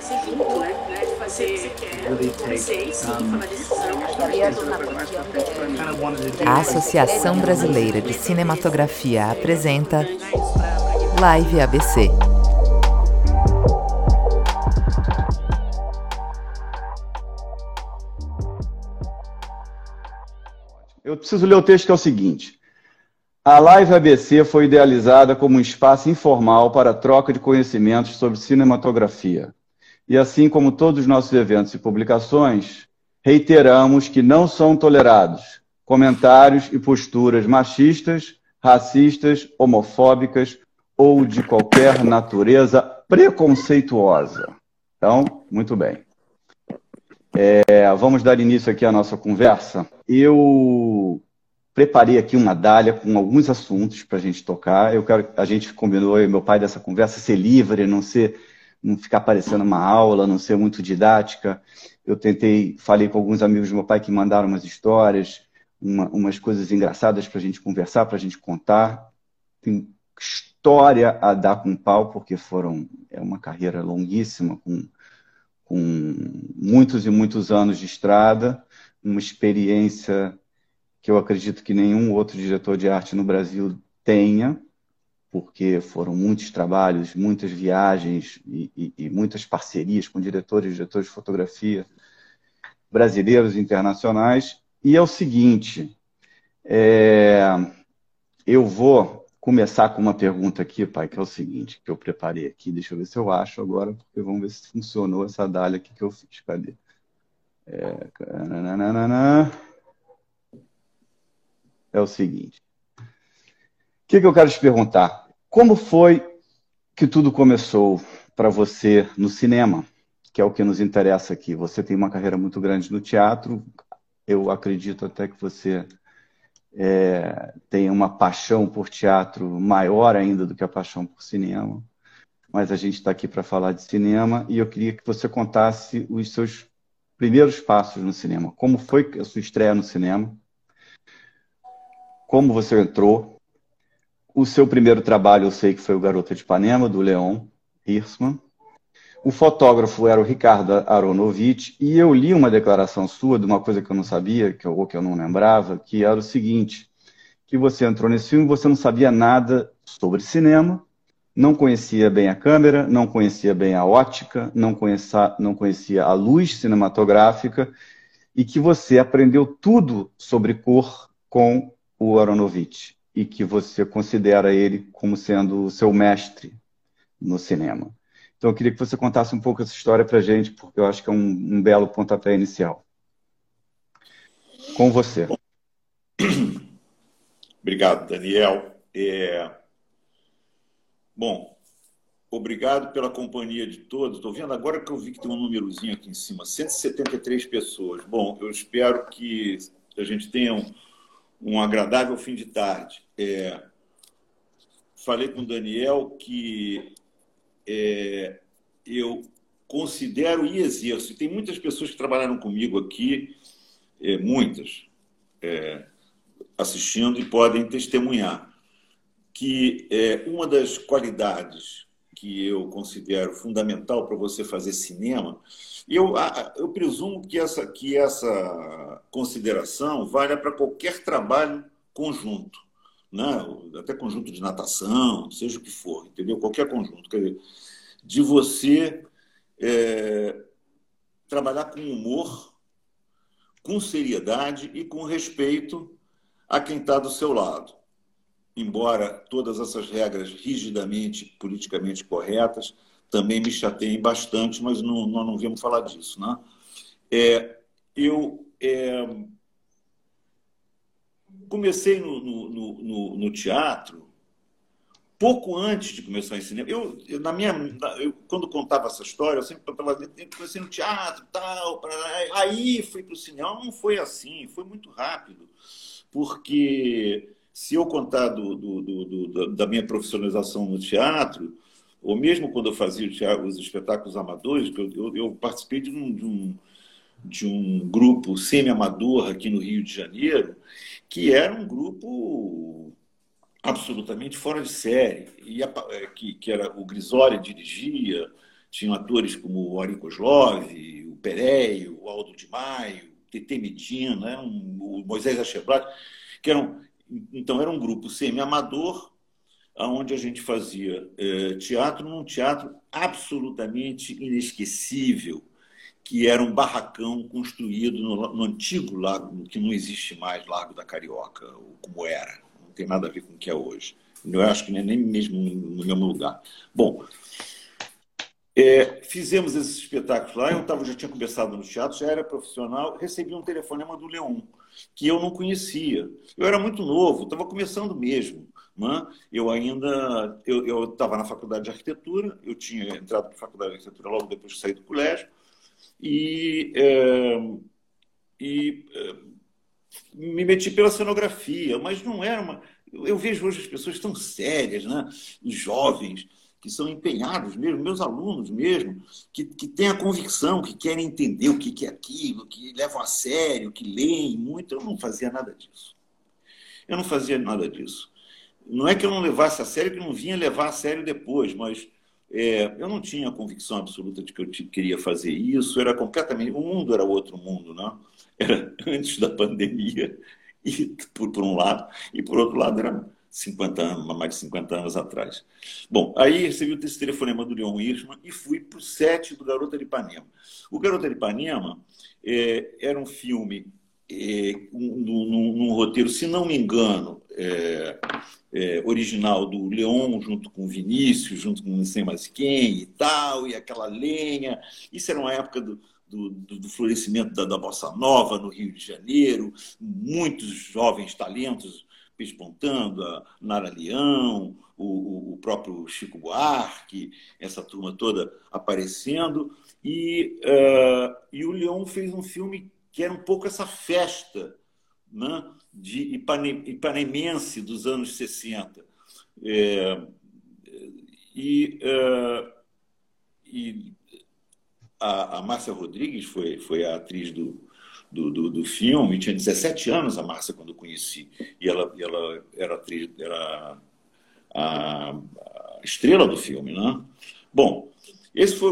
A Associação Brasileira de Cinematografia apresenta Live ABC. Eu preciso ler o texto, que é o seguinte. A Live ABC foi idealizada como um espaço informal para a troca de conhecimentos sobre cinematografia. E assim como todos os nossos eventos e publicações, reiteramos que não são tolerados comentários e posturas machistas, racistas, homofóbicas ou de qualquer natureza preconceituosa. Então, muito bem. Vamos dar início aqui à nossa conversa. Eu preparei aqui uma dália com alguns assuntos para a gente tocar. A gente combinou, eu e meu pai, dessa conversa ser livre, não ficar parecendo uma aula, não ser muito didática. Eu falei com alguns amigos do meu pai que mandaram umas histórias, umas coisas engraçadas para a gente conversar, para a gente contar. Tem história a dar com pau, porque é uma carreira longuíssima, com muitos e muitos anos de estrada, uma experiência que eu acredito que nenhum outro diretor de arte no Brasil tenha, porque foram muitos trabalhos, muitas viagens e muitas parcerias com diretores de fotografia brasileiros e internacionais. E é o seguinte, eu vou começar com uma pergunta aqui, pai, que é o seguinte, que eu preparei aqui. Deixa eu ver se eu acho agora, porque vamos ver se funcionou essa dália aqui que eu fiz. Cadê? É o seguinte. O que eu quero te perguntar? Como foi que tudo começou para você no cinema, que é o que nos interessa aqui? Você tem uma carreira muito grande no teatro. Eu acredito até que você tem uma paixão por teatro maior ainda do que a paixão por cinema. Mas a gente está aqui para falar de cinema e eu queria que você contasse os seus primeiros passos no cinema. Como foi a sua estreia no cinema? Como você entrou? O seu primeiro trabalho, eu sei que foi o Garota de Ipanema, do Leon Hirschman. O fotógrafo era o Ricardo Aronovitch, e eu li uma declaração sua de uma coisa que eu não sabia, ou que eu não lembrava, que era o seguinte, que você entrou nesse filme e você não sabia nada sobre cinema, não conhecia bem a câmera, não conhecia bem a ótica, não conhecia a luz cinematográfica, e que você aprendeu tudo sobre cor com o Aronovitch, e que você considera ele como sendo o seu mestre no cinema. Então, eu queria que você contasse um pouco essa história para a gente, porque eu acho que é um belo pontapé inicial. Com você. Obrigado, Daniel. Bom, obrigado pela companhia de todos. Estou vendo agora que eu vi que tem um númerozinho aqui em cima, 173 pessoas. Bom, eu espero que a gente tenha um agradável fim de tarde. Falei com o Daniel que eu considero e exerço. Tem muitas pessoas que trabalharam comigo aqui, muitas, assistindo e podem testemunhar, que uma das qualidades que eu considero fundamental para você fazer cinema, eu presumo que essa consideração valha para qualquer trabalho conjunto, né? Até conjunto de natação, seja o que for, entendeu? Qualquer conjunto. Quer dizer, de você trabalhar com humor, com seriedade e com respeito a quem está do seu lado. Embora todas essas regras rigidamente, politicamente corretas, também me chateiem bastante, mas nós não viemos falar disso, né? Eu comecei no teatro pouco antes de começar em cinema. Quando contava essa história, eu sempre falava, eu comecei no teatro, tal, aí fui para o cinema. Não foi assim, foi muito rápido, porque se eu contar da minha profissionalização no teatro, ou mesmo quando eu fazia os espetáculos amadores, eu participei de um grupo semi-amador aqui no Rio de Janeiro, que era um grupo absolutamente fora de série, que era o Grisoli dirigia, Tinham atores como o Ari Kozlov, o Perey, o Aldo Di Maio, o Tete Medina, o Moisés Acheblat, que eram... Então, era um grupo semi-amador, onde a gente fazia teatro num teatro absolutamente inesquecível, que era um barracão construído no antigo Largo, que não existe mais, Largo da Carioca, como era. Não tem nada a ver com o que é hoje. Eu acho que nem mesmo no mesmo lugar. Bom, fizemos esses espetáculos lá, já tinha começado no teatro, já era profissional, recebi um telefonema do Leon, que eu não conhecia. Eu era muito novo, estava começando mesmo. Né? Eu estava na faculdade de arquitetura, eu tinha entrado para a faculdade de arquitetura logo depois de sair do colégio, e me meti pela cenografia, mas não era uma... Eu vejo hoje as pessoas tão sérias, né? Os jovens, que são empenhados mesmo, meus alunos mesmo, que têm a convicção, que querem entender o que é aquilo, que levam a sério, que leem muito. Eu não fazia nada disso. Eu não fazia nada disso. Não é que eu não levasse a sério, que eu não vinha levar a sério depois, mas eu não tinha a convicção absoluta de que eu queria fazer isso. Era completamente... O mundo era outro mundo, né? Era antes da pandemia, e, por um lado, e por outro lado era 50 anos, mais de 50 anos atrás. Bom, aí recebi esse telefonema do Leon Hirschman e fui para o set do Garota de Ipanema. O Garota de Ipanema era um filme num roteiro, se não me engano, original do Leon, junto com o Vinícius, junto com não sei mais quem e tal, e aquela lenha. Isso era uma época do florescimento da Bossa Nova no Rio de Janeiro, muitos jovens talentos despontando, a Nara Leão, o próprio Chico Buarque, essa turma toda aparecendo. E o Leon fez um filme que era um pouco essa festa, né, de ipanemense dos anos 60. A Márcia Rodrigues foi a atriz do filme, tinha 17 anos a Márcia quando eu conheci, e ela era atriz, era a estrela do filme, né? Bom, esse foi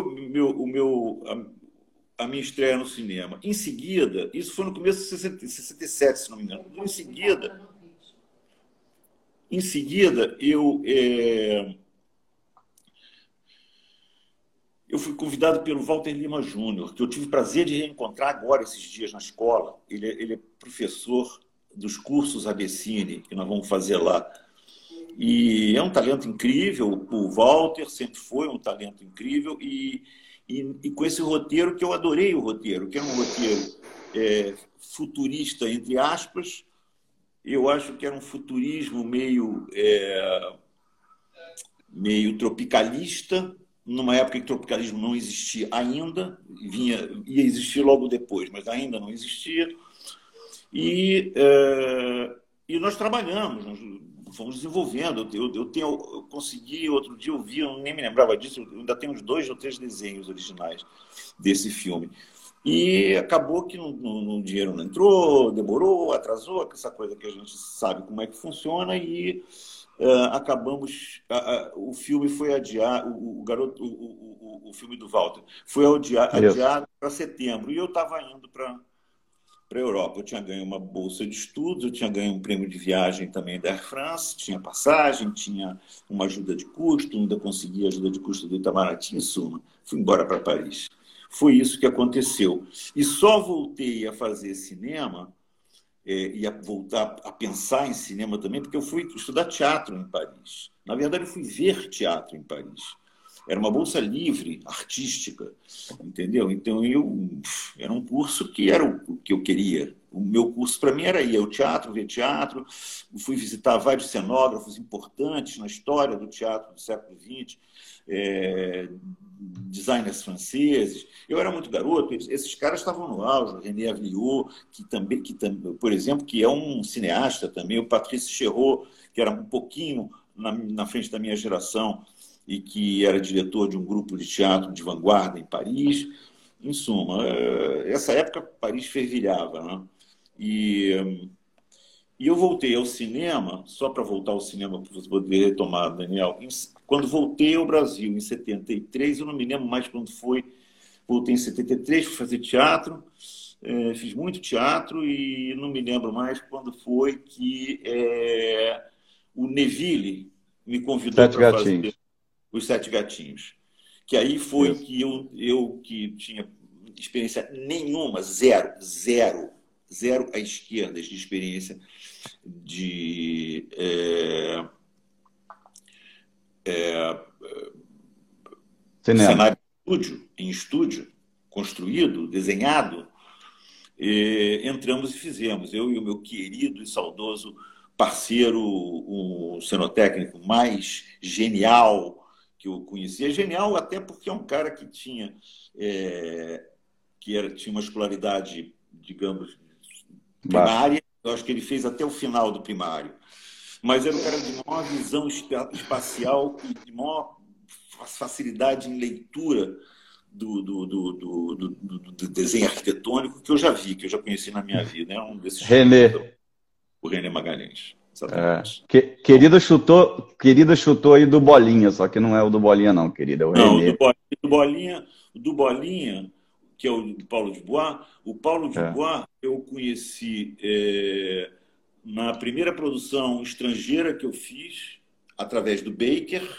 a minha estreia no cinema. Em seguida, isso foi no começo de 67, se não me engano. Em seguida eu fui convidado pelo Walter Lima Júnior, que eu tive o prazer de reencontrar agora, esses dias, na escola. Ele é professor dos cursos Abessine, que nós vamos fazer lá. E é um talento incrível, o Walter sempre foi um talento incrível, e com esse roteiro, que eu adorei o roteiro, que era um roteiro futurista, entre aspas. Eu acho que era um futurismo meio tropicalista, numa época que o tropicalismo não existia ainda, ia existir logo depois, mas ainda não existia. E nós trabalhamos, nós fomos desenvolvendo. Eu consegui, outro dia eu vi, eu nem me lembrava disso, eu ainda tenho uns 2 ou 3 desenhos originais desse filme. E acabou que o dinheiro não entrou, demorou, atrasou, essa coisa que a gente sabe como é que funciona, e acabamos... o filme foi adiado, o filme do Walter foi adiado para setembro, e eu estava indo para a Europa. Eu tinha ganho uma bolsa de estudos, eu tinha ganho um prêmio de viagem também da Air France, tinha passagem, tinha uma ajuda de custo, ainda consegui a ajuda de custo do Itamaraty, em suma. Fui embora para Paris. Foi isso que aconteceu. E só voltei a fazer cinema, e a voltar a pensar em cinema também, porque eu fui estudar teatro em Paris. Na verdade, eu fui ver teatro em Paris. Era uma bolsa livre, artística, entendeu? Então, era um curso que era o que eu queria. O meu curso, para mim, era ir ao teatro, ver teatro. Fui visitar vários cenógrafos importantes na história do teatro do século XX, designers franceses. Eu era muito garoto, esses caras estavam no auge. O René Avillot, que também, por exemplo, que é um cineasta também, o Patrice Chéreau, que era um pouquinho na frente da minha geração, e que era diretor de um grupo de teatro de vanguarda em Paris. Em suma, essa época Paris fervilhava, né? E eu voltei ao cinema, só para voltar ao cinema, para você poder retomar, Daniel, Quando voltei ao Brasil, em 73, eu não me lembro mais quando foi, voltei em 73, fui fazer teatro, fiz muito teatro e não me lembro mais quando foi que o Neville me convidou Sete para fazer Gatinhos. Os Sete Gatinhos. Que aí foi Isso. que eu que tinha experiência nenhuma, zero à esquerda de experiência de Cinema. cenário em estúdio, construído, desenhado. Entramos e fizemos. Eu e o meu querido e saudoso parceiro, o cenotécnico mais genial que eu conhecia. Genial até porque é um cara que tinha uma escolaridade, digamos, primária. Eu acho que ele fez até o final do primário. Mas era um cara de maior visão espacial e de maior facilidade em leitura do desenho arquitetônico que eu já vi, que eu já conheci na minha vida. É um desses René. O René Magalhães. Exatamente. Querida chutou aí do Bolinha, só que não é o do Bolinha, não, querida. É o René. Do Bolinha, que é o Paulo Dubois. O Paulo Dubois eu conheci na primeira produção estrangeira que eu fiz, através do Baker,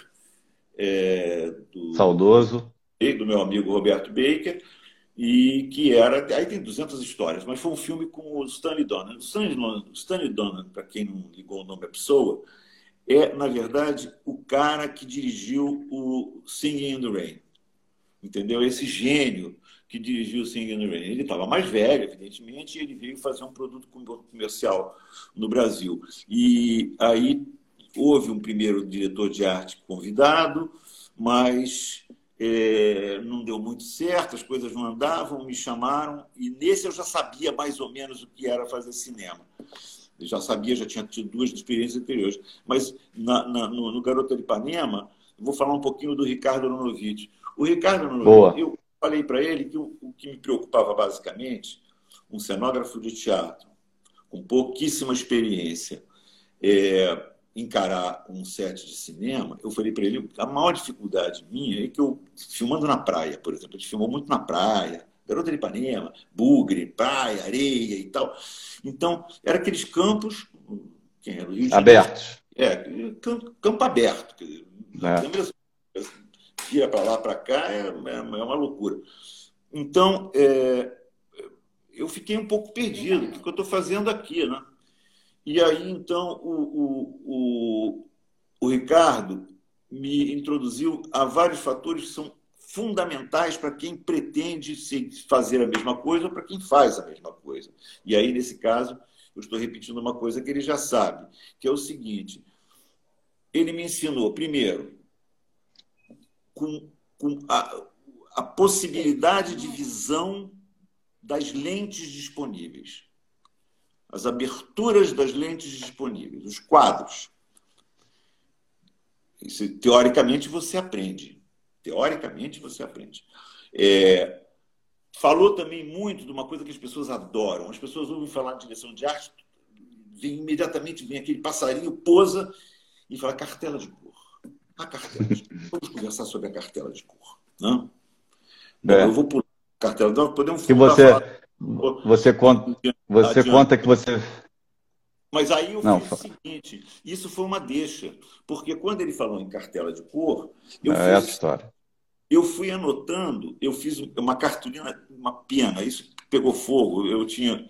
saudoso, do meu amigo Roberto Baker, e que era... Aí tem 200 histórias, mas foi um filme com o Stanley Donen. O Stanley Donen, para quem não ligou o nome à pessoa, na verdade, o cara que dirigiu o Singing in the Rain. Entendeu? Esse gênio que dirigiu o Singing in the Rain. Ele estava mais velho, evidentemente, e ele veio fazer um produto comercial no Brasil. E aí houve um primeiro diretor de arte convidado, mas não deu muito certo, as coisas não andavam, me chamaram, e nesse eu já sabia mais ou menos o que era fazer cinema. Eu já sabia, já tinha tido 2 experiências anteriores. Mas no Garota de Ipanema, eu vou falar um pouquinho do Ricardo Aronovitch. O Ricardo Aronovitch, eu falei para ele que o que me preocupava basicamente, um cenógrafo de teatro com pouquíssima experiência, encarar um set de cinema. Eu falei para ele, a maior dificuldade minha é que eu, filmando na praia, por exemplo, a gente filmou muito na praia, Garota de Ipanema, bugre, praia, areia e tal. Então, eram aqueles campos abertos. Campo aberto. Vira para lá, para cá, é uma loucura. Então, eu fiquei um pouco perdido. O que eu estou fazendo aqui, né? E aí, então, o Ricardo me introduziu a vários fatores que são fundamentais para quem pretende fazer a mesma coisa ou para quem faz a mesma coisa. E aí, nesse caso, eu estou repetindo uma coisa que ele já sabe, que é o seguinte: ele me ensinou, primeiro, com a possibilidade de visão das lentes disponíveis, as aberturas das lentes disponíveis, os quadros. Isso, teoricamente, você aprende. Teoricamente, você aprende. Falou também muito de uma coisa que as pessoas adoram. As pessoas ouvem falar de direção de arte, imediatamente vem aquele passarinho, pousa e fala cartela de cor. A cartela de cor. Vamos conversar sobre a cartela de cor. Não? Bom, eu vou pular a cartela de cor. Podemos você conta que você... Mas aí eu fiz o seguinte, isso foi uma deixa, porque quando ele falou em cartela de cor, eu fui anotando, eu fiz uma cartolina, uma pena, isso pegou fogo, eu tinha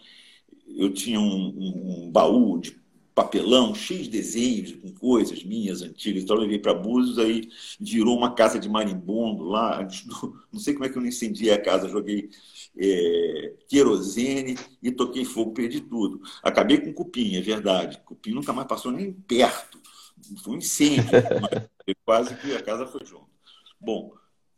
um baú de papelão cheio de desenhos com coisas minhas antigas, então eu levei para Búzios, aí virou uma casa de marimbondo lá, não sei como é que eu não incendiei a casa, joguei querosene e toquei fogo, perdi tudo. Acabei com cupim, é verdade, cupim nunca mais passou nem perto, foi um incêndio, mas quase que a casa foi junto. Bom,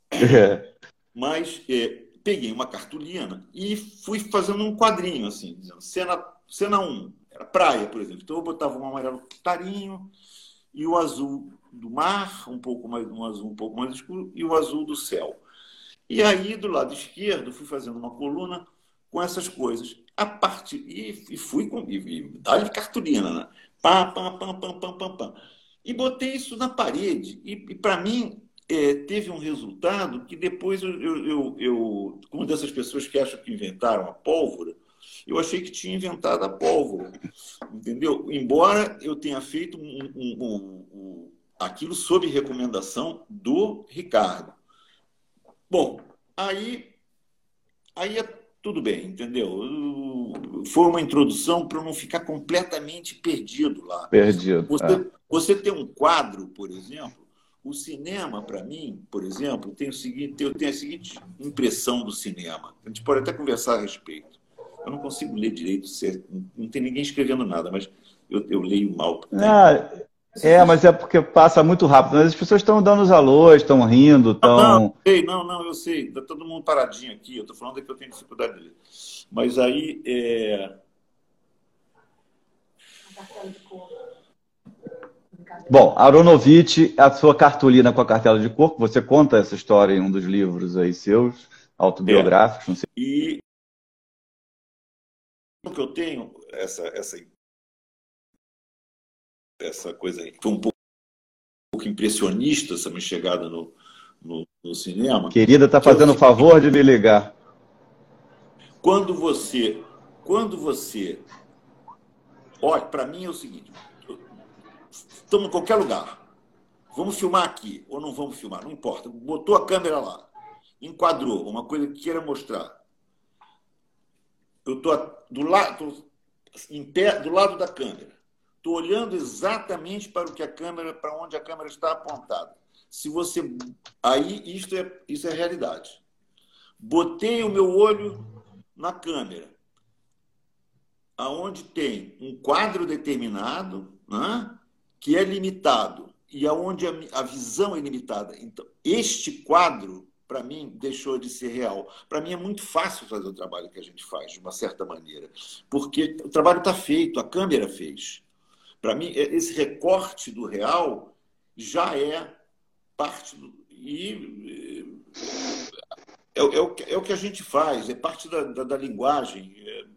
mas peguei uma cartolina e fui fazendo um quadrinho, assim, dizendo, cena 1, era praia, por exemplo. Então eu botava um amarelo clarinho e o azul do mar, um azul um pouco mais escuro, e o azul do céu. E aí, do lado esquerdo, fui fazendo uma coluna com essas coisas. E fui com... E dá-lhe cartolina, né? Pá, pá, pá, pá, pá, pá, pá. E botei isso na parede. E para mim, teve um resultado que depois uma dessas pessoas que acham que inventaram a pólvora, eu achei que tinha inventado a pólvora. Entendeu? Embora eu tenha feito aquilo sob recomendação do Ricardo. Bom, aí é tudo bem, entendeu? Foi uma introdução para eu não ficar completamente perdido lá. Perdido. Você tem um quadro, por exemplo, o cinema, para mim, por exemplo, eu tenho a seguinte impressão do cinema. A gente pode até conversar a respeito. Eu não consigo ler direito, não tem ninguém escrevendo nada, mas eu leio mal. Mas é porque passa muito rápido. As pessoas estão dando os alôs, estão rindo, estão... Não, eu sei. Está todo mundo paradinho aqui. Eu estou falando que eu tenho dificuldade de ler. Mas aí... Bom, Aronovitch, a sua cartolina com a cartela de corpo, você conta essa história em um dos livros aí seus, autobiográficos, não sei. E o que eu tenho, essa coisa aí, foi um pouco impressionista, essa minha chegada no cinema. Querida, está fazendo o favor de me ligar. Quando você olha, para mim é o seguinte, estamos em qualquer lugar, vamos filmar aqui ou não vamos filmar, não importa, botou a câmera lá, enquadrou uma coisa que queira mostrar, eu estou em pé do lado da câmera, estou olhando exatamente para onde a câmera está apontada. Aí isso é realidade. Botei o meu olho na câmera, aonde tem um quadro determinado, né, que é limitado e aonde a visão é limitada. Então, este quadro, para mim, deixou de ser real. Para mim é muito fácil fazer o trabalho que a gente faz, de uma certa maneira, porque o trabalho está feito, a câmera fez. Para mim, esse recorte do real já é parte é o que a gente faz, é parte da linguagem.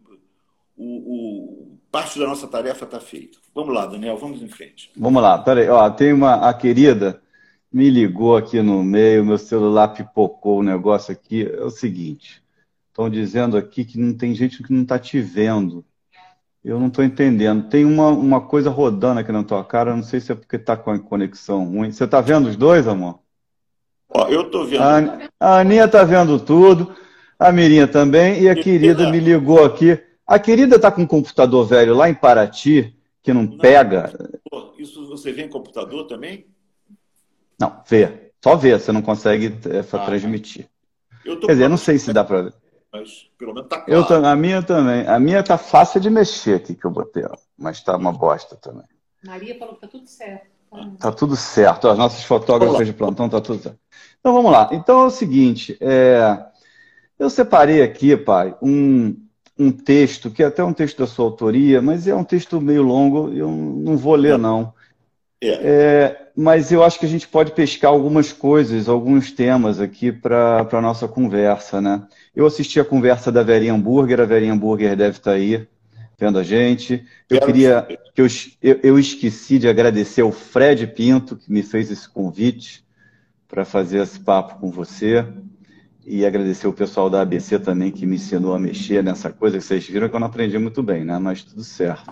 Parte da nossa tarefa está feita. Vamos lá, Daniel, vamos em frente. Vamos lá, peraí. A querida me ligou aqui no meio, meu celular pipocou o negócio aqui. É o seguinte, estão dizendo aqui que não tem gente que não está te vendo. Eu não estou entendendo. Tem uma coisa rodando aqui na tua cara, eu não sei se é porque está com a conexão ruim. Você está vendo os dois, amor? Eu estou vendo. A Aninha está vendo tudo, a Mirinha também, e a querida me ligou aqui. A querida está com um computador velho lá em Paraty, que não pega. Isso você vê em computador também? Não, vê. Só vê, você não consegue transmitir. Quer dizer, não sei se dá para ver. Mas pelo menos está claro. A minha também. A minha tá fácil de mexer aqui que eu botei, mas tá uma bosta também. Maria falou que tá tudo certo. Tá tudo certo. As nossas fotógrafas de plantão tá tudo certo. Então vamos lá. Então é o seguinte, eu separei aqui, pai, um texto, que é até um texto da sua autoria, mas é um texto meio longo, eu não vou ler, não. Mas eu acho que a gente pode pescar algumas coisas, alguns temas aqui para a nossa conversa, né? Eu assisti a conversa da Verinha Hambúrguer, a Verinha Hambúrguer deve estar aí vendo a gente. Eu esqueci de agradecer ao Fred Pinto, que me fez esse convite para fazer esse papo com você. E agradecer o pessoal da ABC também, que me ensinou a mexer nessa coisa, que vocês viram que eu não aprendi muito bem, né? Mas tudo certo.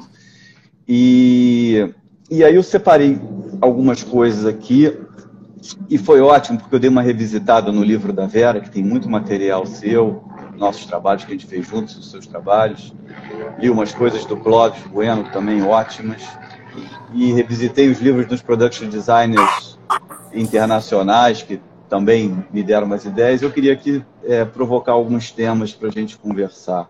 E aí eu separei algumas coisas aqui, e foi ótimo, porque eu dei uma revisitada no livro da Vera, que tem muito material seu, nossos trabalhos que a gente fez juntos, os seus trabalhos. Li umas coisas do Clóvis Bueno, também ótimas. E revisitei os livros dos production designers internacionais, que também me deram umas ideias. Eu queria aqui provocar alguns temas para a gente conversar.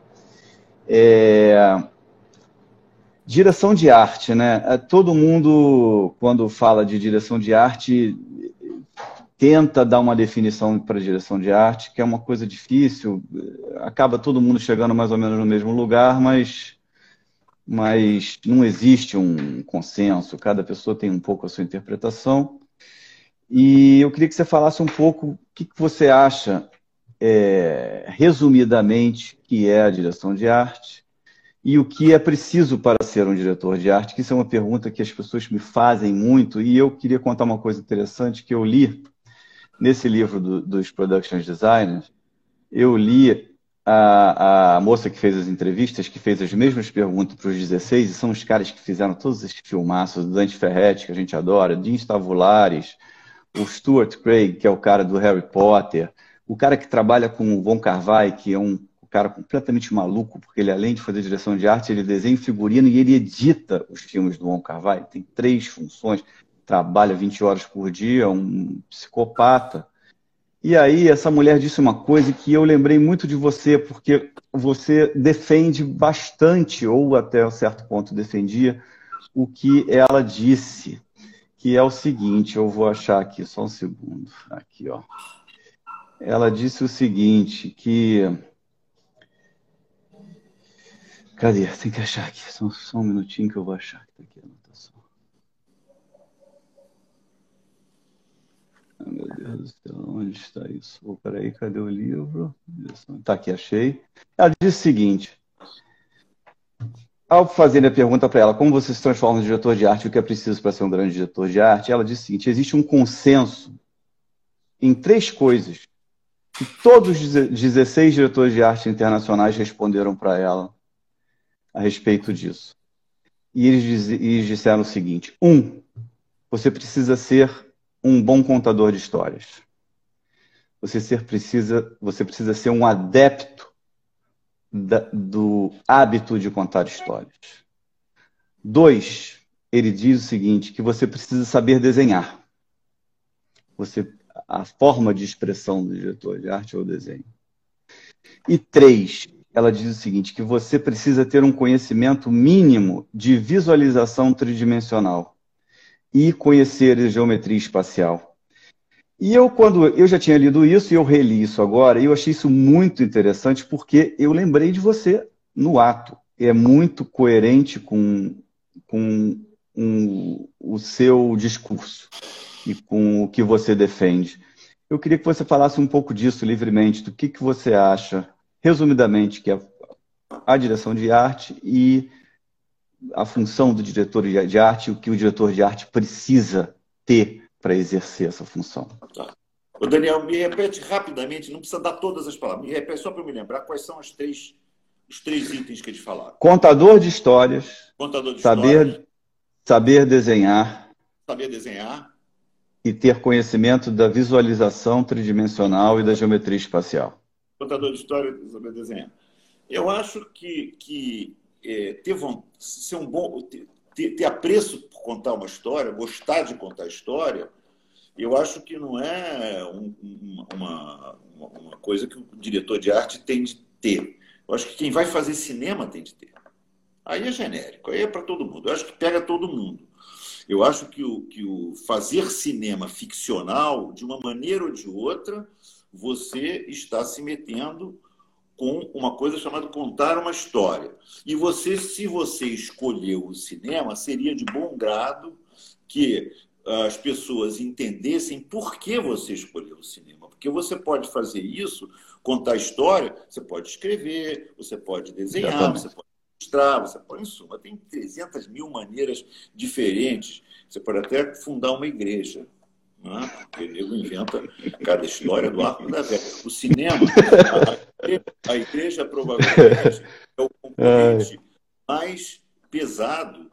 Direção de arte, né? Todo mundo, quando fala de direção de arte, tenta dar uma definição para direção de arte, que é uma coisa difícil. Acaba todo mundo chegando mais ou menos no mesmo lugar, mas não existe um consenso. Cada pessoa tem um pouco a sua interpretação. E eu queria que você falasse um pouco o que você acha, resumidamente, que é a direção de arte. e o que é preciso para ser um diretor de arte, que isso é uma pergunta que as pessoas me fazem muito, e eu queria contar uma coisa interessante que eu li nesse livro dos Production Designers. Eu li a moça que fez as entrevistas, que fez as mesmas perguntas para os 16, e são os caras que fizeram todos esses filmaços, do Dante Ferretti, que a gente adora, Dean Stavulares, o Stuart Craig, que é o cara do Harry Potter, o cara que trabalha com o Von Kar-wai, que é um cara completamente maluco, porque ele, além de fazer direção de arte, ele desenha figurino e ele edita os filmes do Von Kar-wai. Tem 3 funções, trabalha 20 horas por dia, um psicopata. E aí essa mulher disse uma coisa que eu lembrei muito de você, porque você defende bastante, ou até um certo ponto defendia, o que ela disse, que é o seguinte, eu vou achar aqui, só um segundo, aqui, ó. Ela disse o seguinte, que... Cadê? Tem que achar aqui, só um minutinho que eu vou achar. Tá aqui a anotação. Ah, meu Deus do céu, onde está isso? Oh, peraí, cadê o livro? Tá aqui, achei. Ela disse o seguinte, ao fazer a pergunta para ela, como você se transforma em diretor de arte, o que é preciso para ser um grande diretor de arte, ela disse o seguinte, existe um consenso em 3 coisas que todos os 16 diretores de arte internacionais responderam para ela a respeito disso. E eles disseram o seguinte, 1, você precisa ser um bom contador de histórias. Você precisa ser um adepto do hábito de contar histórias. 2, ele diz o seguinte, que você precisa saber desenhar. A forma de expressão do diretor de arte é o desenho. E 3, ela diz o seguinte, que você precisa ter um conhecimento mínimo de visualização tridimensional e conhecer a geometria espacial. E quando eu já tinha lido isso, e eu reli isso agora, e eu achei isso muito interessante, porque eu lembrei de você no ato. É muito coerente com o seu discurso e com o que você defende. Eu queria que você falasse um pouco disso livremente, do que você acha, resumidamente, que é a direção de arte e a função do diretor de arte, o que o diretor de arte precisa ter para exercer essa função. Tá. Ô Daniel, me repete rapidamente, não precisa dar todas as palavras, me repete só para eu me lembrar quais são os três itens que eles falaram. Contador de histórias, histórias, saber desenhar, e ter conhecimento da visualização tridimensional e da geometria espacial. Contador de história e saber desenhar. Eu acho que ser um bom, ter apreço por contar uma história, gostar de contar história, eu acho que não é uma coisa que o diretor de arte tem de ter. Eu acho que quem vai fazer cinema tem de ter. Aí é genérico, aí é para todo mundo. Eu acho que pega todo mundo. Eu acho que o fazer cinema ficcional, de uma maneira ou de outra, você está se metendo com uma coisa chamada contar uma história. E se você escolheu o cinema, seria de bom grado que as pessoas entendessem por que você escolheu o cinema. Porque você pode fazer isso, contar história, você pode escrever, você pode desenhar, exatamente, você pode ilustrar, você pode, em suma, tem 300 mil maneiras diferentes. Você pode até fundar uma igreja, né? Porque ele inventa cada história do arco da velha. O cinema, a igreja provavelmente é o componente mais pesado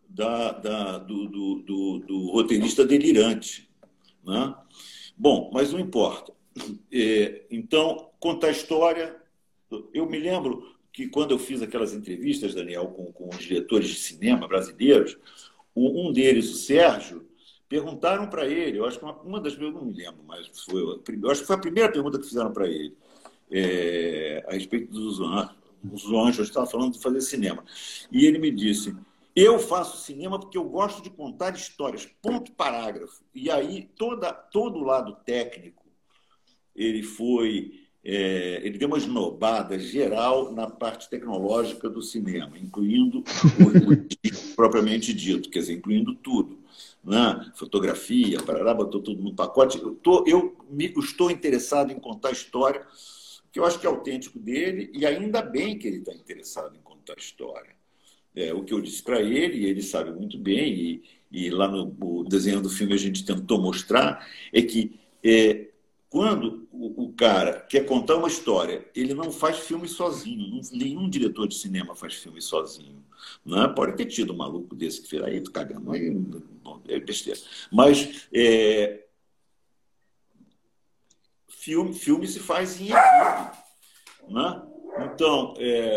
do roteirista delirante, né? Bom, mas não importa. Então, contar história. Eu me lembro que quando eu fiz aquelas entrevistas, Daniel, com os diretores de cinema brasileiros, um deles, o Sérgio, perguntaram para ele, eu acho que uma das perguntas, não me lembro, mas eu acho que foi a primeira pergunta que fizeram para ele, a respeito dos anjos, estava falando de fazer cinema. E ele me disse, eu faço cinema porque eu gosto de contar histórias, ponto, parágrafo. E aí, todo o lado técnico, ele deu uma esnobada geral na parte tecnológica do cinema, incluindo o propriamente dito, quer dizer, incluindo tudo, né? Fotografia, parará, botou tudo no pacote. Eu estou interessado em contar história, que eu acho que é autêntico dele, e ainda bem que ele está interessado em contar conta a história. O que eu disse para ele, e ele sabe muito bem, e lá no desenho do filme a gente tentou mostrar, é que quando o cara quer contar uma história, ele não faz filme sozinho. Nenhum diretor de cinema faz filme sozinho. Né? Pode ter tido um maluco desse que fez aí, tô cagando, aí, bom, é besteira. Mas filme se faz em equipe. Né? Então,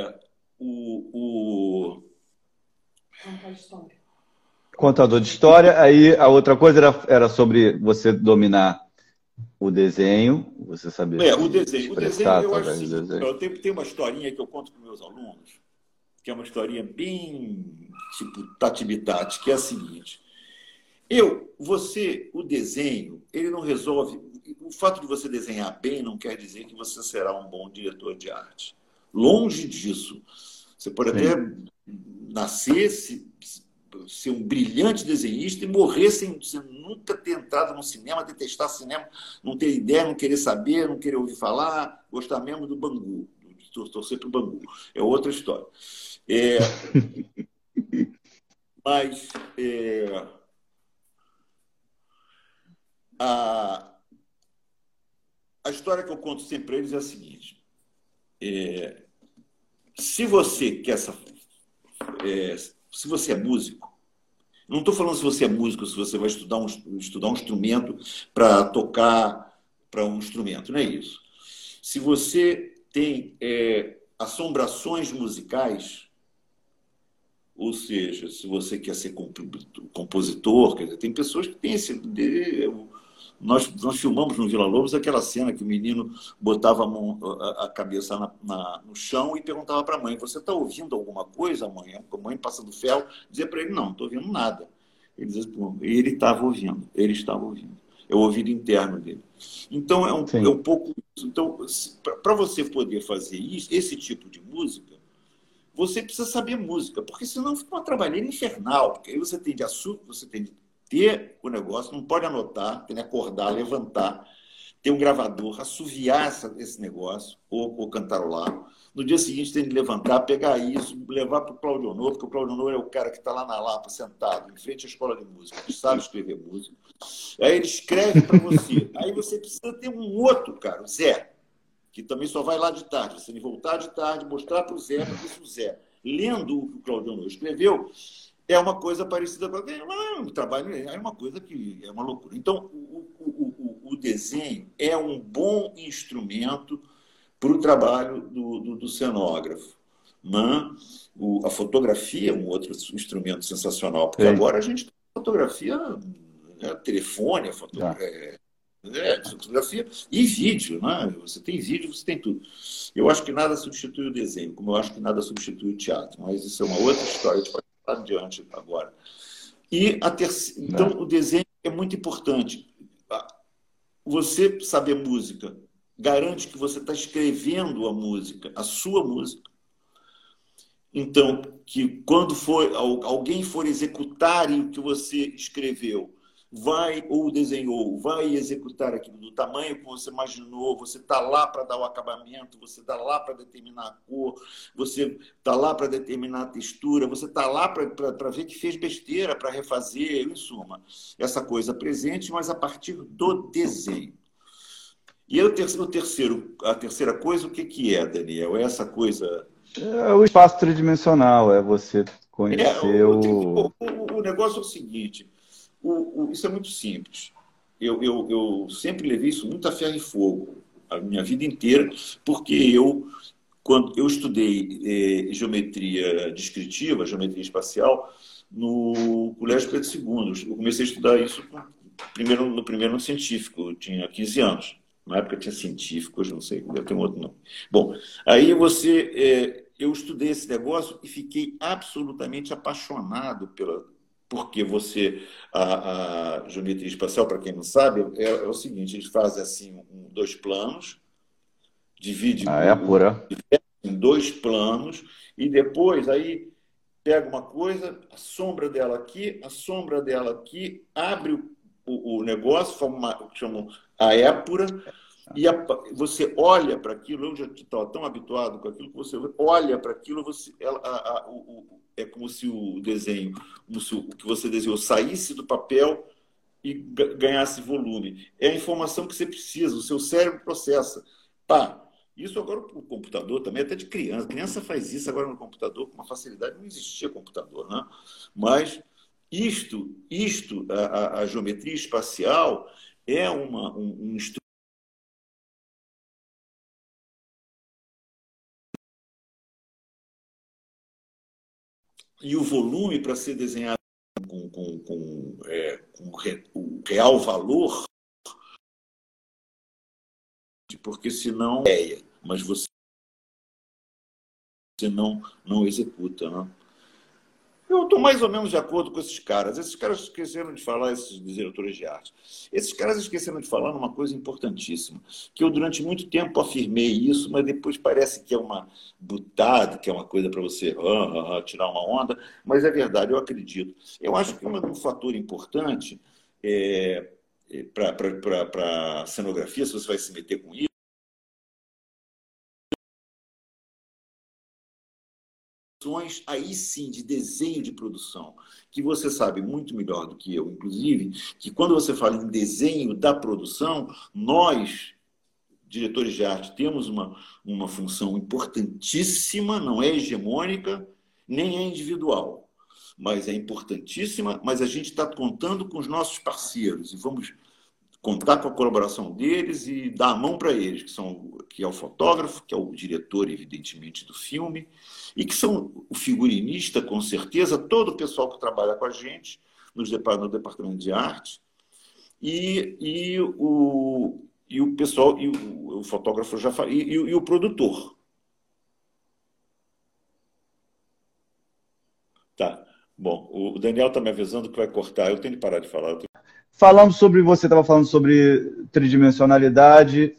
Contador de história. Aí a outra coisa era sobre você dominar o desenho, você saber o desenho. O desenho, eu acho assim, desenho. Tem uma historinha que eu conto para os meus alunos, que é uma historinha bem tipo tati-bitati, que é a seguinte. O desenho, ele não resolve. O fato de você desenhar bem não quer dizer que você será um bom diretor de arte. Longe disso. Você pode até nascer, ser um brilhante desenhista e morrer sem nunca ter entrado no cinema, detestar cinema, não ter ideia, não querer saber, não querer ouvir falar, gostar mesmo do Bangu, torcer para o Bangu. É outra história. Mas a história que eu conto sempre para eles é a seguinte. Se você quer se você é músico, não estou falando se você é músico, se você vai estudar um instrumento para tocar para um instrumento, não é isso. Se você tem assombrações musicais, ou seja, se você quer ser compositor, quer dizer, tem pessoas que têm esse... Nós filmamos no Vila Lobos aquela cena que o menino botava a cabeça no chão e perguntava para a mãe: você está ouvindo alguma coisa, mãe? A mãe, passando ferro, dizia para ele: não estou ouvindo nada. Ele dizia: ele estava ouvindo, ele estava ouvindo. É o ouvido interno dele. Então, é um pouco isso. Então, para você poder fazer esse tipo de música, você precisa saber música, porque senão fica uma trabalheira infernal. Porque aí você tem de açúcar, você tem de ter o negócio, não pode anotar, tem que acordar, levantar, ter um gravador, assoviar esse negócio, ou cantarolar. No dia seguinte tem de levantar, pegar isso, levar para o Cláudio Honor, porque o Cláudio Honor é o cara que está lá na Lapa, sentado, em frente à escola de música, que sabe escrever música. Aí ele escreve para você. Aí você precisa ter um outro cara, o Zé, que também só vai lá de tarde. Você tem que voltar de tarde, mostrar para o Zé, para ver se o Zé, lendo o que o Cláudio Honor escreveu, é uma coisa parecida com o trabalho, é uma coisa que é uma loucura. Então, o desenho é um bom instrumento para o trabalho do cenógrafo. Né? A fotografia é um outro instrumento sensacional, porque agora a gente tem fotografia, telefone, fotografia e vídeo. Né? Você tem vídeo, você tem tudo. Eu acho que nada substitui o desenho, como eu acho que nada substitui o teatro, mas isso é uma outra história, a gente pode falar adiante agora. Então, o desenho é muito importante. Você saber música garante que você está escrevendo a música, a sua música. Então, que quando alguém for executar o que você escreveu, ou desenhou, vai executar aquilo do tamanho que você imaginou, você está lá para dar o acabamento, você está lá para determinar a cor, você está lá para determinar a textura, você está lá para ver que fez besteira, para refazer, em suma, essa coisa presente, mas a partir do desenho. E aí, a terceira coisa, o que é, Daniel? É essa coisa... É o espaço tridimensional, é você conhecer o negócio é o seguinte, isso é muito simples. Eu sempre levei isso muito a ferro e fogo, a minha vida inteira, porque quando eu estudei geometria descritiva, geometria espacial, no Colégio Pedro II. Eu comecei a estudar isso no primeiro científico, eu tinha 15 anos. Na época tinha científico, hoje não sei, deve ter um outro nome. Bom, aí eu estudei esse negócio e fiquei absolutamente apaixonado porque a geometria espacial, para quem não sabe, é o seguinte: a gente faz assim 2 planos, divide em 2 planos, e depois aí pega uma coisa, a sombra dela aqui, abre o negócio, forma que chamam a épura, E você olha para aquilo, eu já estava tão habituado com aquilo, que você olha para aquilo, é como se o desenho, como se o que você desenhou saísse do papel e ganhasse volume. É a informação que você precisa, o seu cérebro processa. Pá, isso agora o computador também, até de criança. A criança faz isso agora no computador com uma facilidade, não existia computador, né? Mas a geometria espacial é um instrumento. E o volume para ser desenhado com o real valor, porque senão mas você não executa, né? Eu estou mais ou menos de acordo com esses caras. Esses caras esqueceram de falar, esses diretores de arte. Esses caras esqueceram de falar numa coisa importantíssima, que eu durante muito tempo afirmei isso, mas depois parece que é uma butada, que é uma coisa para você tirar uma onda, mas é verdade, eu acredito. Eu acho que um fator importante para a cenografia, se você vai se meter com isso, aí sim, de desenho de produção, que você sabe muito melhor do que eu, inclusive, que quando você fala em desenho da produção, nós, diretores de arte, temos uma função importantíssima, não é hegemônica, nem é individual, mas é importantíssima, mas a gente está contando com os nossos parceiros, e vamos contar com a colaboração deles e dar a mão para eles, que é o fotógrafo, que é o diretor, evidentemente, do filme, e que são o figurinista, com certeza, todo o pessoal que trabalha com a gente no departamento de arte, e o pessoal, e o fotógrafo já falou, e o produtor. Tá. Bom, o Daniel está me avisando que vai cortar, eu tenho que parar de falar. Você estava falando sobre tridimensionalidade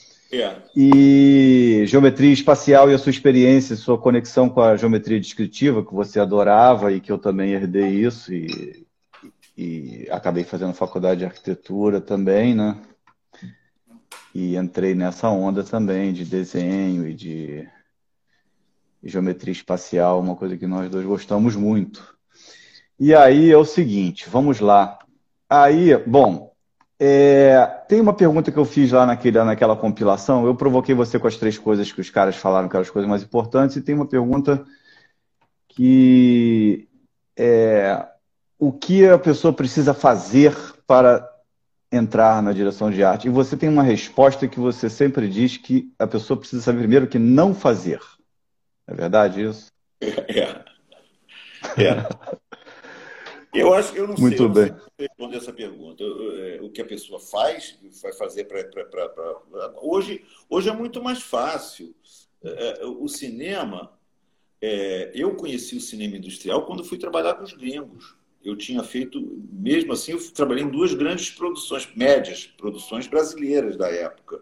e geometria espacial e a sua experiência, sua conexão com a geometria descritiva, que você adorava e que eu também herdei isso e acabei fazendo faculdade de arquitetura também, né? E entrei nessa onda também de desenho e de geometria espacial, uma coisa que nós dois gostamos muito. E aí é o seguinte, vamos lá. Aí, bom, tem uma pergunta que eu fiz lá naquela compilação. Eu provoquei você com as 3 coisas que os caras falaram que eram as coisas mais importantes, e tem uma pergunta que é o que a pessoa precisa fazer para entrar na direção de arte? E você tem uma resposta que você sempre diz que a pessoa precisa saber primeiro o que não fazer. É verdade isso? É. Eu não Muito sei, bem. Responder essa pergunta. O que a pessoa vai fazer para. Hoje é muito mais fácil. O cinema. Eu conheci o cinema industrial quando fui trabalhar com os gringos. Eu tinha feito, mesmo assim, eu trabalhei em 2 grandes produções, médias, produções brasileiras da época,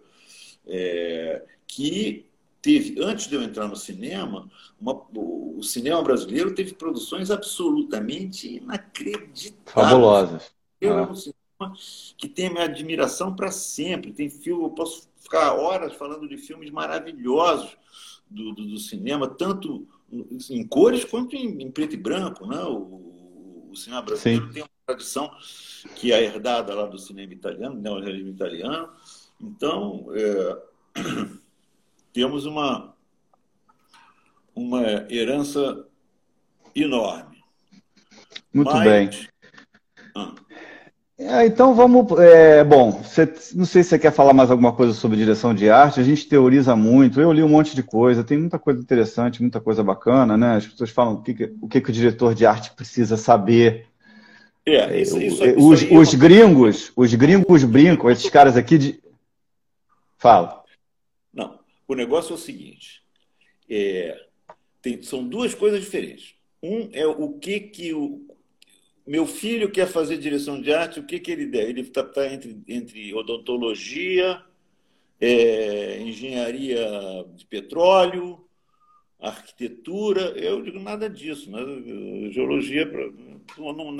que teve, antes de eu entrar no cinema, o cinema brasileiro teve produções absolutamente inacreditáveis. Fabulosas. É um cinema que tem a minha admiração para sempre. Tem filme, eu posso ficar horas falando de filmes maravilhosos do cinema, tanto em cores quanto em preto e branco, né? O cinema brasileiro Sim. Tem uma tradição que é herdada lá do cinema italiano, neorrealismo italiano. Então, temos uma herança enorme. Muito bem. Então vamos... bom, não sei se você quer falar mais alguma coisa sobre direção de arte. A gente teoriza muito. Eu li um monte de coisa. Tem muita coisa interessante, muita coisa bacana, né? As pessoas falam o que o diretor de arte precisa saber. Os gringos brincam, esses caras aqui de... Fala. Não, o negócio é o seguinte. São 2 coisas diferentes. Um é o que o meu filho quer fazer direção de arte, o que ele der? Ele está entre odontologia, engenharia de petróleo, arquitetura. Eu digo nada disso, né? Geologia,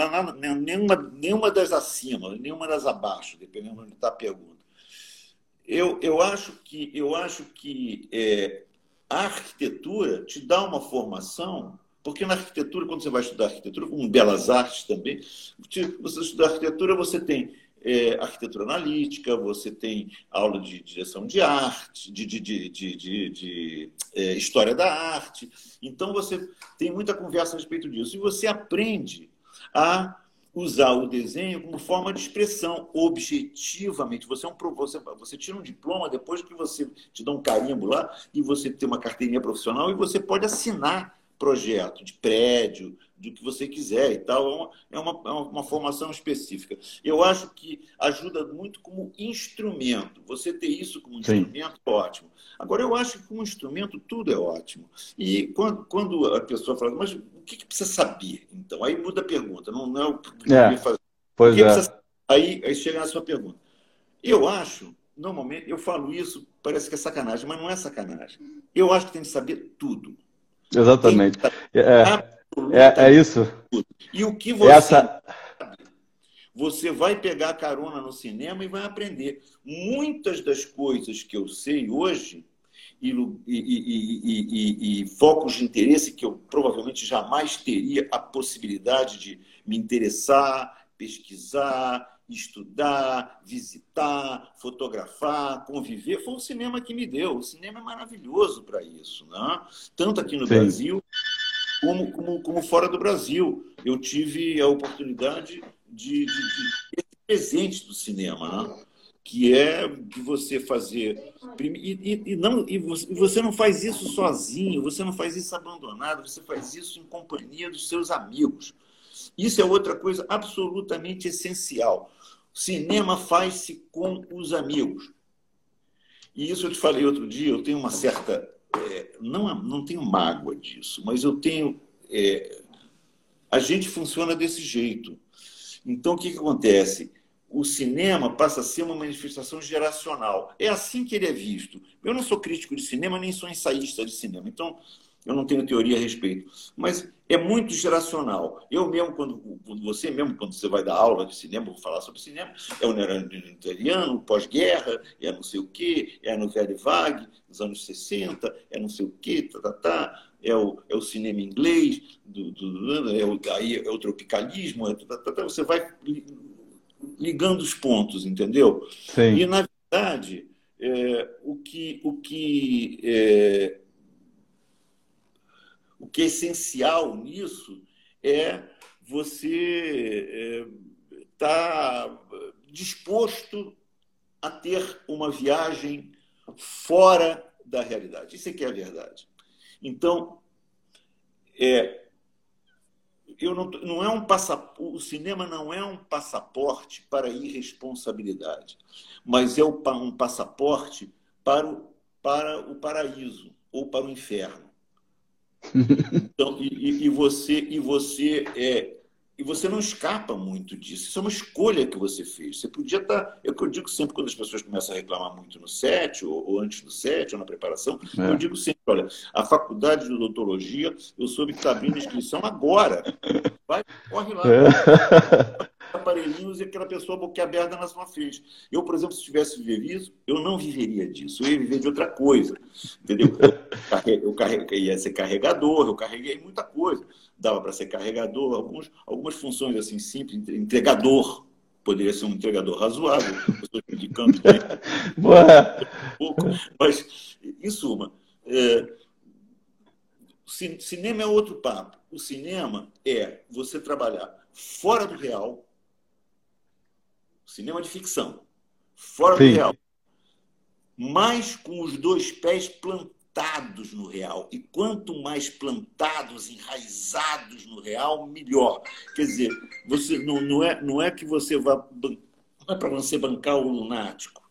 nenhuma das acima, nenhuma das abaixo, dependendo de onde está a pergunta. Eu acho que a arquitetura te dá uma formação, porque na arquitetura, quando você vai estudar arquitetura, como belas artes também, você estuda arquitetura, você tem arquitetura analítica, você tem aula de direção de arte, de história da arte. Então, você tem muita conversa a respeito disso. E você aprende a usar o desenho como forma de expressão, objetivamente. Você tira um diploma depois que você te dá um carimbo lá e você tem uma carteirinha profissional e você pode assinar projeto de prédio, do que você quiser e tal. É uma formação específica. Eu acho que ajuda muito como instrumento. Você ter isso como instrumento é ótimo. Agora, eu acho que como instrumento tudo é ótimo. E quando a pessoa fala, mas o que precisa saber? Então, aí muda a pergunta. Não é o que eu fazer. Pois é. Precisa... Aí chega na sua pergunta. Eu acho, normalmente, eu falo isso, parece que é sacanagem, mas não é sacanagem. Eu acho que tem que saber tudo. Exatamente. É isso. Tudo. E o que você vai pegar carona no cinema e vai aprender. Muitas das coisas que eu sei hoje e focos de interesse que eu provavelmente jamais teria a possibilidade de me interessar, pesquisar, estudar, visitar, fotografar, conviver, foi o cinema que me deu. O cinema é maravilhoso para isso, né? Tanto aqui no Brasil como fora do Brasil. Eu tive a oportunidade de ser presente do cinema, né? Que é de você fazer... E você não faz isso sozinho, você não faz isso abandonado, você faz isso em companhia dos seus amigos. Isso é outra coisa absolutamente essencial. O cinema faz-se com os amigos. E isso eu te falei outro dia, eu tenho uma certa... não tenho mágoa disso, mas eu tenho... a gente funciona desse jeito. Então, o que acontece? O cinema passa a ser uma manifestação geracional. É assim que ele é visto. Eu não sou crítico de cinema, nem sou ensaísta de cinema. Então, eu não tenho teoria a respeito. Mas é muito geracional. Eu mesmo, quando você vai dar aula de cinema, vou falar sobre cinema, é o neurônio italiano, pós-guerra, é não sei o quê, é a novela vague, dos anos 60, é não sei o quê, é o cinema inglês, é o tropicalismo, você vai ligando os pontos, entendeu? Sim. E, na verdade, o que é essencial nisso é você estar disposto a ter uma viagem fora da realidade. Isso é que é a verdade. Então, o cinema não é um passaporte para a irresponsabilidade, mas é um passaporte para o paraíso ou para o inferno. Então, você não escapa muito disso. Isso é uma escolha que você fez. Você podia estar... É o que eu digo sempre quando as pessoas começam a reclamar muito no set, ou antes do set, ou na preparação. Eu digo sempre, olha, a faculdade de odontologia, eu soube que está abrindo inscrição agora. Corre lá. Aparelhinhos e aquela pessoa boquiaberta na sua frente. Eu, por exemplo, se tivesse vivido isso, eu não viveria disso. Eu ia viver de outra coisa. Entendeu? Eu ia ser carregador, eu carreguei muita coisa. Dava para ser carregador, algumas funções assim simples, entregador. Poderia ser um entregador razoável, pessoas indicando bem. Mas, em suma, cinema é outro papo. O cinema é você trabalhar fora do real, cinema de ficção, fora do real, mas com os dois pés plantados no real. E quanto mais plantados, enraizados no real, melhor. Quer dizer, você não é que você não é para você bancar o lunático.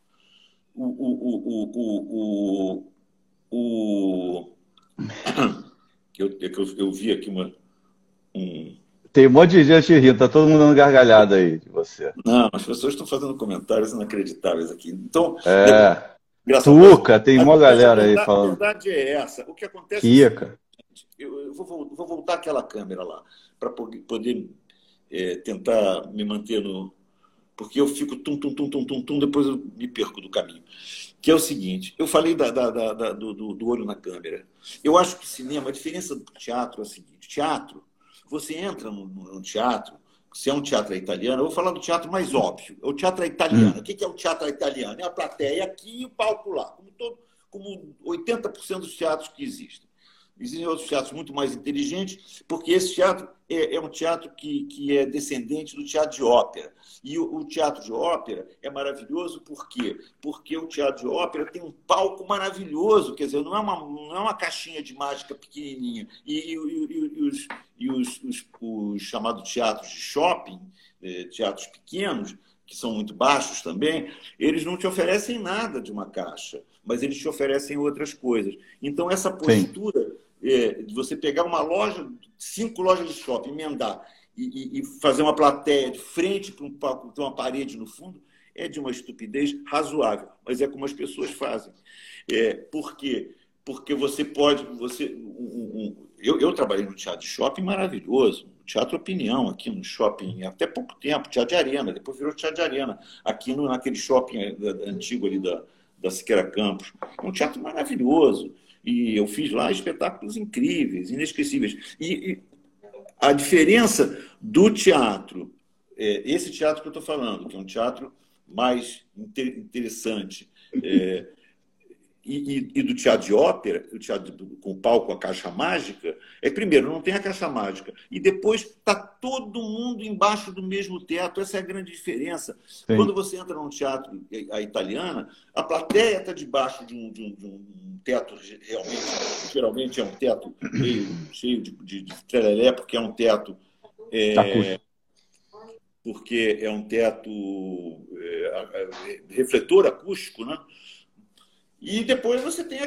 Eu vi aqui Tem um monte de gente rindo, tá todo mundo dando gargalhada aí de você. Não, as pessoas estão fazendo comentários inacreditáveis aqui. Então, Tuca, tem uma galera aí falando. A verdade é essa. O que acontece Kika. Eu vou voltar àquela câmera lá, para poder tentar me manter porque eu fico tum, depois eu me perco do caminho. Que é o seguinte, eu falei do olho na câmera. Eu acho que cinema, a diferença do teatro é a seguinte, teatro, você entra no teatro, se é um teatro italiano, eu vou falar do teatro mais óbvio, é o teatro italiano. O que é o teatro italiano? É a plateia aqui e o palco lá, como 80% dos teatros que existem. Existem outros teatros muito mais inteligentes, porque esse teatro é um teatro que é descendente do teatro de ópera. E o teatro de ópera é maravilhoso por quê? Porque o teatro de ópera tem um palco maravilhoso, quer dizer, não é uma caixinha de mágica pequenininha. E os chamados teatros de shopping, teatros pequenos, que são muito baixos também, eles não te oferecem nada de uma caixa, mas eles te oferecem outras coisas. Então, essa postura de você pegar uma loja, 5 lojas de shopping, emendar e fazer uma plateia de frente para um palco, ter uma parede no fundo, é de uma estupidez razoável, mas é como as pessoas fazem. Por quê? Porque você pode... Eu trabalhei no teatro de shopping maravilhoso, Teatro Opinião, aqui no shopping, até pouco tempo, Teatro de Arena, depois virou Teatro de Arena, aqui naquele shopping antigo ali da Siqueira Campos. É um teatro maravilhoso. E eu fiz lá espetáculos incríveis, inesquecíveis. E a diferença do teatro, esse teatro que eu estou falando, que é um teatro mais interessante, e do teatro de ópera, o teatro com o palco, a caixa mágica, primeiro, não tem a caixa mágica, e depois está todo mundo embaixo do mesmo teto. Essa é a grande diferença. Sim. Quando você entra num teatro a italiana, a plateia está debaixo de um teto, geralmente é um teto meio cheio de trelelé, porque é um teto... porque é um teto refletor acústico, né? E depois você tem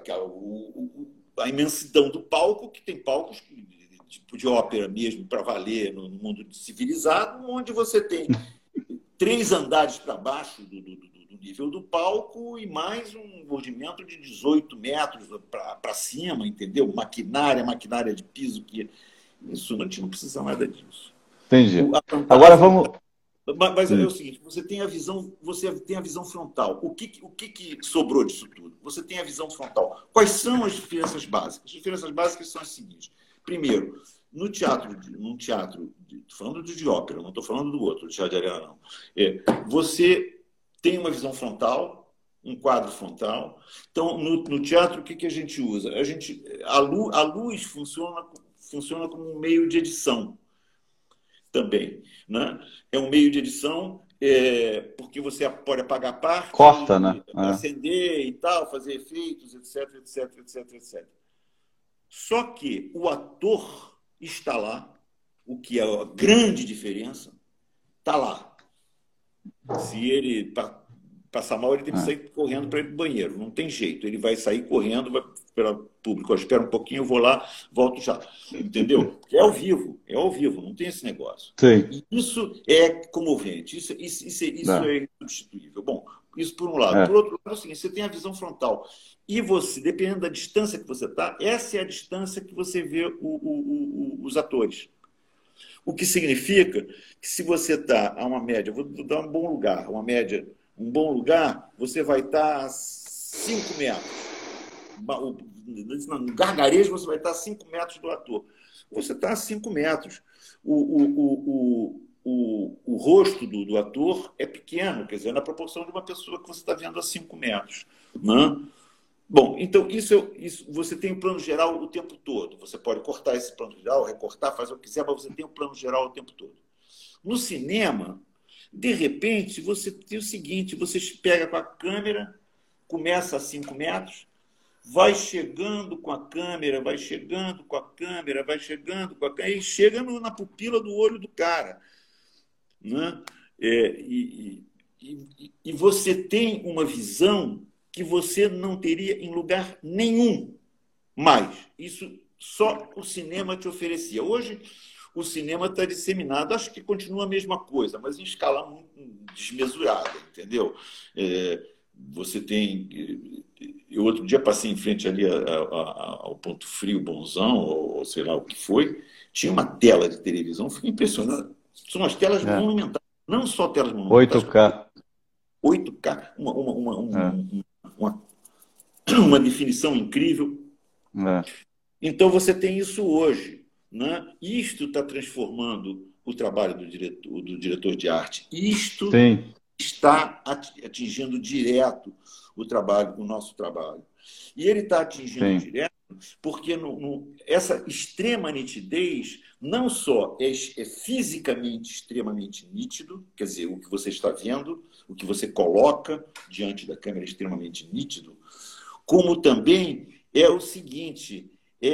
a imensidão do palco, que tem palcos tipo de ópera mesmo, para valer no mundo civilizado, onde você tem 3 andares para baixo do nível do palco e mais um movimento de 18 metros para cima, entendeu? Maquinária de piso, que isso a gente não precisa nada disso. Entendi. Agora vamos... Mas é o seguinte, você tem a visão frontal. O que sobrou disso tudo? Você tem a visão frontal. Quais são as diferenças básicas? As diferenças básicas são as seguintes. Primeiro, num teatro, falando de ópera, não estou falando do outro, do teatro de arena, não. Você tem uma visão frontal, um quadro frontal. Então, no teatro, o que a gente usa? A luz funciona como um meio de edição também, né? É um meio de edição, porque você pode apagar parte, corta, né? Acender e tal, fazer efeitos, etc. Só que o ator está lá, o que é a grande diferença, está lá. Se ele passar mal, ele tem que sair correndo para ir para o banheiro. Não tem jeito. Ele vai sair correndo, vai para o público. Espera um pouquinho, eu vou lá, volto já. Entendeu? Porque é ao vivo, não tem esse negócio. Sim. E isso é comovente, isso é insubstituível. Bom, isso por um lado. Por outro lado, assim, você tem a visão frontal. E você, dependendo da distância que você está, essa é a distância que você vê os atores. O que significa que se você está a uma média, vou dar um bom lugar, um bom lugar, você vai estar a 5 metros. No gargarejo, você vai estar a 5 metros do ator. Você está a 5 metros. O rosto do ator é pequeno, quer dizer, na proporção de uma pessoa que você está vendo a 5 metros. Né? Bom, então, isso você tem o plano geral o tempo todo. Você pode cortar esse plano geral, recortar, fazer o que quiser, mas você tem o plano geral o tempo todo. No cinema, de repente, você tem o seguinte, você pega com a câmera, começa a 5 metros, vai chegando com a câmera, e chega na pupila do olho do cara. Né? E você tem uma visão que você não teria em lugar nenhum mais. Isso só o cinema te oferecia. Hoje, o cinema está disseminado, acho que continua a mesma coisa, mas em escala muito desmesurada, entendeu? Você tem... Eu outro dia passei em frente ali ao Ponto Frio Bonzão, ou sei lá o que foi, tinha uma tela de televisão, fiquei impressionado. São as telas monumentais. Não só telas monumentais, 8K. 8K, uma, uma definição incrível. Então, você tem isso hoje, né? Isto está transformando o trabalho do diretor de arte. Isto Sim. está atingindo direto o nosso trabalho. E ele está atingindo direto porque essa extrema nitidez não só é fisicamente extremamente nítido, quer dizer, o que você está vendo, o que você coloca diante da câmera é extremamente nítido, como também é o seguinte,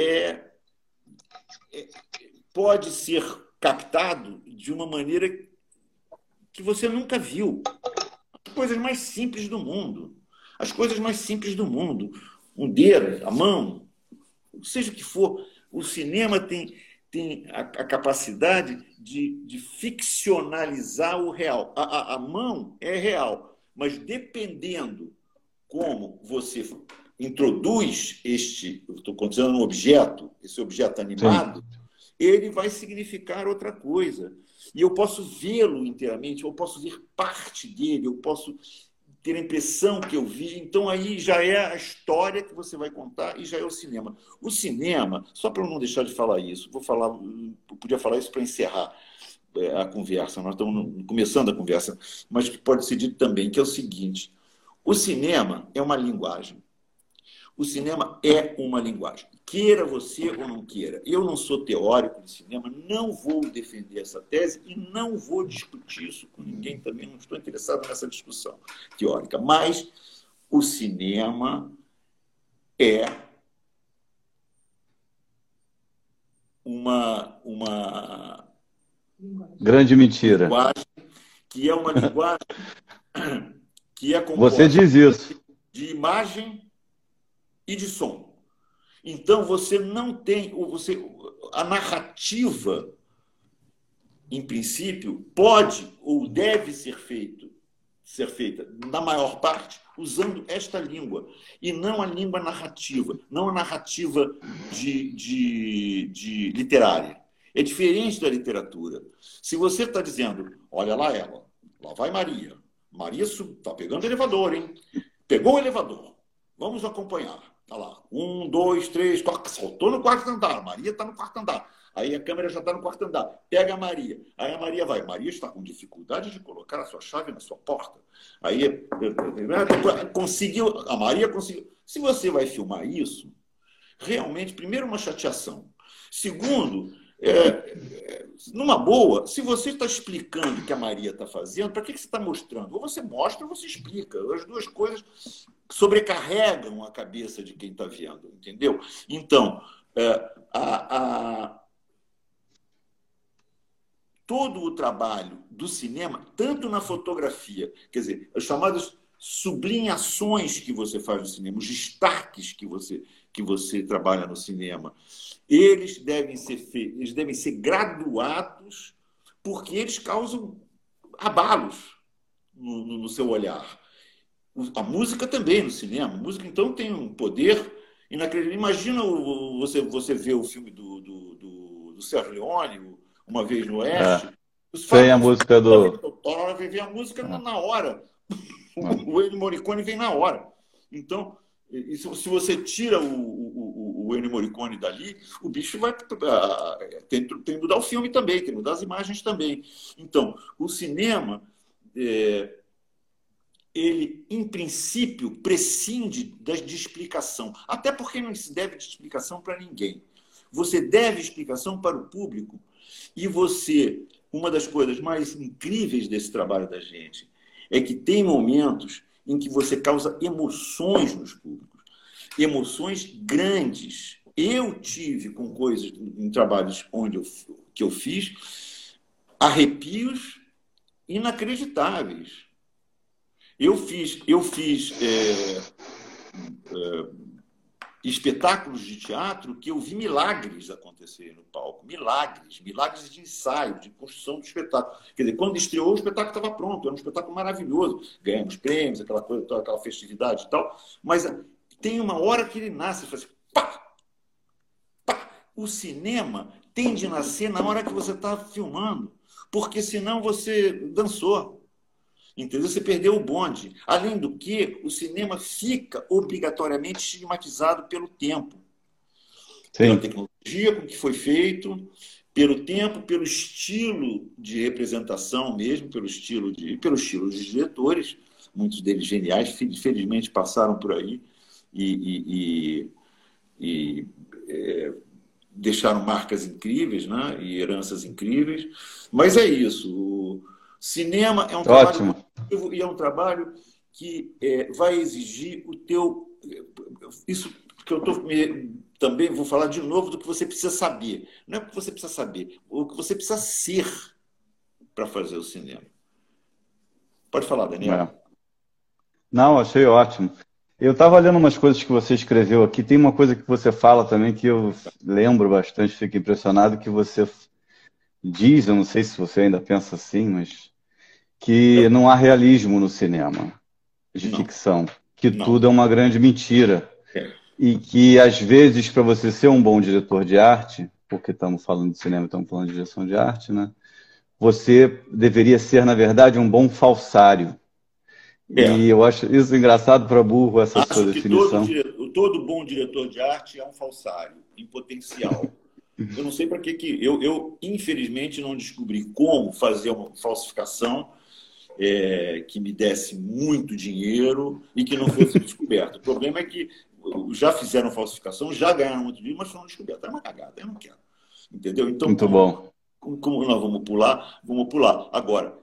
pode ser captado de uma maneira que você nunca viu. As coisas mais simples do mundo. As coisas mais simples do mundo. Um dedo, a mão, seja o que for. O cinema tem a capacidade de ficcionalizar o real. A mão é real, mas dependendo como você introduz estou considerando um objeto, esse objeto animado, ele vai significar outra coisa. E eu posso vê-lo inteiramente, eu posso ver parte dele, eu posso ter a impressão que eu vi. Então, aí já é a história que você vai contar e já é o cinema. O cinema, só para eu não deixar de falar isso, eu podia falar isso para encerrar a conversa, nós estamos começando a conversa, mas pode ser dito também, que é o seguinte, o cinema é uma linguagem. O cinema é uma linguagem. Queira você ou não queira. Eu não sou teórico de cinema, não vou defender essa tese e não vou discutir isso com ninguém também. Não estou interessado nessa discussão teórica. Mas o cinema é uma grande mentira. Linguagem, que é uma linguagem que é composta Você diz isso. De imagem e de som. Então, você não tem... a narrativa, em princípio, pode ou deve ser feita, na maior parte, usando esta língua, e não a língua narrativa, não a narrativa de literária. É diferente da literatura. Se você está dizendo, olha lá ela, lá vai Maria. Maria está pegando o elevador, hein? Pegou o elevador. Vamos acompanhar. Olha lá. 1, 2, 3, 4. Saltou no quarto andar. Maria está no quarto andar. Aí a câmera já está no quarto andar. Pega a Maria. Aí a Maria vai. Maria está com dificuldade de colocar a sua chave na sua porta. Aí conseguiu. A Maria conseguiu. Se você vai filmar isso, realmente, primeiro, uma chateação. Segundo, numa boa, se você está explicando o que a Maria está fazendo, para que você está mostrando? Ou você mostra ou você explica. As duas coisas sobrecarregam a cabeça de quem está vendo, entendeu? Então, todo o trabalho do cinema, tanto na fotografia, quer dizer, as chamadas sublinhações que você faz no cinema, os destaques que você trabalha no cinema, eles devem ser graduados, porque eles causam abalos no seu olhar. A música também no cinema. A música, então, tem um poder inacreditável. Imagina você ver o filme do Sérgio Leone, Uma Vez no Oeste. Sem a música do... Vem a música na hora. O Ennio Morricone vem na hora. Então, se você tira o Ennio Morricone dali, o bicho vai... Tem que mudar o filme também, tem que mudar as imagens também. Então, o cinema... ele, em princípio, prescinde de explicação. Até porque não se deve de explicação para ninguém. Você deve explicação para o público. E uma das coisas mais incríveis desse trabalho da gente é que tem momentos em que você causa emoções nos públicos. Emoções grandes. Eu tive, com coisas, em trabalhos que eu fiz, arrepios inacreditáveis. Eu fiz espetáculos de teatro que eu vi milagres acontecerem no palco. Milagres de ensaio, de construção do espetáculo. Quer dizer, quando estreou, o espetáculo estava pronto, era um espetáculo maravilhoso. Ganhamos prêmios, aquela coisa, toda aquela festividade e tal. Mas tem uma hora que ele nasce e faz assim, pá! Pá! O cinema tem de nascer na hora que você está filmando, porque senão você dançou. Entendeu? Você perdeu o bonde. Além do que, o cinema fica obrigatoriamente estigmatizado pelo tempo, pela Sim. tecnologia com que foi feito, pelo tempo, pelo estilo de representação mesmo, pelo estilo dos diretores, muitos deles geniais, infelizmente passaram por aí e deixaram marcas incríveis, né? E heranças incríveis. Mas é isso. O cinema é um trabalho Ótimo. coletivo e é um trabalho que vai exigir o teu... Isso que eu também vou falar de novo do que você precisa saber. Não é o que você precisa saber, o que você precisa ser para fazer o cinema. Pode falar, Daniel. É. Não, achei ótimo. Eu estava lendo umas coisas que você escreveu aqui. Tem uma coisa que você fala também que eu lembro bastante, fico impressionado, que você diz, eu não sei se você ainda pensa assim, mas que não há realismo no cinema de Não, ficção, que não. tudo é uma grande mentira. É. E que, às vezes, para você ser um bom diretor de arte, porque estamos falando de cinema, estamos falando de direção de arte, né? Você deveria ser, na verdade, um bom falsário. E É. eu acho isso engraçado para burro, essa sua Acho que definição. todo bom diretor de arte é um falsário, em potencial. Eu não sei para que eu, infelizmente, não descobri como fazer uma falsificação que me desse muito dinheiro e que não fosse descoberto. O problema é que já fizeram falsificação, já ganharam muito dinheiro, mas foram descobertos. É uma cagada, eu não quero. Entendeu? Então, Muito bom. como nós vamos pular, vamos pular. Agora,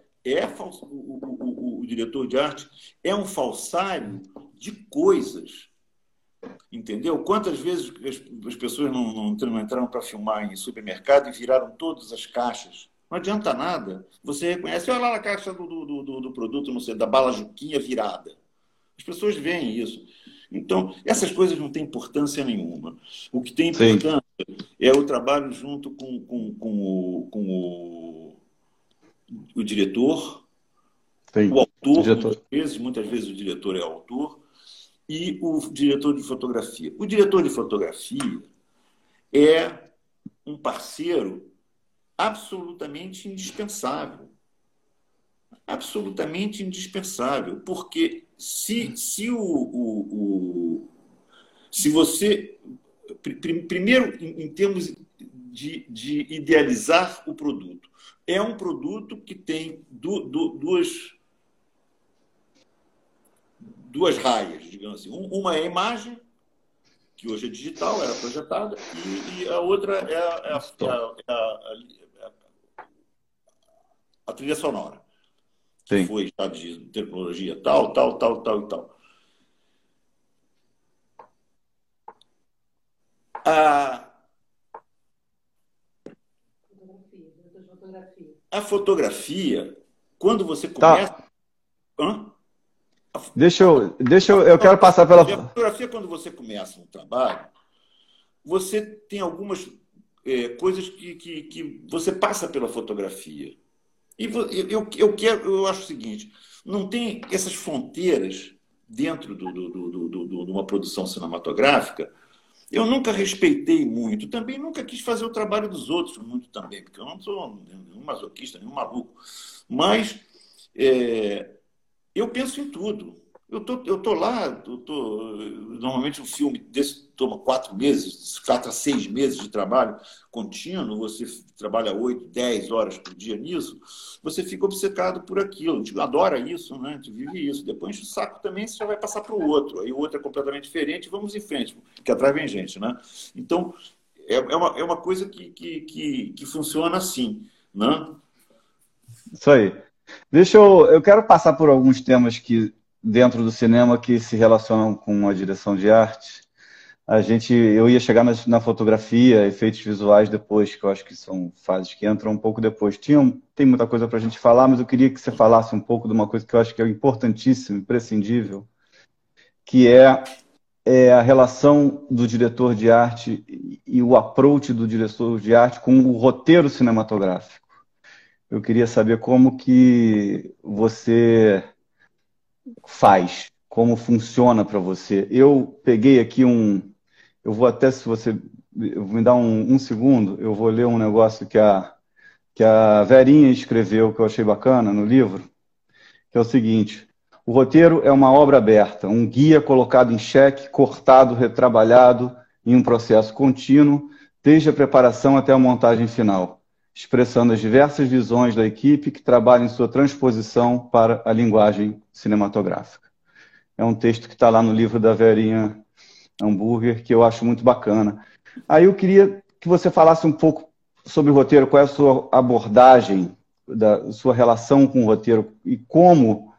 o diretor de arte é um falsário de coisas. Entendeu? Quantas vezes as pessoas não entraram para filmar em supermercado e viraram todas as caixas? Não adianta nada. Você reconhece, olha lá a caixa do produto, não sei, da bala Juquinha virada. As pessoas veem isso. Então, essas coisas não têm importância nenhuma. O que tem Sim, importância é o trabalho junto com o diretor, sim. o autor, Diretor. muitas vezes o diretor é autor, e o diretor de fotografia. O diretor de fotografia é um parceiro absolutamente indispensável. Absolutamente indispensável. Porque se você... Primeiro, em termos de idealizar o produto. É um produto que tem duas raias, digamos assim. Uma é a imagem, que hoje é digital, era projetada, e a outra é a trilha sonora, que Sim. foi já de tecnologia tal, tal, tal, tal e tal. A fotografia, quando você começa... Tá. Hã? Eu quero passar pela. A fotografia, quando você começa um trabalho, você tem algumas coisas que você passa pela fotografia. E eu acho o seguinte, não tem essas fronteiras dentro de uma produção cinematográfica. Eu nunca respeitei muito, também nunca quis fazer o trabalho dos outros muito também, porque eu não sou nenhum masoquista, nenhum maluco. Mas eu penso em tudo. Eu tô lá, normalmente um filme desse toma 4 meses, 4 a 6 meses de trabalho contínuo, você trabalha 8, 10 horas por dia nisso, você fica obcecado por aquilo. A gente adora isso, né? A gente vive isso. Depois enche o saco também, você já vai passar para o outro. Aí o outro é completamente diferente, vamos em frente, porque atrás vem gente, né? Então, é uma coisa que funciona assim, né? Isso aí. Eu quero passar por alguns temas que dentro do cinema que se relacionam com a direção de arte. Eu ia chegar na fotografia, efeitos visuais depois, que eu acho que são fases que entram um pouco depois. Tem muita coisa para a gente falar, mas eu queria que você falasse um pouco de uma coisa que eu acho que é importantíssimo, imprescindível, que é a relação do diretor de arte e o approach do diretor de arte com o roteiro cinematográfico. Eu queria saber como que você faz, como funciona para você. Eu peguei aqui eu vou até, se você Me dá um segundo, eu vou ler um negócio que a Verinha escreveu, que eu achei bacana no livro, que é o seguinte: o roteiro é uma obra aberta, um guia colocado em xeque, cortado, retrabalhado em um processo contínuo, desde a preparação até a montagem final, expressando as diversas visões da equipe que trabalha em sua transposição para a linguagem cinematográfica. É um texto que está lá no livro da Verinha Hambúrguer, que eu acho muito bacana. Aí eu queria que você falasse um pouco sobre o roteiro, qual é a sua abordagem, da sua relação com o roteiro e como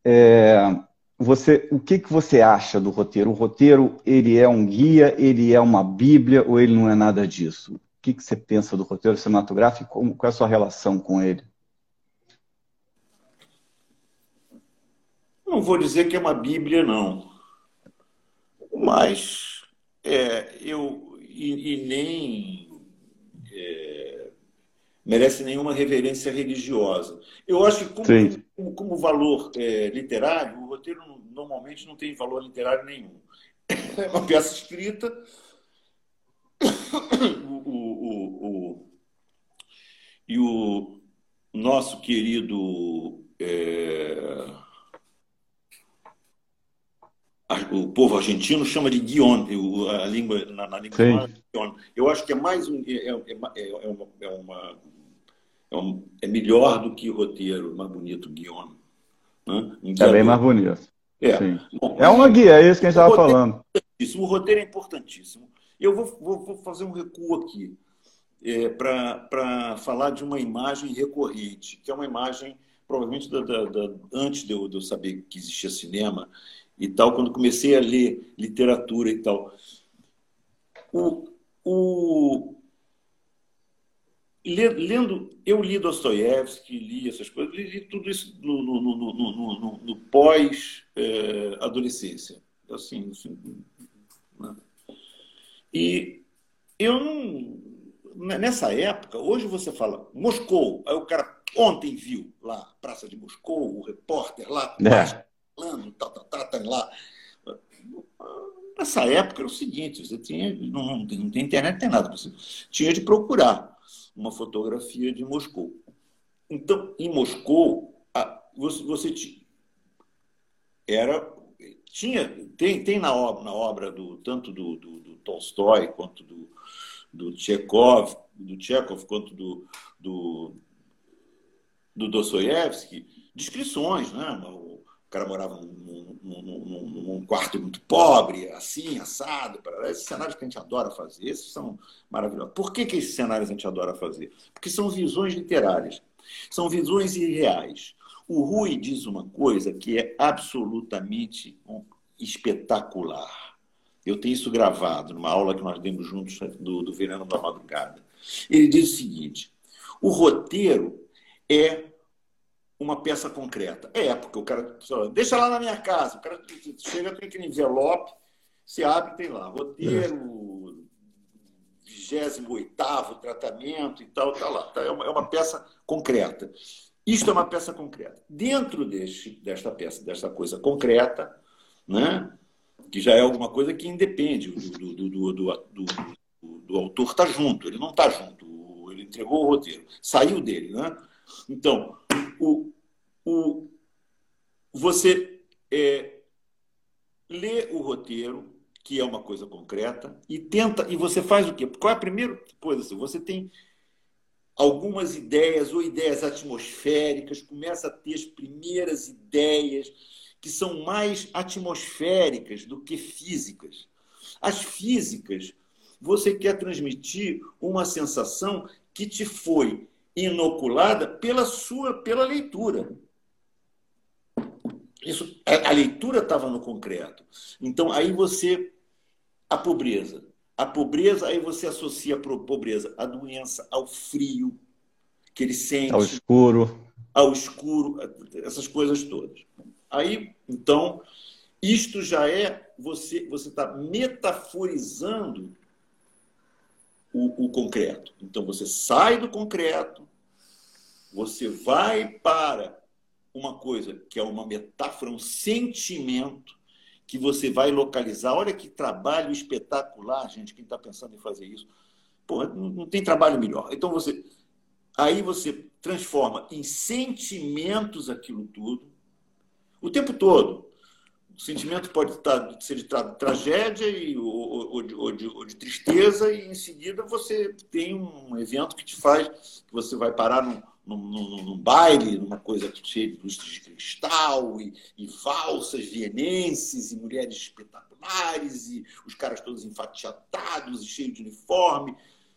o que você acha do roteiro? O roteiro, ele é um guia, ele é uma bíblia ou ele não é nada disso? O que você pensa do roteiro cinematográfico e qual é a sua relação com ele? Não vou dizer que é uma bíblia, não. Mas nem merece nenhuma reverência religiosa. Eu acho que, como valor literário, o roteiro normalmente não tem valor literário nenhum. É uma peça escrita. E o nosso querido o povo argentino chama de guion, a língua na língua chamada guion. Eu acho que é mais é melhor do que roteiro, mais bonito guion, né? É bem mais bonito. Bom, é uma guia, é isso que a gente estava falando. O roteiro é importantíssimo. Eu vou fazer um recuo aqui para falar de uma imagem recorrente, que é uma imagem, provavelmente, antes de eu saber que existia cinema e tal, quando comecei a ler literatura e tal. Eu li Dostoiévski, li essas coisas, li tudo isso no pós-adolescência. Assim, né? E eu não... Nessa época, hoje você fala Moscou, aí o cara ontem viu lá Praça de Moscou, o repórter lá, falando, tá lá. Nessa época era o seguinte, você tinha, não tem internet, não tem nada, você tinha de procurar uma fotografia de Moscou. Então, em Moscou, você tem na obra tanto do Tolstói quanto do Tchekov, quanto do Dostoiévski, descrições, né? O cara morava num quarto muito pobre, assim, assado. Esses cenários que a gente adora fazer, esses são maravilhosos. Por que esses cenários a gente adora fazer? Porque são visões literárias, são visões irreais. O Rui diz uma coisa que é absolutamente espetacular. Eu tenho isso gravado numa aula que nós demos juntos do Verano da Madrugada. Ele diz o seguinte: o roteiro é uma peça concreta. Porque o cara deixa lá na minha casa, o cara chega, tem aquele envelope, se abre, tem lá, roteiro, 28º tratamento e tal, tá lá. É uma peça concreta. Isto é uma peça concreta. Dentro desta peça, desta coisa concreta, né, que já é alguma coisa que independe, do autor estar junto, ele não está junto, ele entregou o roteiro, saiu dele, né? Então, você lê o roteiro, que é uma coisa concreta, e você faz o quê? Qual é a primeira coisa? Assim, você tem algumas ideias, ou ideias atmosféricas, começa a ter as primeiras ideias que são mais atmosféricas do que físicas. As físicas, você quer transmitir uma sensação que te foi inoculada pela leitura. A leitura estava no concreto. Então, aí a pobreza, aí você associa a pobreza à doença, ao frio que ele sente, ao escuro, essas coisas todas. Aí, então, isto já é você está metaforizando o concreto. Então, você sai do concreto, você vai para uma coisa que é uma metáfora, um sentimento que você vai localizar. Olha que trabalho espetacular, gente, quem está pensando em fazer isso. Pô, não tem trabalho melhor. Então, aí você transforma em sentimentos aquilo tudo, o tempo todo. O sentimento pode ser de tragédia ou de tristeza, e em seguida você tem um evento que te faz, que você vai parar num baile, numa coisa cheia de lustres de cristal, e valsas vienenses, e mulheres espetaculares, e os caras todos enfatiatados e cheios de uniforme.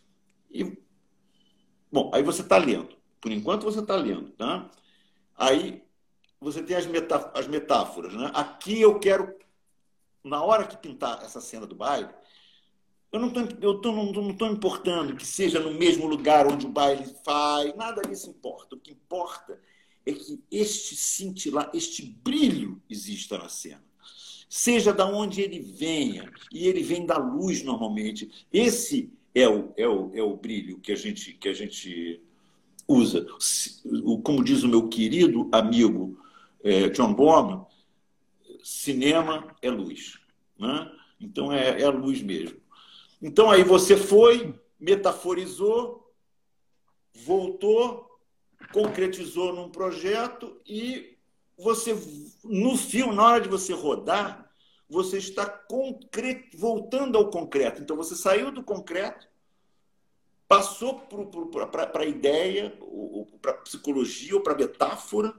Bom, aí você está lendo. Por enquanto você está lendo, tá? Aí você tem as metáforas, né? Aqui eu quero, na hora que pintar essa cena do baile, eu não estou importando que seja no mesmo lugar onde o baile faz, nada disso importa. O que importa é que este cintilar, este brilho exista na cena. Seja da onde ele venha, e ele vem da luz normalmente. Esse é o brilho que a gente usa. Como diz o meu querido amigo John Borman, cinema é luz, né? Então é a luz mesmo. Então aí você foi, metaforizou, voltou, concretizou num projeto, e você, no filme, na hora de você rodar, você está voltando ao concreto. Então você saiu do concreto, passou para a ideia, para a psicologia ou para a metáfora,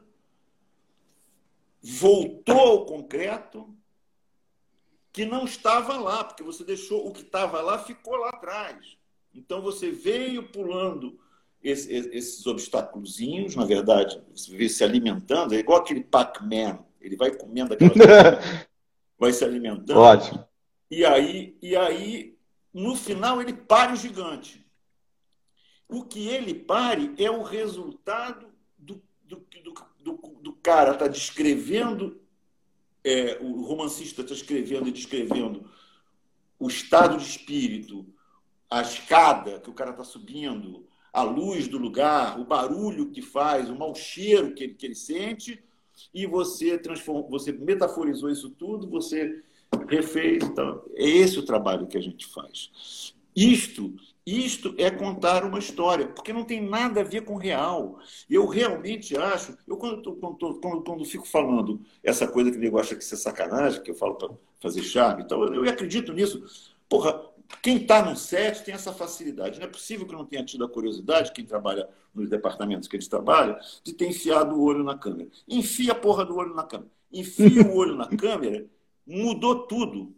voltou ao concreto, que não estava lá, porque você deixou o que estava lá, ficou lá atrás. Então você veio pulando esses obstáculozinhos, na verdade, você veio se alimentando, é igual aquele Pac-Man, ele vai comendo aquelas coisas, vai se alimentando. Ótimo. E aí, no final, ele pare o gigante. O que ele pare é o resultado do cara estar descrevendo, o romancista está escrevendo e descrevendo o estado de espírito, a escada que o cara está subindo, a luz do lugar, o barulho que faz, o mau cheiro que ele sente, e você metaforizou isso tudo, você refez. Então, é esse o trabalho que a gente faz. Isto é contar uma história, porque não tem nada a ver com o real. Eu realmente acho, quando fico falando essa coisa que o nego acha que isso é sacanagem, que eu falo para fazer charme, então, eu acredito nisso. Porra, quem está no set tem essa facilidade. Não é possível que não tenha tido a curiosidade, quem trabalha nos departamentos que eles trabalham, de ter enfiado o olho na câmera. Enfia a porra do olho na câmera. Enfia o olho na câmera, mudou tudo.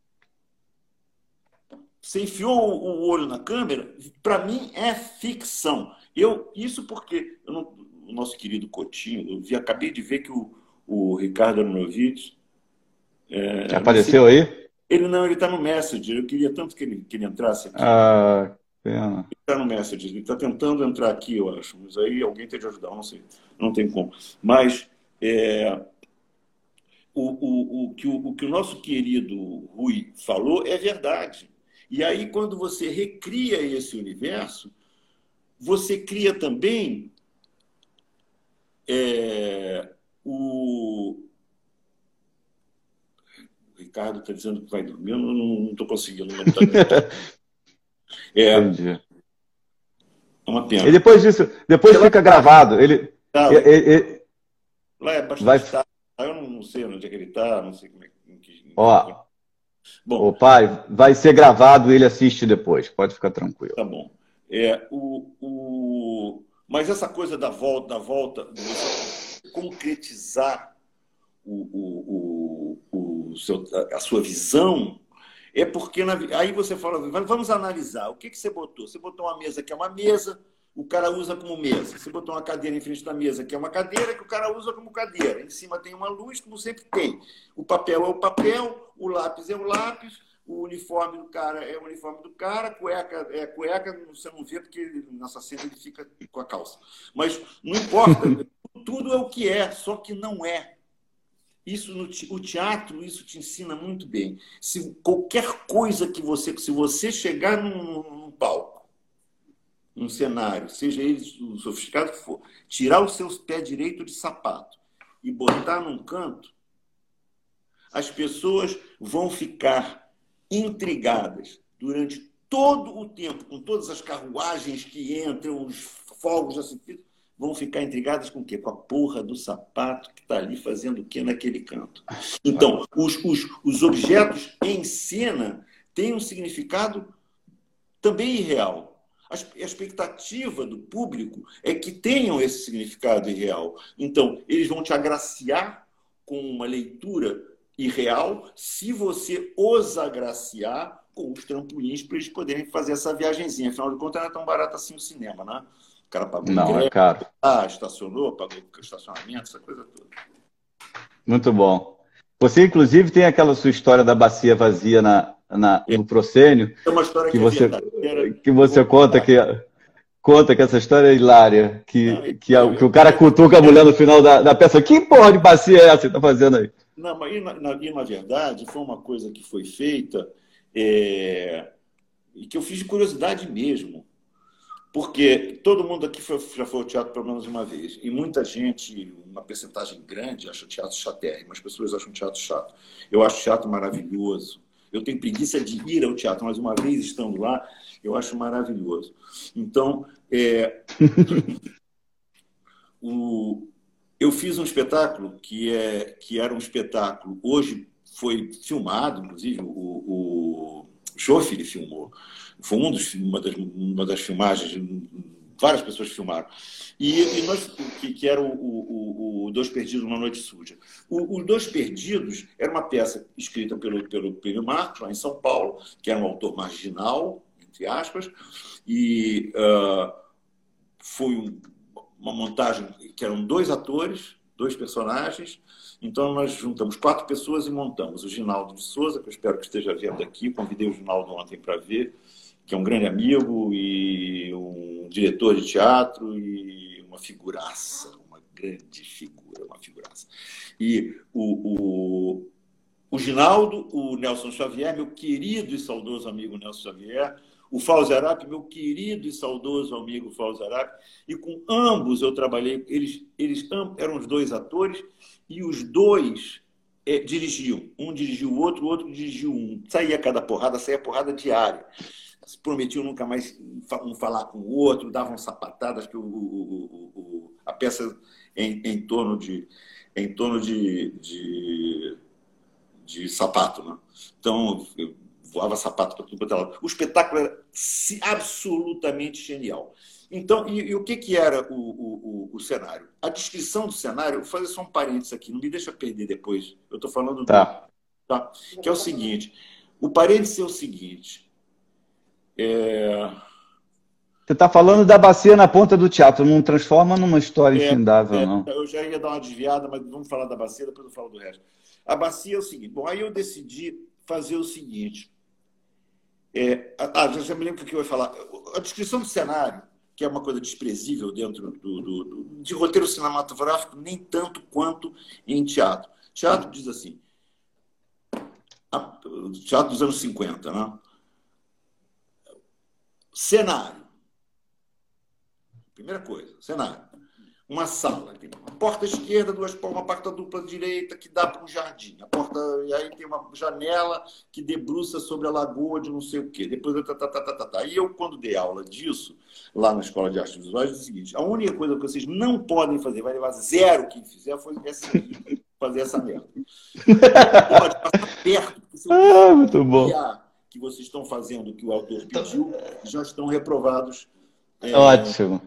Você enfiou o olho na câmera, para mim é ficção. Isso porque o nosso querido Coutinho, acabei de ver que o Ricardo Aronovitch... Apareceu aí? Ele está no Messenger. Eu queria tanto que ele entrasse aqui. Ah, pena. Ele está no Messenger. Ele está tentando entrar aqui, eu acho. Mas aí alguém tem de ajudar, não sei. Não tem como. Mas o que o nosso querido Rui falou é verdade. E aí, quando você recria esse universo, você cria também o Ricardo está dizendo que vai dormir, eu não estou conseguindo. Entendi. É uma pena. E depois disso, fica gravado. Lá é bastante tarde. Eu não sei onde é que ele está, não sei como é que... Bom, o pai vai ser gravado e ele assiste depois, pode ficar tranquilo. Tá bom. Mas essa coisa da volta, de você concretizar a sua visão, é porque aí você fala, vamos analisar, o que você botou? Você botou uma mesa que é uma mesa, o cara usa como mesa. Você botou uma cadeira em frente da mesa, que é uma cadeira, que o cara usa como cadeira. Em cima tem uma luz, como sempre tem. O papel é o papel, o lápis é o lápis, o uniforme do cara é o uniforme do cara, cueca é a cueca, você não vê porque nessa cena ele fica com a calça. Mas não importa, tudo é o que é, só que não é. O teatro, isso te ensina muito bem. Se qualquer coisa se você chegar num palco, num cenário, seja ele o sofisticado que for, tirar os seus pés direito de sapato e botar num canto, as pessoas vão ficar intrigadas durante todo o tempo, com todas as carruagens que entram, os fogos acentidos, vão ficar intrigadas com o quê? Com a porra do sapato que está ali fazendo o quê naquele canto. Então, os objetos em cena têm um significado também irreal. A expectativa do público é que tenham esse significado irreal. Então, eles vão te agraciar com uma leitura irreal se você os agraciar com os trampolins para eles poderem fazer essa viagenzinha. Afinal de contas, não é tão barato assim o cinema, né? O cara pagou Não, é caro. Estacionou, pagou estacionamento, essa coisa toda. Muito bom. Você, inclusive, tem aquela sua história da bacia vazia no proscênio. É uma história que você conta que essa história é hilária. Que o cara cutuca a mulher no final da peça. Que porra de bacia é essa que você está fazendo aí? Não, mas na verdade, foi uma coisa que foi feita e que eu fiz de curiosidade mesmo. Porque todo mundo aqui já foi ao teatro pelo menos uma vez. E muita gente, uma percentagem grande, acha o teatro chatérrimo. As pessoas acham o teatro chato. Eu acho o teatro maravilhoso. Eu tenho preguiça de ir ao teatro, mas uma vez estando lá, eu acho maravilhoso. Então, eu fiz um espetáculo que era um espetáculo. Hoje foi filmado, inclusive, o Schofield filmou. Foi uma das filmagens, várias pessoas filmaram. E nós, que era o Dois Perdidos, Uma Noite Suja. O Dois Perdidos era uma peça escrita pelo Plínio Marcos, lá em São Paulo, que era um autor marginal, entre aspas, e foi uma montagem que eram 2 atores, 2 personagens. Então, nós juntamos 4 pessoas e montamos. O Ginaldo de Souza, que eu espero que esteja vendo aqui, convidei o Ginaldo ontem para ver, que é um grande amigo e um diretor de teatro e uma figuraça, uma grande figura, uma figuraça. E o Ginaldo, o Nelson Xavier, meu querido e saudoso amigo Nelson Xavier, o Fauzi Arap, meu querido e saudoso amigo Fauzi Arap, e com ambos eu trabalhei, eles eram os 2 atores, e os 2 dirigiam. Um dirigiu o outro dirigiu um. Saía porrada diária. Se prometiam nunca mais um falar com o outro, davam sapatadas, que a peça em torno de sapato, né? Então, voava sapato para tudo quanto é lado. O espetáculo era absolutamente genial. Então, e o que era o cenário? A descrição do cenário, vou fazer só um parênteses aqui, não me deixa perder depois. Eu estou falando tá. Que é o seguinte. O parênteses é o seguinte. Você está falando da bacia na ponta do teatro, não transforma numa história infindável, não. Eu já ia dar uma desviada, mas vamos falar da bacia, depois eu falo do resto. A bacia é o seguinte. Bom, aí eu decidi fazer o seguinte. Já me lembro o que eu ia falar. A descrição do cenário, que é uma coisa desprezível dentro de roteiro cinematográfico, nem tanto quanto em teatro. Teatro diz assim, teatro dos anos 50, né? Cenário. Primeira coisa, cenário. Uma sala, tem uma porta esquerda, uma porta dupla direita que dá para um jardim. E aí tem uma janela que debruça sobre a lagoa de não sei o quê. Depois, E eu, quando dei aula disso, lá na Escola de Artes Visuais, disse o seguinte: a única coisa que vocês não podem fazer, vai levar 0 quem fizer, foi fazer essa merda. Pode passar perto, porque se eu muito bom. Que vocês estão fazendo o que o autor pediu, já estão reprovados. Ótimo.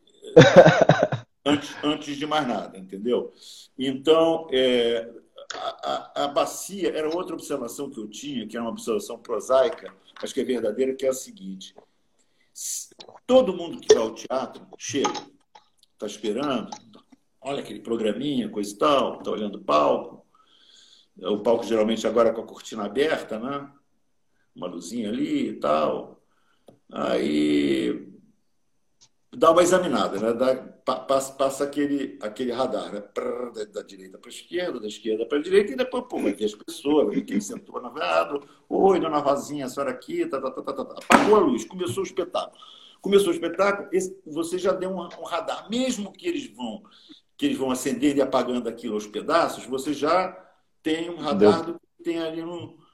Antes de mais nada, entendeu? Então, a bacia era outra observação que eu tinha, que era uma observação prosaica, mas que é verdadeira, que é a seguinte: todo mundo que vai ao teatro chega, está esperando, olha aquele programinha, coisa e tal, está olhando o palco geralmente agora com a cortina aberta, né? Uma luzinha ali e tal. Aí dá uma examinada, né? Passa aquele radar, né? Da direita para a esquerda, da esquerda para a direita, e depois vai ver as pessoas, vai ver quem sentou na vada. Oi, dona Rosinha, a senhora aqui, apagou a luz, começou o espetáculo. Você já deu um radar, mesmo que eles vão acendendo e apagando aquilo aos pedaços, você já tem um radar do que tem ali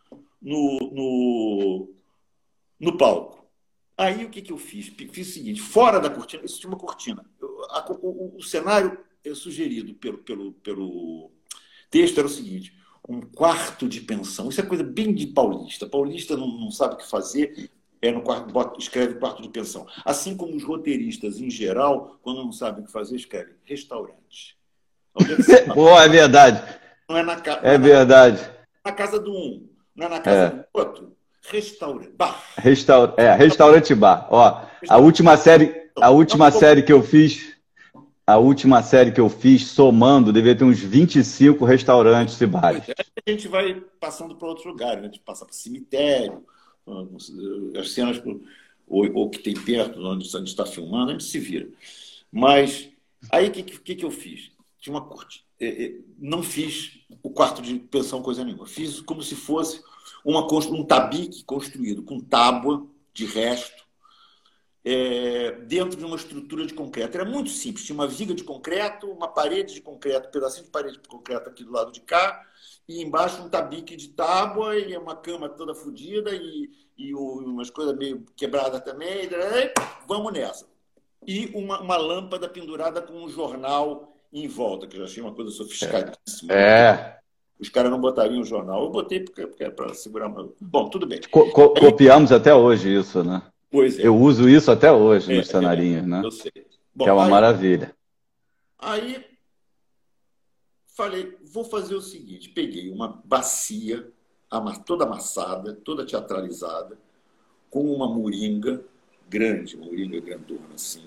no palco. Aí o que eu fiz? Fiz o seguinte, fora da cortina, isso tinha uma cortina. O cenário sugerido pelo texto era o seguinte: um quarto de pensão. Isso é coisa bem de paulista. Paulista não sabe o que fazer, no quarto, escreve quarto de pensão. Assim como os roteiristas, em geral, quando não sabem o que fazer, escrevem restaurante. Pô, é verdade. Não é na casa. É verdade. Na casa do um, não é na casa do outro. Restaurante. Bar. Restaurante bar. Ó, a última série que eu fiz. A última série que eu fiz, somando, devia ter uns 25 restaurantes e bares. A gente vai passando para outros lugares, né? A gente passa para cemitério, as cenas ou que tem perto, onde a gente está filmando, a gente se vira. Mas aí o que eu fiz? Tinha uma corte. Não fiz o quarto de pensão coisa nenhuma. Fiz como se fosse um tabique construído com tábua de resto, dentro de uma estrutura de concreto. Era muito simples. Tinha uma viga de concreto, uma parede de concreto, um pedacinho de parede de concreto aqui do lado de cá, e embaixo um tabique de tábua, e uma cama toda fodida, e umas coisas meio quebradas também. E vamos nessa. E uma lâmpada pendurada com um jornal em volta, que eu já achei uma coisa sofisticadíssima. Os caras não botariam o jornal. Eu botei porque é para segurar uma... Bom, tudo bem. Copiamos até hoje isso, né? Pois é. Eu uso isso até hoje nos cenarinhos, né? Eu sei. Bom, que é uma maravilha. Aí falei, vou fazer o seguinte, peguei uma bacia toda amassada, toda teatralizada, com uma moringa grande, uma moringa grandona assim,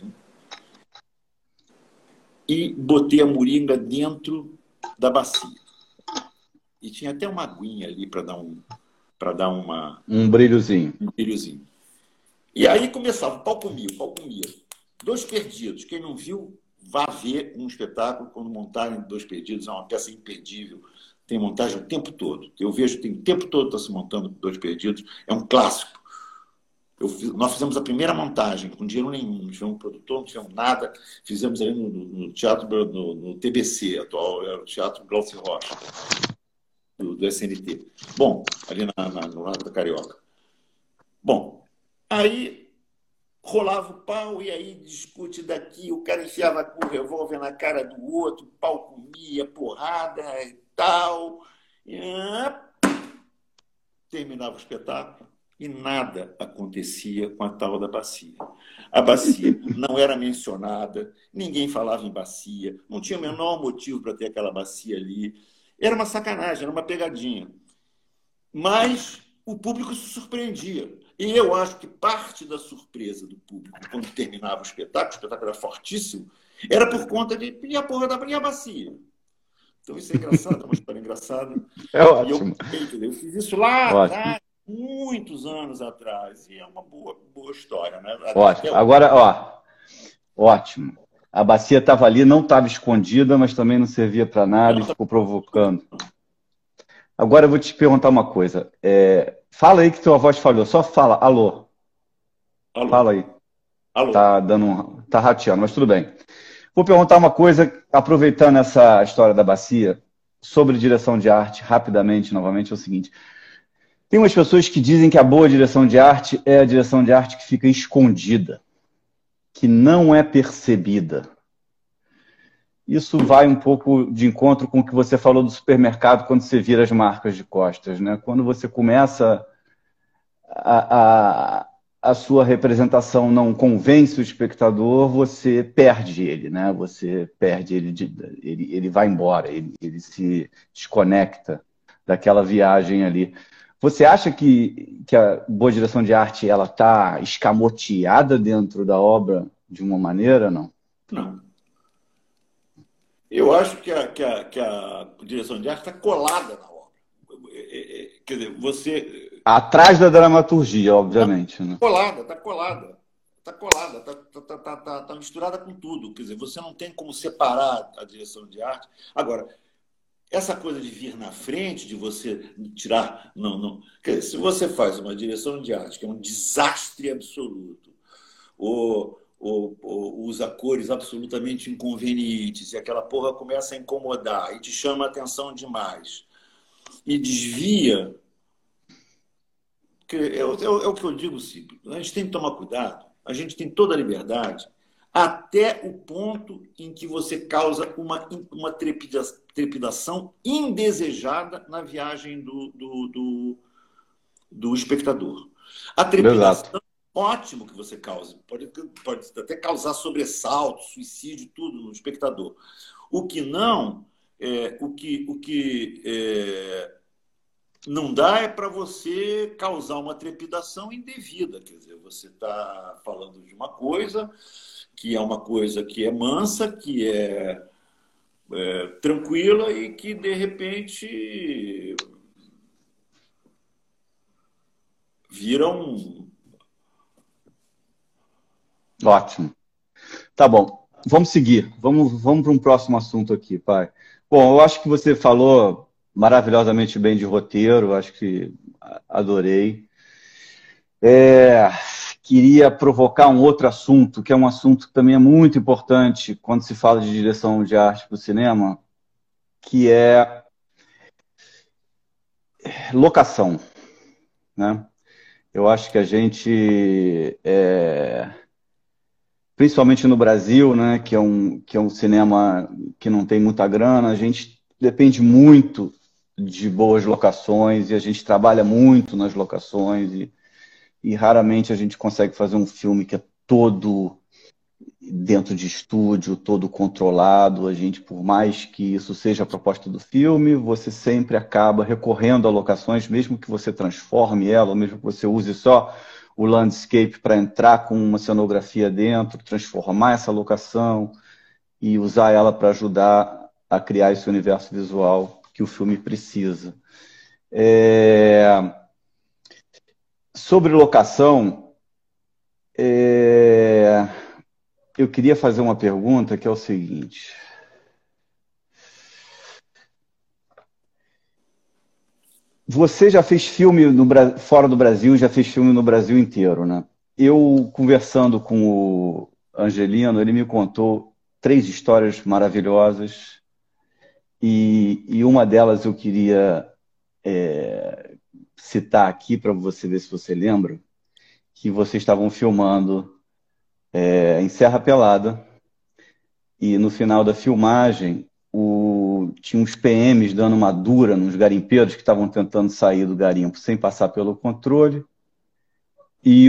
e botei a moringa dentro da bacia. E tinha até uma aguinha ali para dar um brilhozinho. Um brilhozinho. E aí começava, o pau comia. Dois Perdidos. Quem não viu, vá ver um espetáculo quando montarem Dois Perdidos. É uma peça imperdível. Tem montagem o tempo todo. Eu vejo, tem o tempo todo está se montando Dois Perdidos. É um clássico. Nós fizemos a primeira montagem com dinheiro nenhum. Não tivemos produtor, não tivemos nada. Fizemos ali no teatro, no TBC, atual, é o Teatro Glaucio Rocha, do SNT. Bom, ali no Largo da Carioca. Bom, aí rolava o pau e aí discute daqui, o cara enfiava o revólver na cara do outro, o pau comia, porrada e tal. Terminava o espetáculo e nada acontecia com a tal da bacia. A bacia não era mencionada, ninguém falava em bacia, não tinha o menor motivo para ter aquela bacia ali. Era uma sacanagem, era uma pegadinha. Mas o público se surpreendia. E eu acho que parte da surpresa do público, quando terminava o espetáculo era fortíssimo, era por conta de e a porra da bacia. Então isso é engraçado, é uma história engraçada. É ótimo. Eu fiz isso lá atrás, muitos anos atrás, e é uma boa história, né? Ótimo. Agora, ótimo. A bacia estava ali, não estava escondida, mas também não servia para nada e ficou provocando. Agora eu vou te perguntar uma coisa. Fala aí que tua voz falhou. Só fala. Alô. Fala aí. Alô. Tá rateando, mas tudo bem. Vou perguntar uma coisa, aproveitando essa história da bacia, sobre direção de arte, rapidamente, novamente, é o seguinte. Tem umas pessoas que dizem que a boa direção de arte é a direção de arte que fica escondida, que não é percebida. Isso vai um pouco de encontro com o que você falou do supermercado quando você vira as marcas de costas, né? Quando você começa a sua representação não convence o espectador, você perde ele, né? Você perde ele vai embora, ele se desconecta daquela viagem ali. Você acha que a boa direção de arte ela está escamoteada dentro da obra de uma maneira, não? Não. Eu acho que a direção de arte está colada na obra. Quer dizer, você... Atrás da dramaturgia, obviamente. Né? Está colada. Está misturada com tudo. Quer dizer, você não tem como separar a direção de arte. Agora, essa coisa de vir na frente, de você tirar... Não. Quer dizer, se você faz uma direção de arte que é um desastre absoluto, ou usa cores absolutamente inconvenientes, e aquela porra começa a incomodar e te chama a atenção demais, e desvia, é o que eu digo, Cícero, a gente tem que tomar cuidado, a gente tem toda a liberdade, até o ponto em que você causa uma trepidação indesejada na viagem do espectador. A trepidação, Exato. ótimo que você cause, pode até causar sobressalto, suicídio, tudo no espectador. O que não, não dá é para você causar uma trepidação indevida. Quer dizer, você está falando de uma coisa que é mansa, que é tranquila e que, de repente, vira um... Ótimo. Tá bom. Vamos seguir. Vamos para um próximo assunto aqui, pai. Bom, eu acho que você falou maravilhosamente bem de roteiro, acho que adorei. Queria provocar um outro assunto, que é um assunto que também é muito importante quando se fala de direção de arte para o cinema, que é locação, né? Eu acho que a gente, principalmente no Brasil, né, que é um cinema que não tem muita grana, a gente depende muito de boas locações e a gente trabalha muito nas locações e raramente a gente consegue fazer um filme que é todo dentro de estúdio, todo controlado. A gente, por mais que isso seja a proposta do filme, você sempre acaba recorrendo a locações, mesmo que você transforme ela, ou mesmo que você use só o landscape para entrar com uma cenografia dentro, transformar essa locação e usar ela para ajudar a criar esse universo visual que o filme precisa. Sobre locação, eu queria fazer uma pergunta que é o seguinte. Você já fez filme fora do Brasil, já fez filme no Brasil inteiro, né? Eu, conversando com o Angelino, ele me contou 3 histórias maravilhosas e uma delas eu queria citar aqui para você ver se você lembra, que vocês estavam filmando em Serra Pelada e no final da filmagem tinha uns PMs dando uma dura nos garimpeiros que estavam tentando sair do garimpo sem passar pelo controle e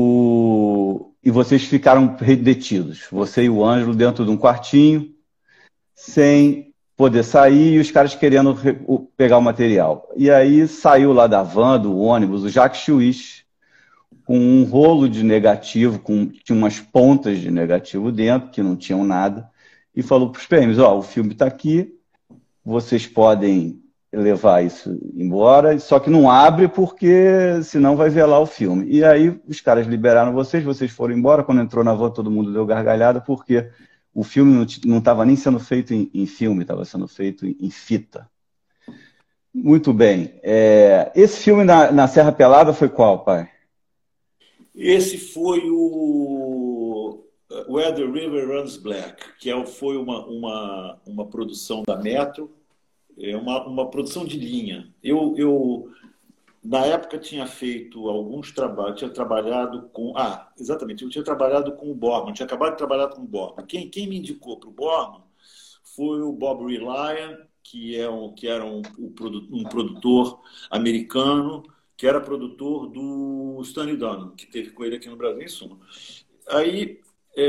vocês ficaram detidos, você e o Ângelo dentro de um quartinho sem poder sair e os caras querendo pegar o material. E aí saiu lá da van, do ônibus, o Jacques Chouich, com um rolo de negativo, tinha umas pontas de negativo dentro, que não tinham nada, e falou para os PMs, o filme está aqui, vocês podem levar isso embora, só que não abre porque senão vai velar o filme. E aí os caras liberaram vocês foram embora, quando entrou na van todo mundo deu gargalhada, porque o filme não estava nem sendo feito em filme, estava sendo feito em fita. Muito bem. Esse filme na Serra Pelada foi qual, pai? Esse foi o Where the River Runs Black, que foi uma produção da Metro, uma produção de linha. Eu na época, tinha feito alguns trabalhos, tinha trabalhado com... exatamente, eu tinha trabalhado com o Borman, tinha acabado de trabalhar com o Borman. Quem me indicou para o Borman foi o Bob Relaya, que era um produtor americano, que era produtor do Stanley Donen, que teve com ele aqui no Brasil, em suma. Aí,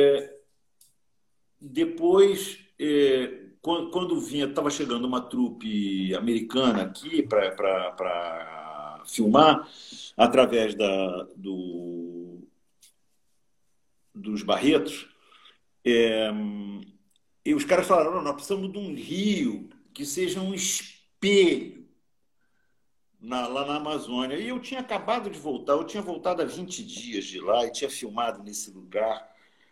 depois, quando estava chegando uma trupe americana aqui para filmar, através dos Barretos, e os caras falaram, não, nós precisamos de um rio que seja um espelho lá na Amazônia. E eu tinha acabado de voltar, eu tinha voltado há 20 dias de lá e tinha filmado nesse lugar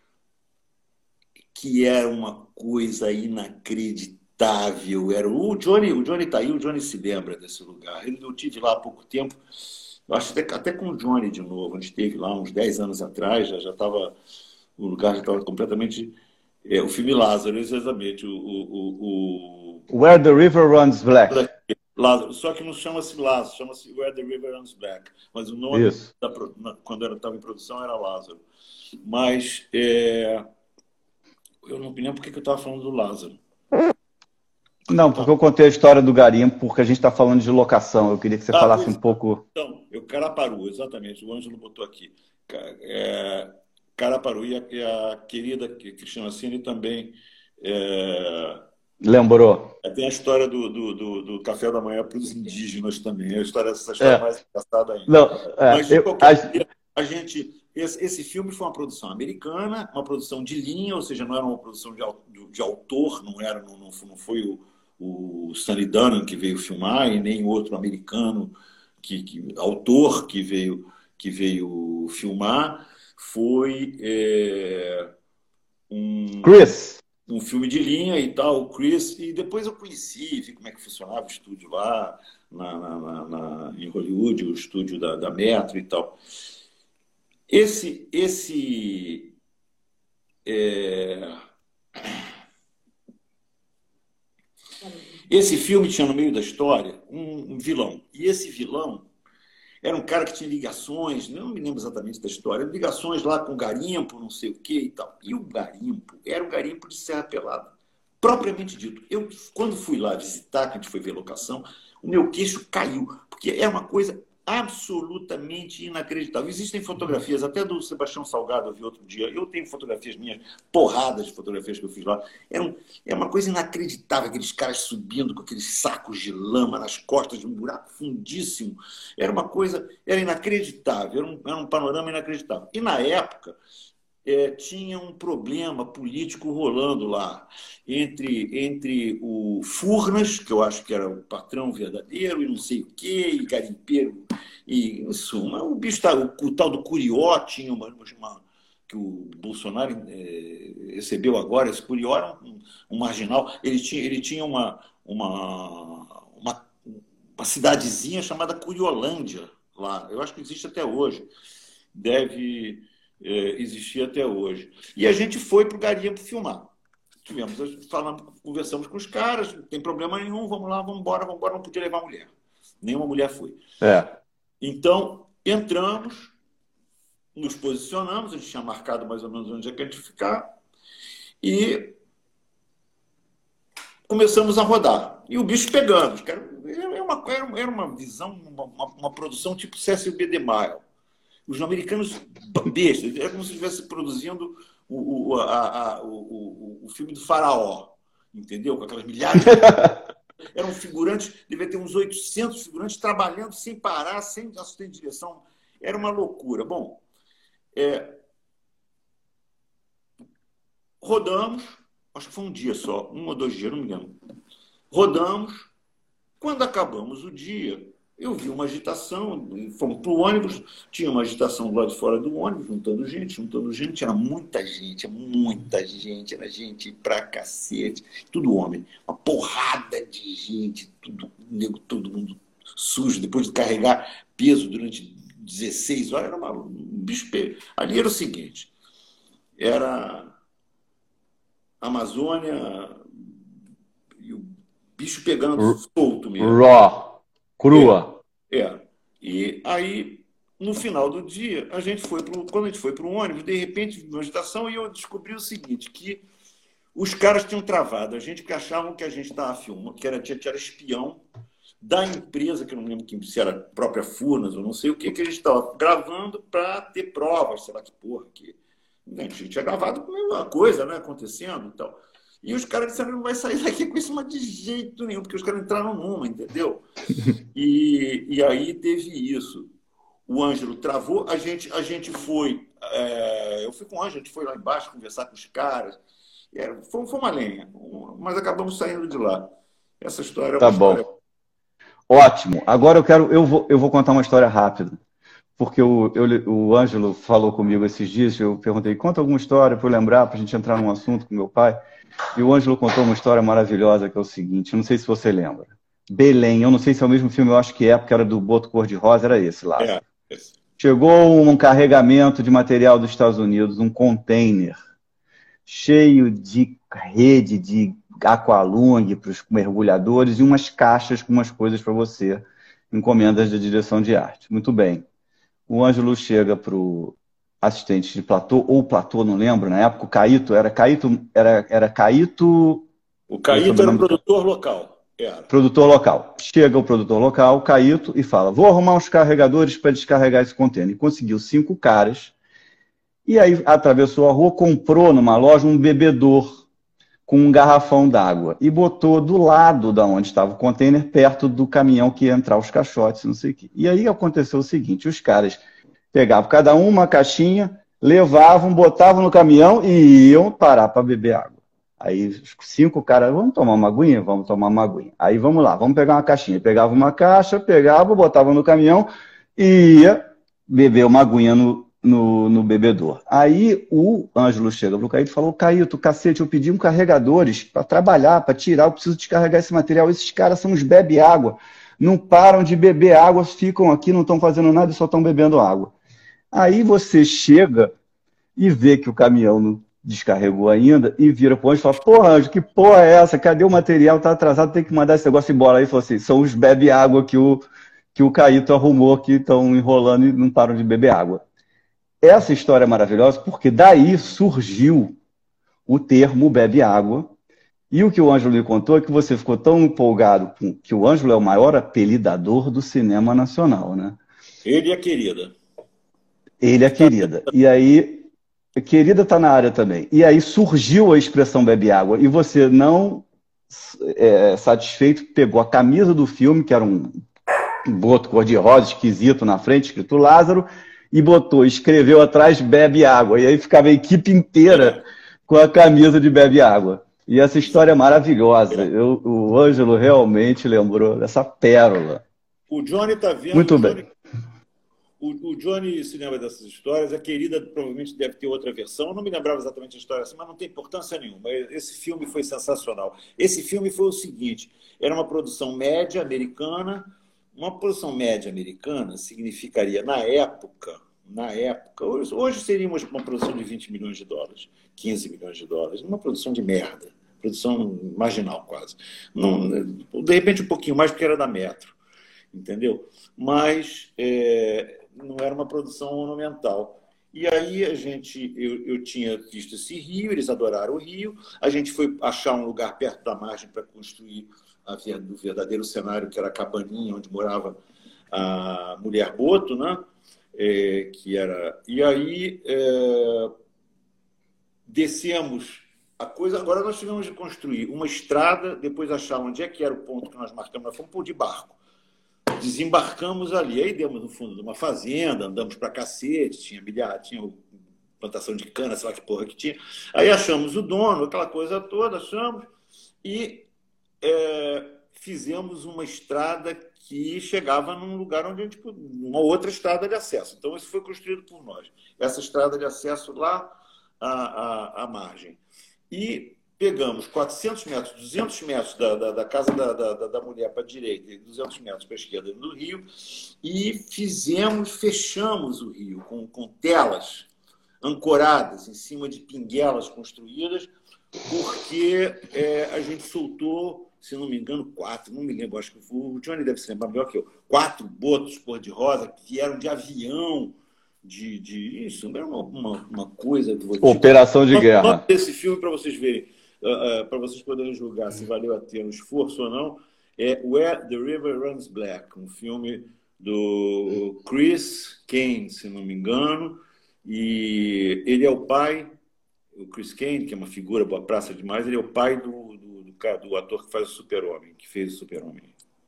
que era uma coisa inacreditável. O Johnny está aí, o Johnny se lembra desse lugar. Eu tive lá há pouco tempo, eu acho até com o Johnny de novo, a gente esteve lá uns 10 anos atrás, já estava, o lugar já estava completamente... o filme Lázaro, exatamente. Where the River Runs Black. Lázaro, só que não chama-se Lázaro, chama-se Where the River Runs Back. Mas o nome, Isso. quando estava em produção, era Lázaro. Mas eu não me lembro porque eu estava falando do Lázaro. Não, porque eu contei a história do garimpo, porque a gente está falando de locação. Eu queria que você falasse um pouco. Então, Caraparu, exatamente. O Ângelo botou aqui. Caraparu e a querida Cristina Cini também. Lembrou? Tem a história do café da manhã para os indígenas também. Essa história é mais engraçada ainda. Não, Mas, de qualquer maneira, esse filme foi uma produção americana, uma produção de linha, ou seja, não era uma produção de autor, não foi o Stanley Donen que veio filmar, e nem outro americano autor que veio filmar. Foi um filme de linha e tal, o Chris, e depois eu conheci, vi como é que funcionava o estúdio lá em Hollywood, o estúdio da Metro e tal. Esse filme tinha no meio da história um vilão, e esse vilão era um cara que tinha ligações, não me lembro exatamente da história, ligações lá com garimpo, não sei o que e tal. E o garimpo era um garimpo de Serra Pelada, propriamente dito. Eu, quando fui lá visitar, que a gente foi ver locação, o meu queixo caiu, porque é uma coisa absolutamente inacreditável. Existem fotografias, até do Sebastião Salgado, eu vi outro dia. Eu tenho fotografias minhas, porradas de fotografias que eu fiz lá. É uma coisa inacreditável, aqueles caras subindo com aqueles sacos de lama nas costas de um buraco fundíssimo. Era inacreditável, era um panorama inacreditável. E, na época, tinha um problema político rolando lá entre o Furnas, que eu acho que era o patrão verdadeiro, e não sei o quê, e garimpeiro, e, em suma, o tal do Curió tinha uma que o Bolsonaro recebeu agora. Esse Curió era um marginal, ele tinha uma cidadezinha chamada Curiolândia lá, eu acho que existe até hoje, deve existir até hoje. E a gente foi para o garimpo filmar. Conversamos com os caras, não tem problema nenhum, vamos lá, vamos embora, não podia levar mulher. Nenhuma mulher foi. Então, entramos, nos posicionamos, a gente tinha marcado mais ou menos onde é que a gente ia ficar, e começamos a rodar. E o bicho pegando. Era uma visão, uma produção tipo Cecil B. DeMille. Os americanos bestas, era como se estivesse produzindo o filme do Faraó, entendeu? Com aquelas milhares de... Eram figurantes, devia ter uns 800 figurantes trabalhando sem parar, sem assistente de direção. Era uma loucura. Bom, rodamos, acho que foi um dia só, 1 ou 2 dias, não me lembro. Rodamos, quando acabamos o dia, eu vi uma agitação, fomos para o ônibus, tinha uma agitação do lado de fora do ônibus, juntando gente, era muita gente, era gente pra cacete, tudo homem, uma porrada de gente, todo mundo sujo, depois de carregar peso durante 16 horas, era um bicho. Ali era o seguinte, era Amazônia e o bicho pegando solto mesmo. Crua. E aí, no final do dia, quando a gente foi para o ônibus, de repente, uma agitação, e eu descobri o seguinte, que os caras tinham travado a gente, porque achavam que a gente estava filmando, que era espião da empresa, que eu não lembro se era a própria Furnas ou não sei o que a gente estava gravando para ter provas, sei lá que porra, que a gente tinha gravado com uma coisa, né, acontecendo e tal. E os caras disseram, não vai sair daqui com isso, mas de jeito nenhum, porque os caras entraram numa, entendeu? E aí teve isso. O Ângelo travou, a gente foi... eu fui com o Ângelo, a gente foi lá embaixo conversar com os caras. Foi uma lenha, mas acabamos saindo de lá. Essa história é uma história... Bom. Ótimo. Agora eu vou contar uma história rápida. Porque o Ângelo falou comigo esses dias, eu perguntei, conta alguma história para eu lembrar, para a gente entrar num assunto com meu pai. E o Ângelo contou uma história maravilhosa, que é o seguinte, eu não sei se você lembra. Belém, eu não sei se é o mesmo filme, eu acho que é, porque era do Boto Cor-de-Rosa, era esse lá. Chegou um carregamento de material dos Estados Unidos, um container cheio de rede de aqualung para os mergulhadores e umas caixas com umas coisas para você, encomendas da direção de arte. Muito bem. O Ângelo chega para o assistente de platô, ou platô, não lembro, na época, o Caíto, era Caíto... O Caíto era o produtor local. Produtor local. Chega o produtor local, o Caíto, e fala, vou arrumar uns carregadores para descarregar esse contêiner. E conseguiu 5 caras, e aí atravessou a rua, comprou numa loja um bebedor com um garrafão d'água e botou do lado da onde estava o contêiner, perto do caminhão que ia entrar os caixotes, não sei o quê. E aí aconteceu o seguinte, os caras pegavam cada um uma caixinha, levavam, botavam no caminhão e iam parar para beber água. Aí os 5 caras, vamos tomar uma aguinha? Vamos tomar uma aguinha. Aí vamos lá, vamos pegar uma caixinha. Pegava uma caixa, botava no caminhão e ia beber uma aguinha no bebedor. Aí o Ângelo chega pro Caíto e falou, Caíto, cacete, eu pedi um carregadores para trabalhar, para tirar, eu preciso descarregar esse material. Esses caras são uns bebe-água, não param de beber água, ficam aqui, não estão fazendo nada e só estão bebendo água. Aí você chega e vê que o caminhão não descarregou ainda e vira pro Ângelo e fala, porra, Ângelo, que porra é essa? Cadê o material? Tá atrasado, tem que mandar esse negócio embora. Aí falou assim, são os bebe-água que o Caíto arrumou, que estão enrolando e não param de beber água. Essa história é maravilhosa porque daí surgiu o termo bebe-água. E o que o Ângelo me contou é que você ficou tão empolgado com que o Ângelo é o maior apelidador do cinema nacional, né? Ele e a querida. Ele é a querida. E aí, a querida está na área também. E aí surgiu a expressão bebe-água. E você não satisfeito, pegou a camisa do filme, que era um boto cor-de-rosa, esquisito na frente, escrito Lázaro, e escreveu atrás bebe água. E aí ficava a equipe inteira com a camisa de bebe água. E essa história é maravilhosa. O Ângelo realmente lembrou dessa pérola. O Johnny está vendo. Muito bem. O Johnny se lembra dessas histórias. A querida provavelmente deve ter outra versão. Eu não me lembrava exatamente a história assim, mas não tem importância nenhuma. Esse filme foi sensacional. Esse filme foi o seguinte: era uma produção média americana. Uma produção média americana significaria, na época, hoje seríamos uma produção de 20 milhões de dólares, 15 milhões de dólares, uma produção de merda, produção marginal quase. Não, de repente um pouquinho mais, porque era da Metro, entendeu? Mas não era uma produção monumental. E aí eu tinha visto esse rio, eles adoraram o rio, a gente foi achar um lugar perto da margem para construir o verdadeiro cenário, que era a cabaninha onde morava a mulher Boto, né? E aí descemos a coisa. Agora nós tivemos de construir uma estrada, depois achar onde é que era o ponto que nós marcamos. Nós fomos de barco. Desembarcamos ali, aí demos no fundo de uma fazenda, andamos para cacete, tinha plantação de cana, sei lá que porra que tinha. Aí achamos o dono, aquela coisa toda, achamos, e fizemos uma estrada que chegava num lugar onde a gente uma outra estrada de acesso. Então, isso foi construído por nós. Essa estrada de acesso lá à margem. E pegamos 400 metros, 200 metros da casa da mulher para a direita e 200 metros para a esquerda do rio e fechamos o rio com telas ancoradas em cima de pinguelas construídas, porque a gente soltou, se não me engano, 4, não me lembro, acho que o Johnny deve se lembrar melhor que eu, 4 botos cor-de-rosa que vieram de avião, isso era uma coisa... Operação de guerra. Esse filme, para vocês verem, para vocês poderem julgar se valeu a pena o esforço ou não, é Where the River Runs Black, um filme do Chris Kane, se não me engano, e ele é o pai, o Chris Kane, que é uma figura boa praça demais, ele é o pai do ator que faz o Super-Homem, que fez o Super-Homem.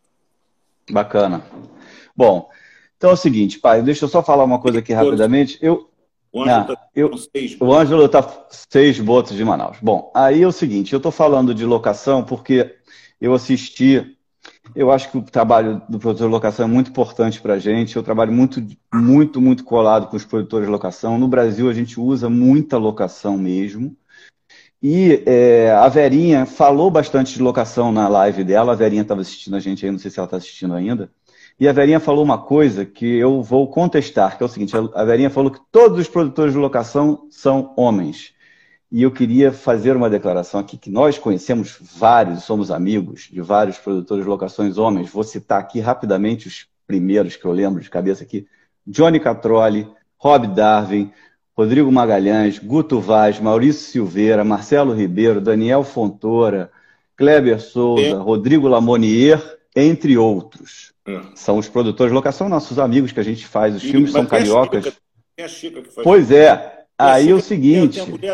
Bacana. Bom, então é o seguinte, pai, deixa eu só falar uma coisa aqui rapidamente. O Ângelo está 6 botos de Manaus. Bom, aí é o seguinte, eu estou falando de locação porque eu assisti, eu acho que o trabalho do produtor de locação é muito importante para a gente, eu trabalho muito colado com os produtores de locação. No Brasil a gente usa muita locação mesmo. E a Verinha falou bastante de locação na live dela, a Verinha estava assistindo a gente aí, não sei se ela está assistindo ainda. E a Verinha falou uma coisa que eu vou contestar, que é o seguinte, a Verinha falou que todos os produtores de locação são homens. E eu queria fazer uma declaração aqui, que nós conhecemos vários, somos amigos de vários produtores de locações homens. Vou citar aqui rapidamente os primeiros que eu lembro de cabeça aqui. Johnny Catrolli, Rob Darwin, Rodrigo Magalhães, Guto Vaz, Maurício Silveira, Marcelo Ribeiro, Daniel Fontoura, Kleber Souza, Rodrigo Lamonier, entre outros. São os produtores de locação, nossos amigos que a gente faz. Os filmes são cariocas. Tem a Chica que faz. Pois é. Aí é o seguinte... Tem a mulher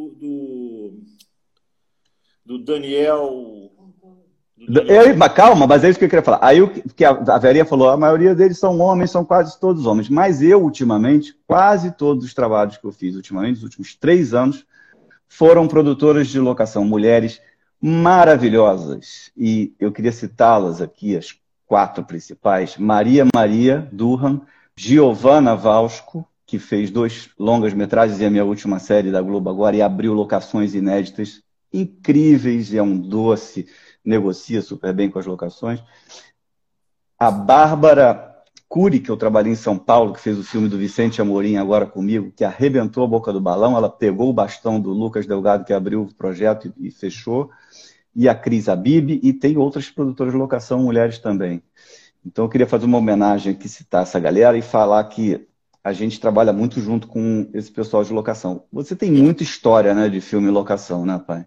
do Daniel... Mas calma, mas é isso que eu queria falar. Aí o que a Verinha falou, a maioria deles são homens, são quase todos homens. Mas eu, ultimamente, quase todos os trabalhos que eu fiz ultimamente, nos últimos 3 anos, foram produtoras de locação, mulheres maravilhosas. E eu queria citá-las aqui, as 4 principais. Maria Durham, Giovanna Valsco, que fez 2 longas-metragens e a minha última série da Globo agora, e abriu locações inéditas incríveis, e é um doce, negocia super bem com as locações. A Bárbara Cury, que eu trabalhei em São Paulo, que fez o filme do Vicente Amorim agora comigo, que arrebentou a boca do balão, ela pegou o bastão do Lucas Delgado, que abriu o projeto e fechou, e a Cris Abib, e tem outras produtoras de locação, mulheres também. Então eu queria fazer uma homenagem aqui, citar essa galera e falar que a gente trabalha muito junto com esse pessoal de locação. Você tem muita história, né, de filme e locação, né, pai?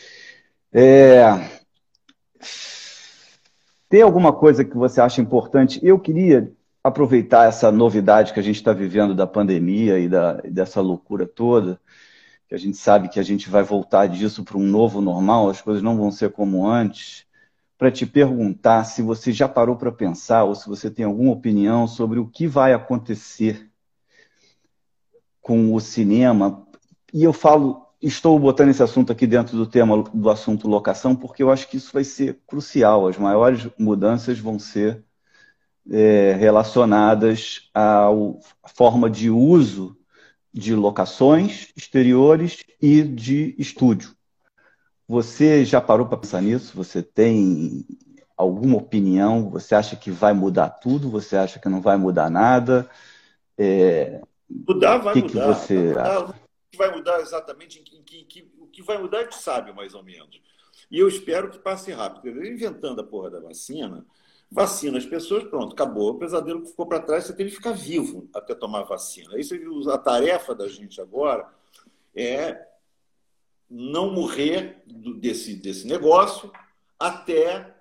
Tem alguma coisa que você acha importante? Eu queria aproveitar essa novidade que a gente está vivendo da pandemia e dessa loucura toda, que a gente sabe que a gente vai voltar disso para um novo normal, as coisas não vão ser como antes, para te perguntar se você já parou para pensar ou se você tem alguma opinião sobre o que vai acontecer com o cinema. E eu estou botando esse assunto aqui dentro do tema do assunto locação, porque eu acho que isso vai ser crucial. As maiores mudanças vão ser relacionadas à forma de uso de locações exteriores e de estúdio. Você já parou para pensar nisso? Você tem alguma opinião? Você acha que vai mudar tudo? Você acha que não vai mudar nada? Mudar vai mudar. Que você acha? O que vai mudar exatamente, o que vai mudar a gente sabe, mais ou menos. E eu espero que passe rápido. Inventando a porra da vacina as pessoas, pronto, acabou. O pesadelo que ficou para trás, você tem que ficar vivo até tomar a vacina. Aí a tarefa da gente agora é não morrer desse negócio até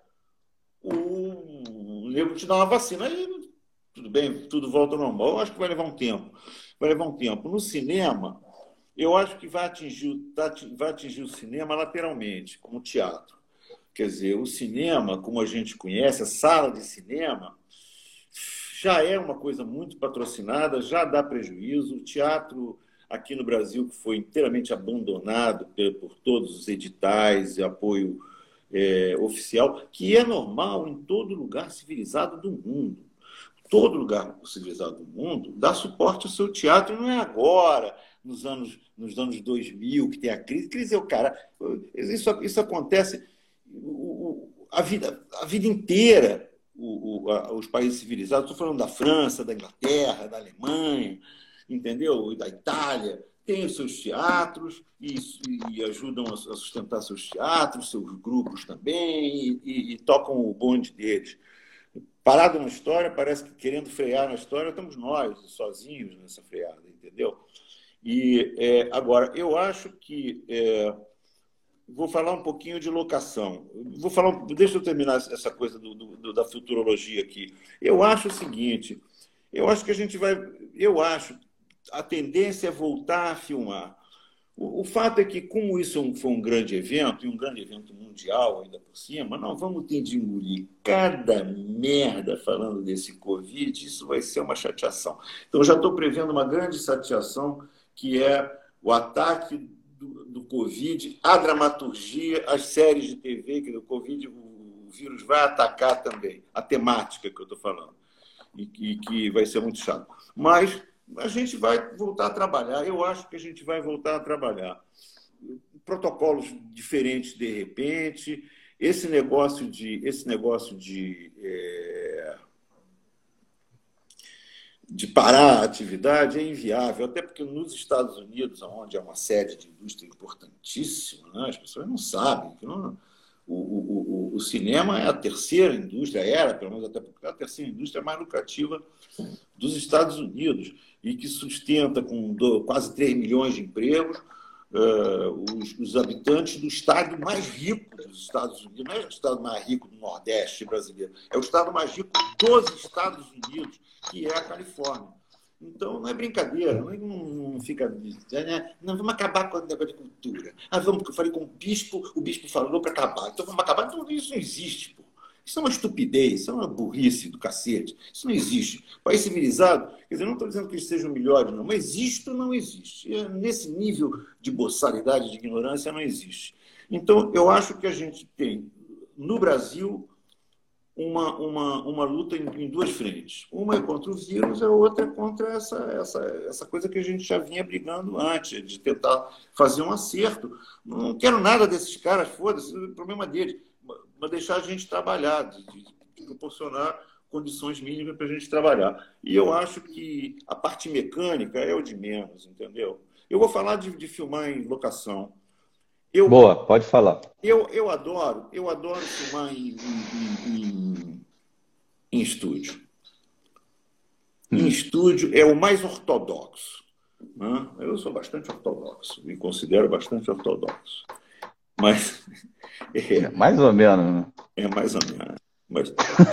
o nego te dar uma vacina. Aí tudo bem, tudo volta ao normal. Eu acho que vai levar um tempo. No cinema, eu acho que vai atingir o cinema lateralmente, como o teatro. Quer dizer, o cinema, como a gente conhece, a sala de cinema, já é uma coisa muito patrocinada, já dá prejuízo. O teatro aqui no Brasil, que foi inteiramente abandonado por todos os editais e apoio oficial, que é normal em todo lugar civilizado do mundo. Todo lugar civilizado do mundo dá suporte ao seu teatro, não é agora, nos anos 2000, que tem a crise. Crise é o cara. Isso acontece a vida inteira. Os países civilizados, estou falando da França, da Inglaterra, da Alemanha, entendeu? Da Itália, têm os seus teatros e ajudam a sustentar seus teatros, seus grupos também, e tocam o bonde deles. Parado na história, parece que querendo frear na história, estamos nós, sozinhos nessa freada, entendeu? E agora, eu acho que... vou falar um pouquinho de locação. Deixa eu terminar essa coisa da futurologia aqui. Eu acho o seguinte, a tendência é voltar a filmar. O fato é que, como isso foi um grande evento, e um grande evento mundial ainda por cima, nós vamos ter de engolir cada merda falando desse Covid, isso vai ser uma chateação. Então, eu já estou prevendo uma grande chateação, que é o ataque do Covid, a dramaturgia, as séries de TV, que do Covid o vírus vai atacar também, a temática que eu estou falando, e que vai ser muito chato. Mas a gente vai voltar a trabalhar, eu acho que a gente vai voltar a trabalhar. Protocolos diferentes de repente, esse negócio de de parar a atividade é inviável, até porque nos Estados Unidos, onde é uma sede de indústria importantíssima, né, as pessoas não sabem que o cinema é a terceira indústria, era, pelo menos até porque é a terceira indústria mais lucrativa dos Estados Unidos e que sustenta com quase 3 milhões de empregos os habitantes do estado mais rico dos Estados Unidos. Não é o estado mais rico do Nordeste brasileiro, é o estado mais rico dos Estados Unidos, que é a Califórnia. Então, não é brincadeira, não fica... Né? Não, vamos acabar com o negócio de cultura. Vamos, porque eu falei com o bispo falou para acabar. Então, vamos acabar. Então, isso não existe, pô. Isso é uma estupidez, isso é uma burrice do cacete. Isso não existe. País civilizado, quer dizer, não estou dizendo que eles sejam melhores, não, mas isto não existe. Nesse nível de boçalidade, de ignorância, não existe. Então, eu acho que a gente tem, no Brasil, uma luta em duas frentes. Uma é contra o vírus, a outra é contra essa coisa que a gente já vinha brigando antes, de tentar fazer um acerto. Não quero nada desses caras, foda-se, o problema deles. Mas deixar a gente trabalhar, de proporcionar condições mínimas para a gente trabalhar. E eu acho que a parte mecânica é o de menos, entendeu? Eu vou falar de filmar em locação. Boa, pode falar. Eu adoro filmar em estúdio. Em estúdio é o mais ortodoxo. Né? Eu sou bastante ortodoxo, me considero bastante ortodoxo. Mas... mais ou menos, né? É mais ou menos. Mas,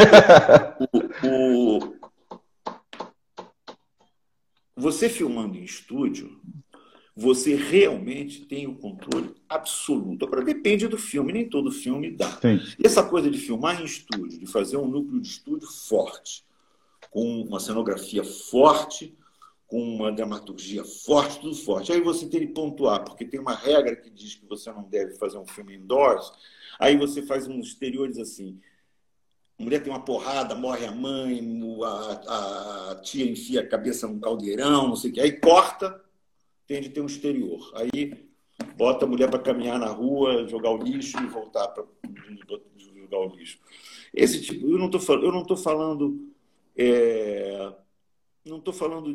você filmando em estúdio, você realmente tem o controle absoluto. Agora, depende do filme, nem todo filme dá. Sim. E essa coisa de filmar em estúdio, de fazer um núcleo de estúdio forte, com uma cenografia forte, com uma dramaturgia forte, tudo forte. Aí você tem que pontuar, porque tem uma regra que diz que você não deve fazer um filme indoors. Aí você faz uns exteriores assim. A mulher tem uma porrada, morre a mãe, a tia enfia a cabeça num caldeirão, não sei o quê. Aí corta, tem de ter um exterior. Aí bota a mulher para caminhar na rua, jogar o lixo e voltar para jogar o lixo. Esse tipo, eu não estou falando não estou falando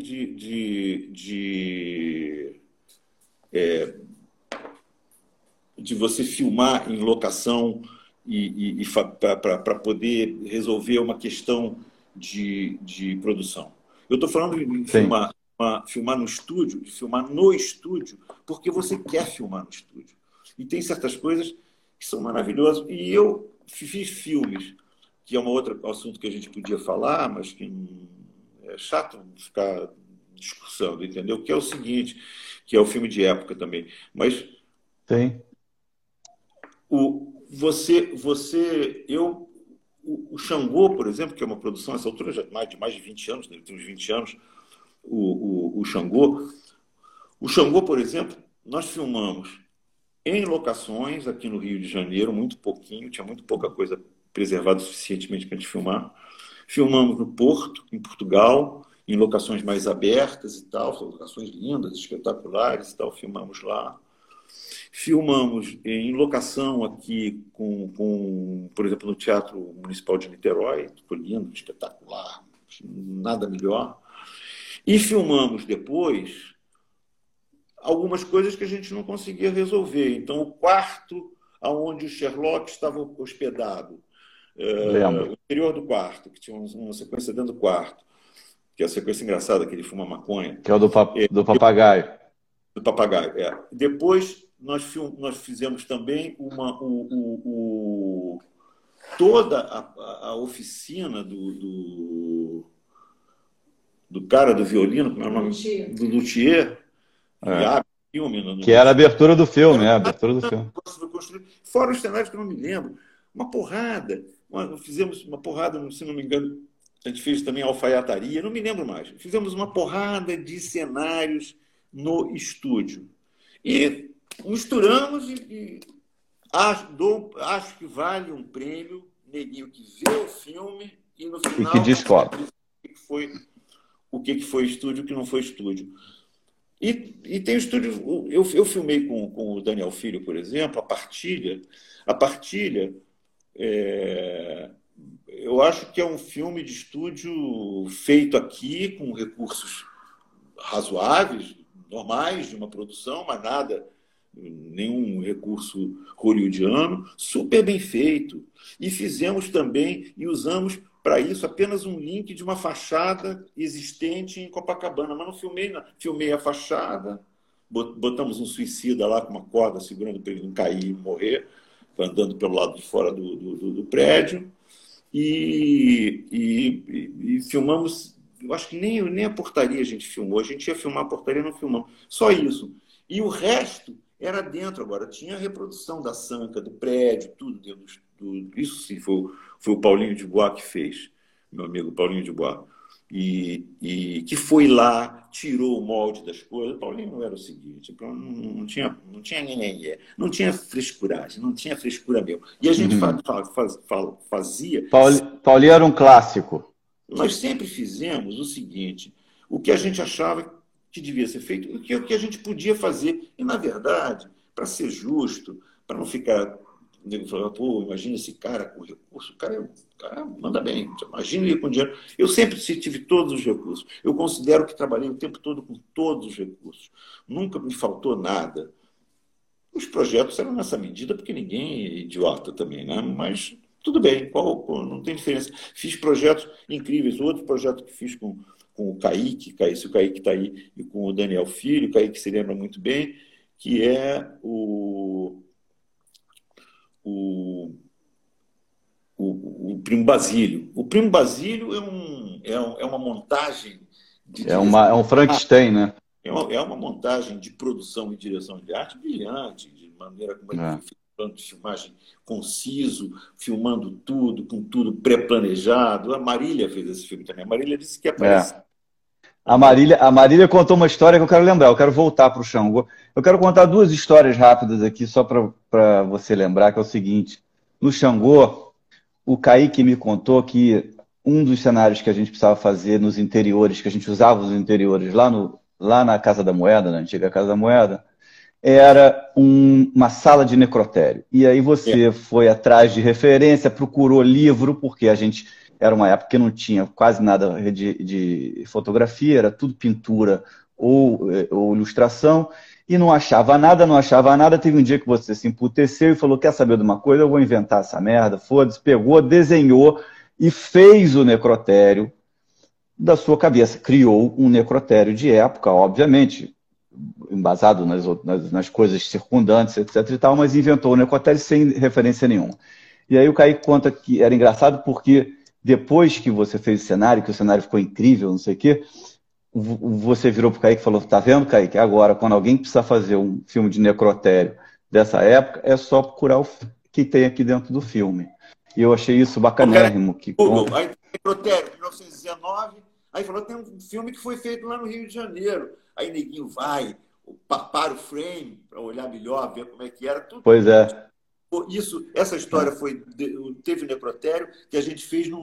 de você filmar em locação para poder resolver uma questão de produção. Eu estou falando de filmar no estúdio, porque você quer filmar no estúdio. E tem certas coisas que são maravilhosas. E eu fiz filmes, que é um outro assunto que a gente podia falar, mas que é chato ficar discussando, entendeu? Que é o seguinte, que é o filme de época também. Mas sim. O Xangô, por exemplo, que é uma produção, essa altura já de mais de 20 anos, deve ter uns 20 anos, o Xangô. O Xangô, por exemplo, nós filmamos em locações aqui no Rio de Janeiro, muito pouquinho, tinha muito pouca coisa preservada suficientemente para a gente filmar. Filmamos no Porto, em Portugal, em locações mais abertas e tal, locações lindas, espetaculares e tal, filmamos lá. Filmamos em locação aqui, por exemplo, no Teatro Municipal de Niterói, ficou lindo, espetacular, nada melhor. E filmamos depois algumas coisas que a gente não conseguia resolver. Então, o quarto onde o Sherlock estava hospedado, o interior do quarto, que tinha uma sequência dentro do quarto, que é a sequência engraçada, que ele fuma maconha. Que é o do papagaio. Do papagaio, é. Depois, nós fizemos também toda a oficina do cara do violino, como é o nome? Do luthier. Que era a abertura do filme, Fora os cenários que eu não me lembro. Uma porrada. Fizemos uma porrada, se não me engano, a gente fez também alfaiataria, não me lembro mais. Fizemos uma porrada de cenários no estúdio. E misturamos e acho que vale um prêmio, neguinho que vê o filme e no final... E que descobre. O que foi estúdio e o que não foi estúdio. E tem o estúdio... Eu filmei com o Daniel Filho, por exemplo, a Partilha. A Partilha eu acho que é um filme de estúdio feito aqui com recursos razoáveis, normais de uma produção, mas nada, nenhum recurso hollywoodiano, super bem feito. E fizemos também, e usamos para isso apenas um link de uma fachada existente em Copacabana, mas não filmei, não. Filmei a fachada, botamos um suicida lá com uma corda segurando para ele não cair e morrer, andando pelo lado de fora do prédio, e filmamos. Eu acho que nem a portaria a gente filmou. A gente ia filmar a portaria, não filmamos. Só isso. E o resto era dentro agora. Tinha a reprodução da sanca, do prédio, tudo dentro isso sim foi o Paulinho de Bois que fez, meu amigo Paulinho de Bois. E que foi lá, tirou o molde das coisas. O Paulinho não era o seguinte, não tinha não tinha frescuragem, não tinha frescura mesmo. E a gente fazia... Paulinho era um clássico. Nós sempre fizemos o seguinte, o que a gente achava que devia ser feito, o que a gente podia fazer. E, na verdade, para ser justo, para não ficar... Pô, imagina esse cara com recurso, o cara manda bem, imagina ele com dinheiro. Eu sempre tive todos os recursos. Eu considero que trabalhei o tempo todo com todos os recursos. Nunca me faltou nada. Os projetos eram nessa medida, porque ninguém é idiota também, né? Mas... tudo bem, não tem diferença. Fiz projetos incríveis. Outro projeto que fiz com o Kaique, se o Kaique está aí, e com o Daniel Filho, o Kaique se lembra muito bem, que é o Primo Basílio. O Primo Basílio é uma montagem... É um Frankenstein, né? É uma montagem de produção e direção de arte brilhante, de maneira como ele fez plano de filmagem conciso, filmando tudo, com tudo pré-planejado. A Marília fez esse filme também. A Marília disse que ia aparecer. A Marília contou uma história que eu quero lembrar. Eu quero voltar para o Xangô. Eu quero contar duas histórias rápidas aqui, só para você lembrar, que é o seguinte. No Xangô, o Kaique me contou que um dos cenários que a gente precisava fazer nos interiores, que a gente usava os interiores lá na Casa da Moeda, na antiga Casa da Moeda, era uma sala de necrotério. E aí você foi atrás de referência, procurou livro, porque a gente era uma época que não tinha quase nada de fotografia, era tudo pintura ou ilustração, e não achava nada. Teve um dia que você se emputeceu e falou, quer saber de uma coisa? Eu vou inventar essa merda, foda-se, pegou, desenhou e fez o necrotério da sua cabeça. Criou um necrotério de época, obviamente, embasado nas coisas circundantes, etc. e tal, mas inventou o necrotério sem referência nenhuma. E aí o Kaique conta que era engraçado porque depois que você fez o cenário, que o cenário ficou incrível, não sei o quê, você virou para o Kaique e falou, tá vendo, Kaique? Agora, quando alguém precisa fazer um filme de necrotério dessa época, é só procurar o que tem aqui dentro do filme. E eu achei isso bacanérrimo. Aí necrotério, 1919, aí falou, tem um filme que foi feito lá no Rio de Janeiro. Aí neguinho vai, para o frame, para olhar melhor, ver como é que era. Tudo. Pois é. Essa história teve um necrotério que a gente fez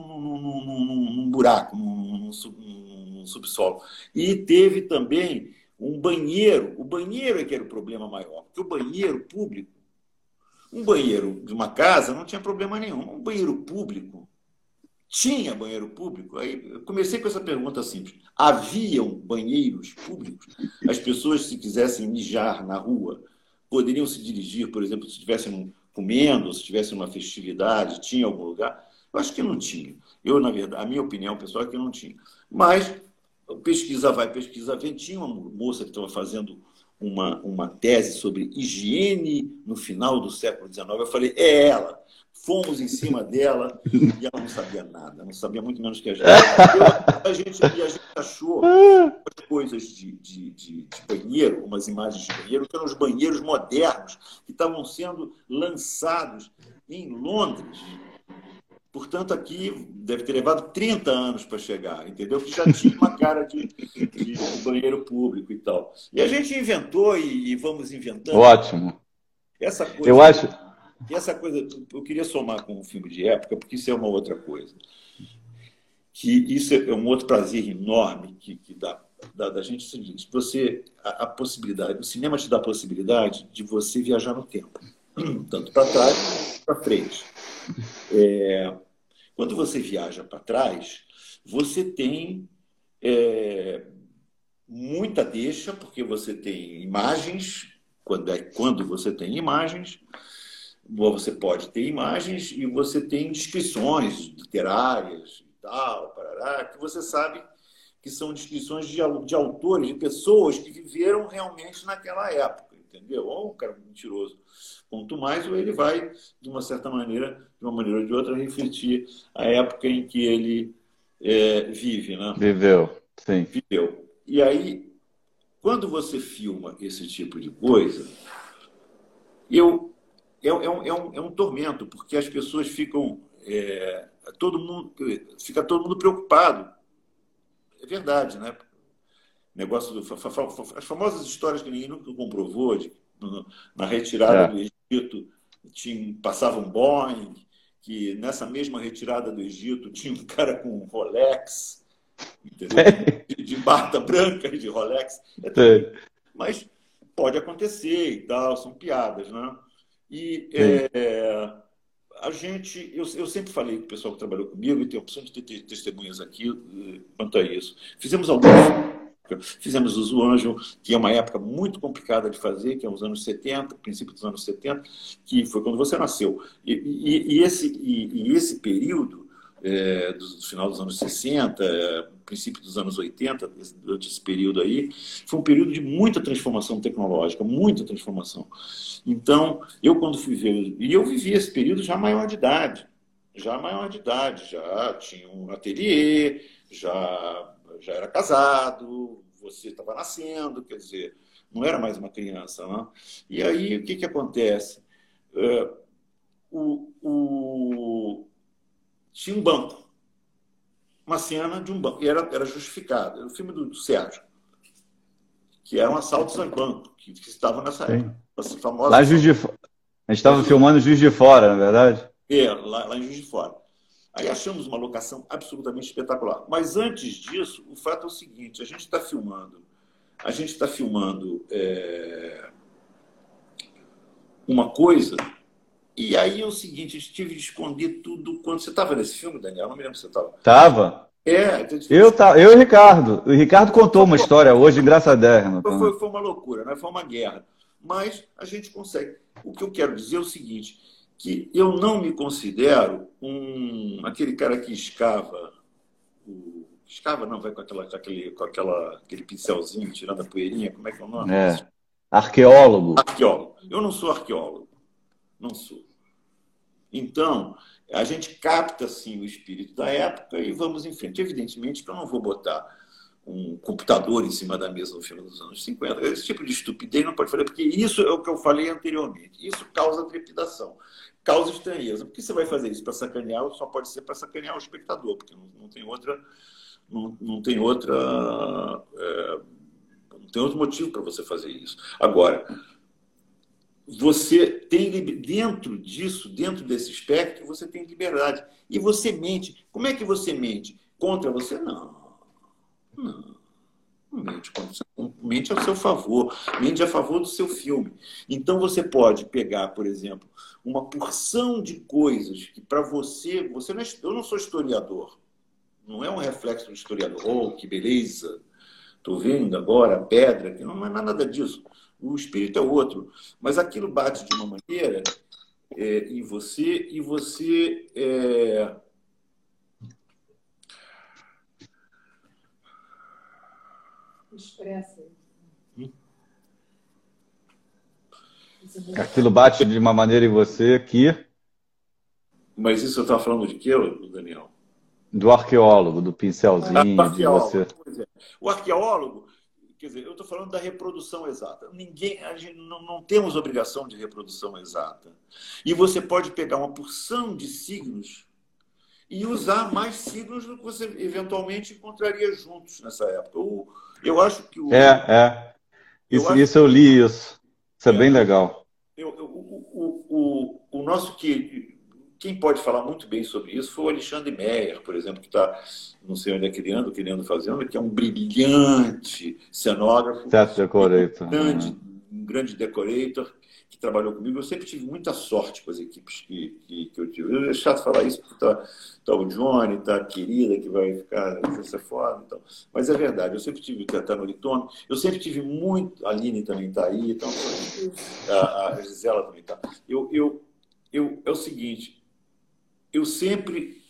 num buraco, num subsolo. E teve também um banheiro. O banheiro é que era o problema maior, porque o banheiro público, um banheiro de uma casa não tinha problema nenhum. Um banheiro público, tinha banheiro público? Aí eu comecei com essa pergunta simples. Haviam banheiros públicos? As pessoas, se quisessem mijar na rua, poderiam se dirigir, por exemplo, se estivessem comendo, se estivessem numa festividade, tinha algum lugar? Eu acho que não tinha. Na verdade, a minha opinião pessoal é que não tinha. Mas, pesquisa vai, pesquisa vem. Tinha uma moça que estava fazendo uma tese sobre higiene no final do século XIX. Eu falei, é ela. Fomos em cima dela e ela não sabia nada, não sabia muito menos que a gente. A gente achou coisas de banheiro, umas imagens de banheiro, que eram os banheiros modernos que estavam sendo lançados em Londres. Portanto, aqui deve ter levado 30 anos para chegar, entendeu? Que já tinha uma cara de banheiro público e tal. E a gente inventou e vamos inventando. Ótimo. Essa coisa. Eu acho. E essa coisa, eu queria somar com um filme de época, porque isso é uma outra coisa. Que isso é um outro prazer enorme que dá da gente. É o seguinte, a possibilidade, o cinema te dá a possibilidade de você viajar no tempo, tanto para trás quanto para frente. Quando você viaja para trás, você tem muita deixa, porque você tem imagens, quando você tem imagens, você pode ter imagens e você tem descrições literárias e tal, parará, que você sabe que são descrições de autores, de pessoas que viveram realmente naquela época, entendeu? Ou um cara mentiroso. Quanto mais, ou ele vai, de uma certa maneira, de uma maneira ou de outra, refletir a época em que ele vive, né? Viveu, sim. Viveu. E aí, quando você filma esse tipo de coisa, é um tormento, porque as pessoas ficam... fica todo mundo preocupado. É verdade, né? Negócio as famosas histórias que ninguém nunca comprovou, na retirada do Egito passava um Boeing, que nessa mesma retirada do Egito tinha um cara com um Rolex, entendeu? De bata branca e de Rolex. Mas pode acontecer e tal, são piadas, né? E eu sempre falei com o pessoal que trabalhou comigo, e tem a opção de ter testemunhas aqui quanto a isso. Fizemos o Zoanjo, que é uma época muito complicada de fazer, que é os anos 70, princípio dos anos 70, que foi quando você nasceu. E esse período, do final dos anos 60, princípio dos anos 80, durante esse período aí, foi um período de muita transformação tecnológica, muita transformação. Então, quando fui ver... E eu vivi esse período já maior de idade, já tinha um ateliê, já era casado, você estava nascendo, quer dizer, não era mais uma criança, né? E aí, o que acontece? Tinha um banco, uma cena de um banco, e era justificado, era o filme do Sérgio, que eram assaltos a banco, que estavam nessa época. Famosa lá em Juiz de Fora. A gente estava filmando Juiz de Fora, na verdade? Lá em Juiz de Fora. Aí achamos uma locação absolutamente espetacular. Mas antes disso, o fato é o seguinte: a gente está filmando uma coisa, e aí é o seguinte, a gente tive de esconder tudo. Quando você estava nesse filme, Daniel, não me lembro se você estava. Estava. Eu e o Ricardo. O Ricardo contou uma história hoje engraçadérrima. Foi uma loucura, né? Foi uma guerra. Mas a gente consegue. O que eu quero dizer é o seguinte, que eu não me considero aquele cara que escava não, vai com aquele pincelzinho, tirando a poeirinha, como é que é o nome? Arqueólogo. Arqueólogo. Eu não sou arqueólogo. Não sou. Então, a gente capta, assim, o espírito da época e vamos em frente. Evidentemente que eu não vou botar um computador em cima da mesa no final dos anos 50. Esse tipo de estupidez não pode fazer, porque isso é o que eu falei anteriormente. Isso causa trepidação, causa estranheza. Por que você vai fazer isso para sacanear? Só pode ser para sacanear o espectador, porque não tem outro motivo para você fazer isso. Agora, você tem, dentro desse espectro, você tem liberdade. E você mente. Como é que você mente? Contra você? Não mente contra você. Mente ao seu favor. Mente a favor do seu filme. Então, você pode pegar, por exemplo, uma porção de coisas que para você... Eu não sou historiador. Não é um reflexo do historiador. Oh, que beleza! Estou vendo agora a pedra. Não é nada disso. O espírito é outro. Mas aquilo bate de uma maneira em você, e você... Expressa. Aquilo bate de uma maneira em você que... Mas isso eu estava falando de quê, Daniel? Do arqueólogo, do pincelzinho, de você. Pois é. O arqueólogo, quer dizer, eu estou falando da reprodução exata. A gente não temos obrigação de reprodução exata. E você pode pegar uma porção de signos e usar mais signos do que você eventualmente encontraria juntos nessa época. Eu acho que Isso eu li isso. Isso é bem legal. O nosso quem pode falar muito bem sobre isso foi o Alexandre Meyer, por exemplo, que está, não sei onde é que ele anda fazendo, que é um brilhante cenógrafo. Certo, decorado. Grande um grande decorator que trabalhou comigo. Eu sempre tive muita sorte com as equipes que eu tive. É chato falar isso, porque tá o Johnny, tá a querida, que vai ficar dessa forma. Então. Mas é verdade, eu sempre tive que estar no Litono. Eu sempre tive muito... A Aline também está aí, então, a Gisela também está. É o seguinte, eu sempre...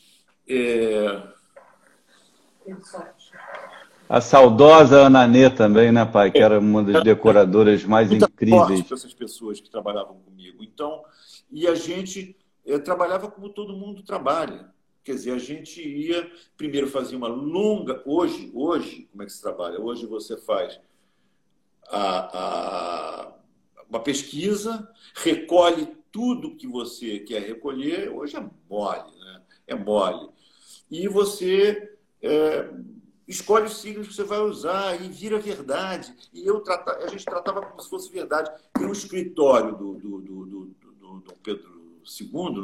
A saudosa Ana Nê também, né, pai? Que era uma das decoradoras mais incríveis. Com essas pessoas que trabalhavam comigo. Então, e a gente trabalhava como todo mundo trabalha. Quer dizer, a gente ia, primeiro fazia uma longa... Hoje, como é que se trabalha? Hoje você faz uma pesquisa, recolhe tudo que você quer recolher. Hoje é mole, né? É mole. E você... escolhe os signos que você vai usar e vira verdade. E a gente tratava como se fosse verdade. Tem um escritório do Dom Pedro II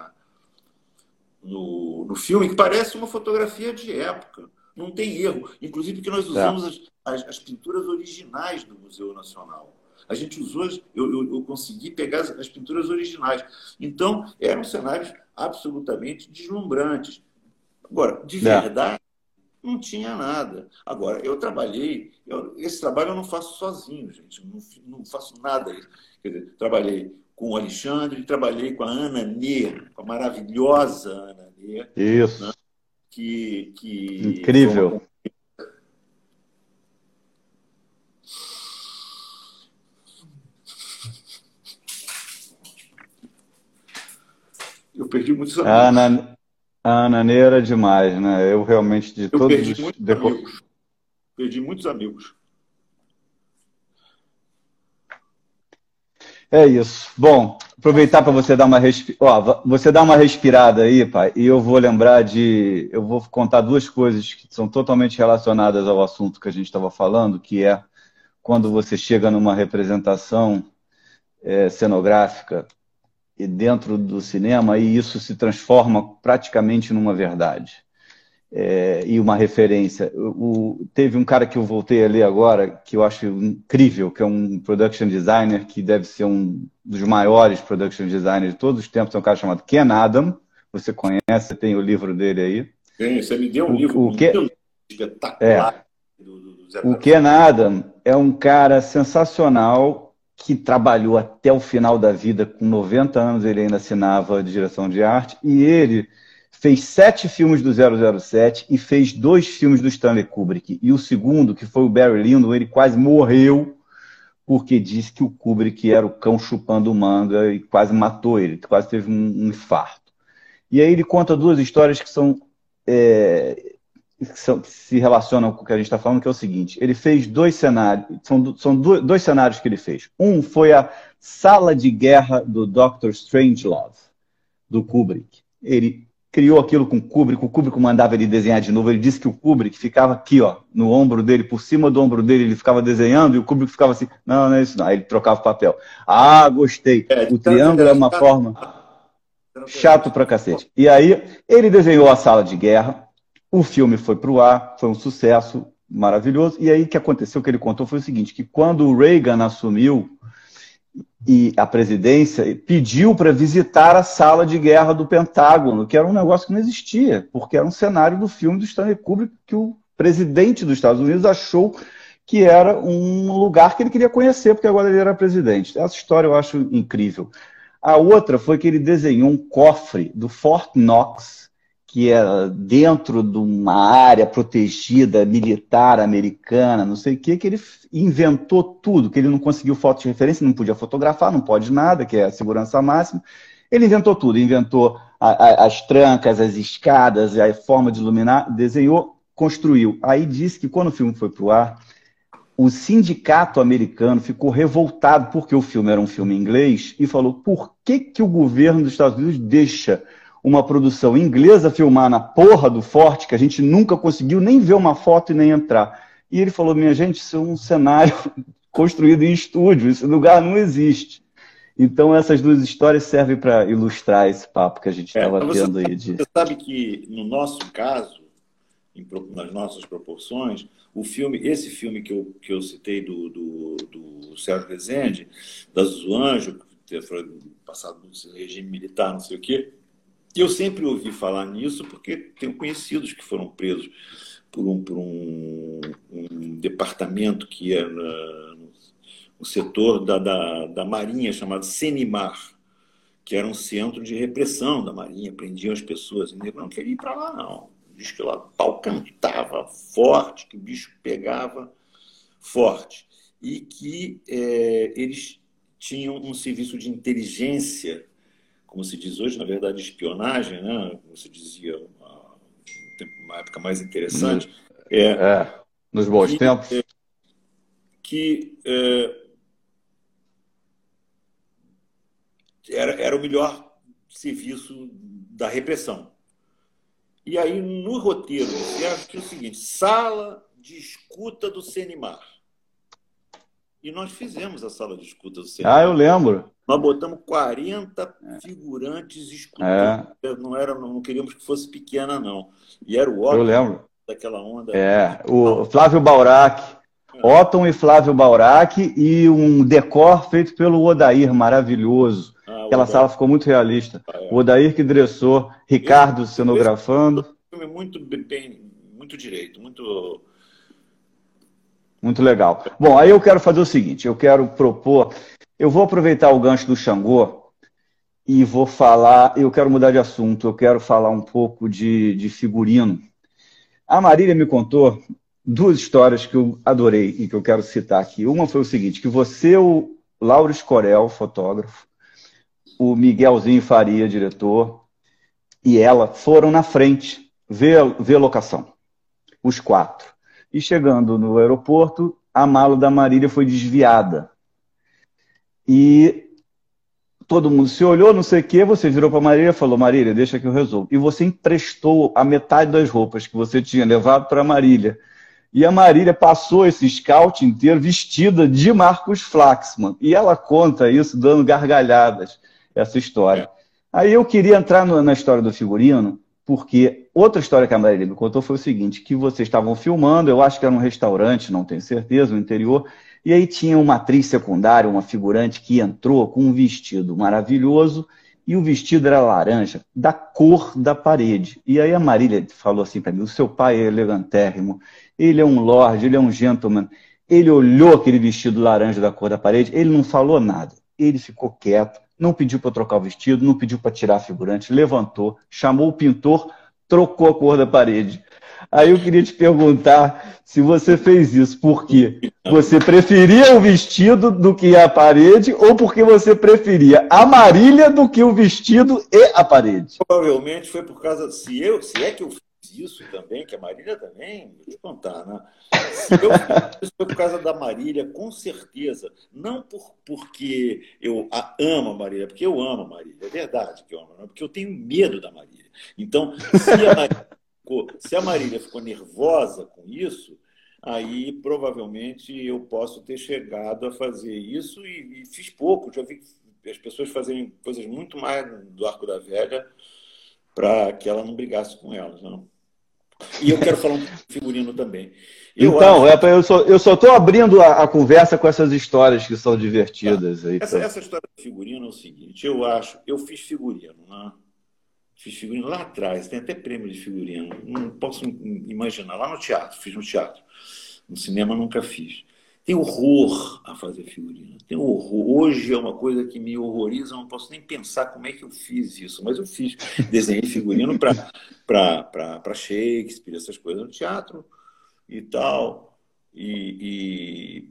no filme que parece uma fotografia de época. Não tem erro. Inclusive porque nós usamos as pinturas originais do Museu Nacional. A gente usou, eu consegui pegar as pinturas originais. Então, eram cenários absolutamente deslumbrantes. Agora, de verdade, não tinha nada. Agora, eu trabalhei... esse trabalho eu não faço sozinho, gente. Não faço nada. Quer dizer, trabalhei com o Alexandre, trabalhei com a Ana Nê, com a maravilhosa Ana Nê. Isso. Né? Que incrível. Eu perdi muitos amigos. A Ana Nê era demais, né? Eu realmente, de todos perdi muitos amigos. Perdi muitos amigos. É isso. Bom, aproveitar para você dar uma você dá uma respirada aí, pai, e eu vou lembrar eu vou contar duas coisas que são totalmente relacionadas ao assunto que a gente estava falando, que é quando você chega numa representação cenográfica e dentro do cinema, e isso se transforma praticamente numa verdade. E uma referência. Teve um cara que eu voltei a ler agora, que eu acho incrível, que é um production designer, que deve ser um dos maiores production designers de todos os tempos, é um cara chamado Ken Adam. Você conhece, tem o livro dele aí. Você me deu um livro espetacular. O Ken Adam é um cara sensacional que trabalhou até o final da vida, com 90 anos ele ainda assinava direção de arte, e ele fez 7 filmes do 007 e fez 2 filmes do Stanley Kubrick. E o segundo, que foi o Barry Lyndon, ele quase morreu porque disse que o Kubrick era o cão chupando manga e quase matou ele, quase teve um infarto. E aí ele conta 2 histórias que se relacionam com o que a gente está falando, que é o seguinte: ele fez 2 cenários, são 2 cenários que ele fez. Um foi a sala de guerra do Dr. Strangelove, do Kubrick. Ele criou aquilo com o Kubrick mandava ele desenhar de novo. Ele disse que o Kubrick ficava aqui, ó, no ombro dele, por cima do ombro dele, ele ficava desenhando, e o Kubrick ficava assim, não é isso não. Aí ele trocava o papel. Ah, gostei. O triângulo é uma forma... Chato pra cacete. E aí, ele desenhou a sala de guerra, o filme foi pro ar, foi um sucesso maravilhoso, e aí o que aconteceu, o que ele contou foi o seguinte, que quando o Reagan assumiu e a presidência, pediu para visitar a sala de guerra do Pentágono, que era um negócio que não existia, porque era um cenário do filme do Stanley Kubrick que o presidente dos Estados Unidos achou que era um lugar que ele queria conhecer, porque agora ele era presidente. Essa história eu acho incrível. A outra foi que ele desenhou um cofre do Fort Knox, que era dentro de uma área protegida militar americana, não sei o que ele inventou tudo, que ele não conseguiu foto de referência, não podia fotografar, não pode nada, que é a segurança máxima. Ele inventou tudo, inventou as trancas, as escadas, a forma de iluminar, desenhou, construiu. Aí disse que quando o filme foi para o ar, o sindicato americano ficou revoltado porque o filme era um filme em inglês e falou: por que o governo dos Estados Unidos deixa uma produção inglesa filmar na porra do forte, que a gente nunca conseguiu nem ver uma foto e nem entrar? E ele falou: minha gente, isso é um cenário construído em estúdio, esse lugar não existe. Então essas 2 histórias servem para ilustrar esse papo que a gente estava tendo aí. Você sabe que, no nosso caso, nas nossas proporções, esse filme que eu citei do Sérgio Rezende, da Zuzu Anjo, que foi passado no regime militar, não sei o quê, eu sempre ouvi falar nisso porque tenho conhecidos que foram presos por um departamento que é no setor da Marinha, chamado Senimar, que era um centro de repressão da Marinha, prendiam as pessoas. E não queria ir para lá, não. Diz que lá o pau cantava forte, que o bicho pegava forte. E que eles tinham um serviço de inteligência, como se diz hoje, na verdade, espionagem, né? Como se dizia, uma época mais interessante. Nos bons tempos. Era o melhor serviço da repressão. E aí, no roteiro do Sérgio, tinha o seguinte: sala de escuta do Senimar. E nós fizemos a sala de escuta do Senimar. Eu lembro. Nós botamos 40 figurantes escutando. Não queríamos que fosse pequena, não. E era o Otton, eu lembro. Daquela onda. O Flávio Baurac. Otton e Flávio Baurac, e um decor feito pelo Odair, maravilhoso. Aquela sala ficou muito realista. O Odair que dressou, Ricardo cenografando. Filme muito bem, muito direito, muito... Muito legal. Bom, aí eu quero fazer o seguinte, eu vou aproveitar o gancho do Xangô e eu quero mudar de assunto, eu quero falar um pouco de figurino. A Marília me contou 2 histórias que eu adorei e que eu quero citar aqui. Uma foi o seguinte, que você, o Lauro Escorel, fotógrafo, o Miguelzinho Faria, diretor, e ela foram na frente ver locação, os 4. E chegando no aeroporto, a mala da Marília foi desviada. E todo mundo se olhou, não sei o quê, você virou para a Marília e falou: Marília, deixa que eu resolvo. E você emprestou a metade das roupas que você tinha levado para a Marília. E a Marília passou esse scout inteiro vestida de Marcos Flaxman. E ela conta isso dando gargalhadas, essa história. Aí eu queria entrar na história do figurino, porque outra história que a Marília me contou foi o seguinte, que vocês estavam filmando, eu acho que era um restaurante, não tenho certeza, no interior, e aí tinha uma atriz secundária, uma figurante que entrou com um vestido maravilhoso, e o vestido era laranja, da cor da parede. E aí a Marília falou assim para mim: o seu pai é elegantérrimo, ele é um lord, ele é um gentleman. Ele olhou aquele vestido laranja da cor da parede, ele não falou nada. Ele ficou quieto, não pediu para trocar o vestido, não pediu para tirar a figurante, levantou, chamou o pintor, trocou a cor da parede. Aí eu queria te perguntar se você fez isso, por quê? Você preferia o vestido do que a parede, ou porque você preferia a Marília do que o vestido e a parede? Provavelmente foi por causa... Se é que eu fiz isso também, que a Marília também, vou te contar, né? Se eu fiz isso foi por causa da Marília, com certeza. Não porque eu amo a Marília, porque eu amo a Marília. É verdade que eu amo, porque eu tenho medo da Marília. Então, se a Marília ficou nervosa com isso, aí provavelmente eu posso ter chegado a fazer isso e fiz pouco. Já vi as pessoas fazerem coisas muito mais do Arco da Velha para que ela não brigasse com elas, não. E eu quero falar um pouco de figurino também. Eu só estou abrindo a conversa com essas histórias que são divertidas. Tá. Essa história de figurino é o seguinte, eu fiz figurino, né? Fiz figurino lá atrás, tem até prêmio de figurino, não posso imaginar, lá no teatro, fiz no teatro. No cinema nunca fiz. Tenho horror a fazer figurino, tenho horror. Hoje é uma coisa que me horroriza, eu não posso nem pensar como é que eu fiz isso, mas eu fiz. Desenhei figurino para Shakespeare, essas coisas no teatro e tal. E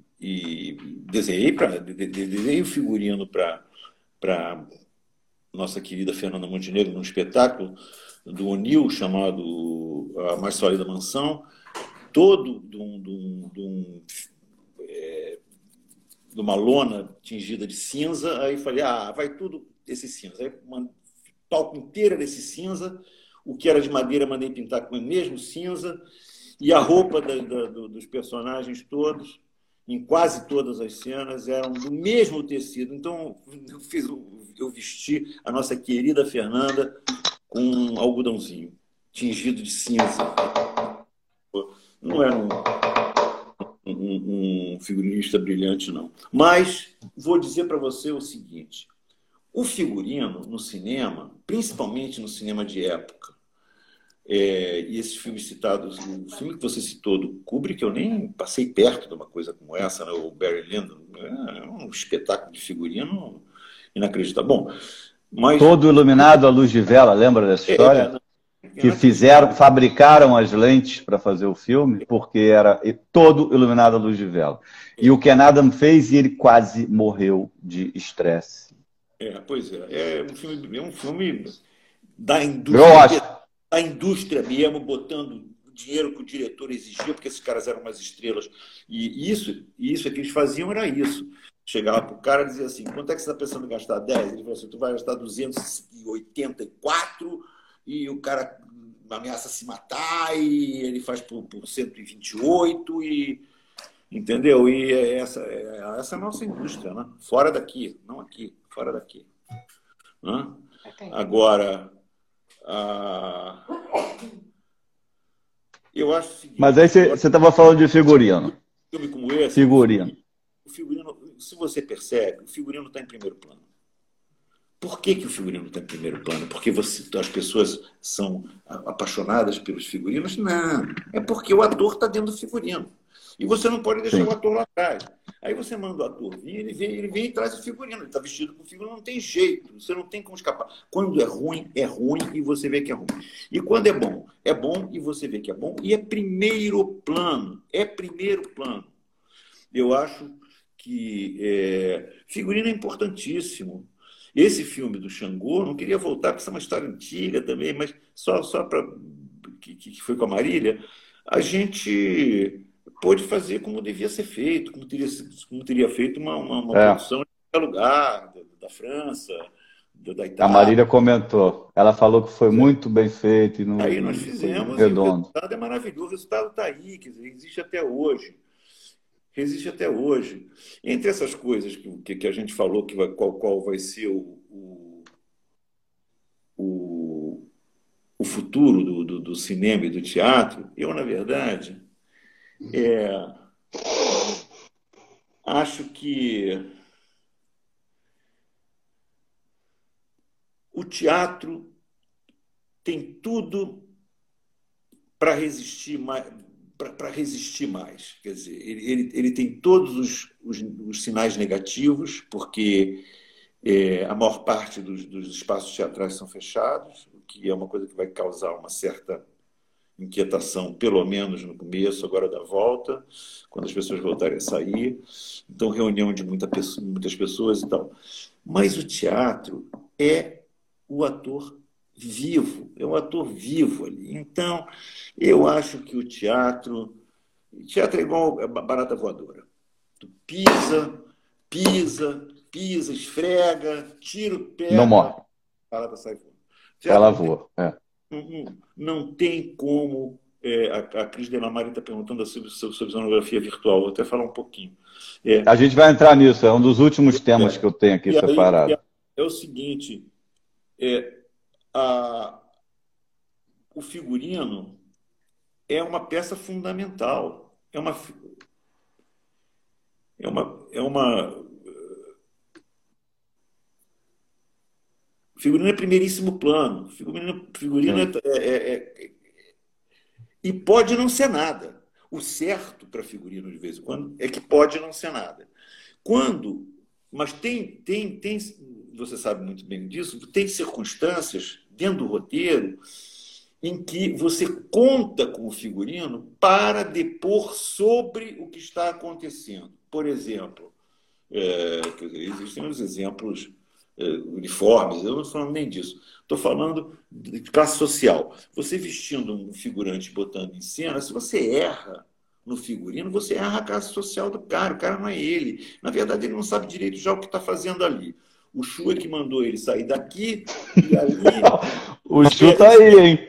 desenhei o figurino para nossa querida Fernanda Montenegro, num espetáculo do O'Neill chamado A Mais Sólida Mansão, todo de uma lona tingida de cinza. Aí falei, vai tudo esse cinza. Aí o palco inteiro desse cinza, o que era de madeira mandei pintar com o mesmo cinza, e a roupa dos personagens todos, em quase todas as cenas, eram do mesmo tecido. Então, eu vesti a nossa querida Fernanda com um algodãozinho tingido de cinza. Não era um figurinista brilhante, não. Mas vou dizer para você o seguinte: o figurino no cinema, principalmente no cinema de época, e esses filmes citados, o filme que você citou do Kubrick, eu nem passei perto de uma coisa como essa, né? O Barry Lyndon, é um espetáculo de figurino inacreditável. Bom, mas... Todo iluminado à luz de vela, lembra dessa história? Que fabricaram as lentes para fazer o filme, porque era todo iluminado à luz de vela. E o Ken Adam fez e ele quase morreu de estresse. Pois é. É um filme da indústria. A indústria mesmo, botando dinheiro que o diretor exigia, porque esses caras eram umas estrelas. E isso é que eles faziam, era isso. Chegava para o cara e dizia assim: quanto é que você está pensando em gastar? 10? Ele falou assim: tu vai gastar 284, e o cara ameaça se matar, e ele faz por 128, entendeu? E essa é a nossa indústria, né? Fora daqui, não aqui, fora daqui. Né? Agora... eu acho o seguinte, mas aí você estava falando de figurino. Filme como esse, figurino. O figurino, se você percebe, o figurino está em primeiro plano. Por que o figurino está em primeiro plano? Porque as pessoas são apaixonadas pelos figurinos? Não. É porque o ator está dentro do figurino. E você não pode deixar o ator lá atrás. Aí você manda o ator vir, ele vem e traz o figurino. Ele está vestido com o figurino, não tem jeito. Você não tem como escapar. Quando é ruim e você vê que é ruim. E quando é bom e você vê que é bom. E é primeiro plano. É primeiro plano. Eu acho que figurino é importantíssimo. Esse filme do Xangô, não queria voltar, porque isso é uma história antiga também, mas só para que foi com a Marília, a gente pôde fazer como devia ser feito, como teria feito uma produção em qualquer lugar, da França, da Itália. A Marília comentou. Ela falou que foi muito bem feito. Aí nós fizemos, redondo. E o resultado é maravilhoso. O resultado está aí, quer dizer, existe até hoje. Resiste até hoje. Entre essas coisas que a gente falou, qual vai ser o futuro do cinema e do teatro, eu, na verdade, acho que o teatro tem tudo para resistir mais. Quer dizer, ele tem todos os sinais negativos, porque a maior parte dos espaços teatrais são fechados, o que é uma coisa que vai causar uma certa inquietação, pelo menos no começo, agora da volta, quando as pessoas voltarem a sair. Então, reunião de muitas pessoas e tal. Mas o teatro é o ator vivo, é um ator vivo ali. Então, eu acho que o teatro é igual a barata voadora. Tu pisa, esfrega, tira o pé, não morre. A barata sai voando. Ela voa. Não tem como... a Cris Delamare está perguntando sobre sonografia virtual. Vou até falar um pouquinho. A gente vai entrar nisso, é um dos últimos temas que eu tenho aqui separado. É o seguinte... o figurino é uma peça fundamental. Figurino é primeiríssimo plano. Figurino e pode não ser nada. O certo para figurino, de vez em quando, é que pode não ser nada. Mas tem, você sabe muito bem disso, tem circunstâncias dentro do roteiro em que você conta com o figurino para depor sobre o que está acontecendo. Por exemplo, existem os exemplos uniformes, eu não estou falando nem disso. Estou falando de classe social. Você vestindo um figurante botando em cena, se você erra no figurino, você erra a classe social do cara. O cara não é ele. Na verdade, ele não sabe direito já o que está fazendo ali. O Chu é que mandou ele sair daqui e ali... O Chu está aí, hein?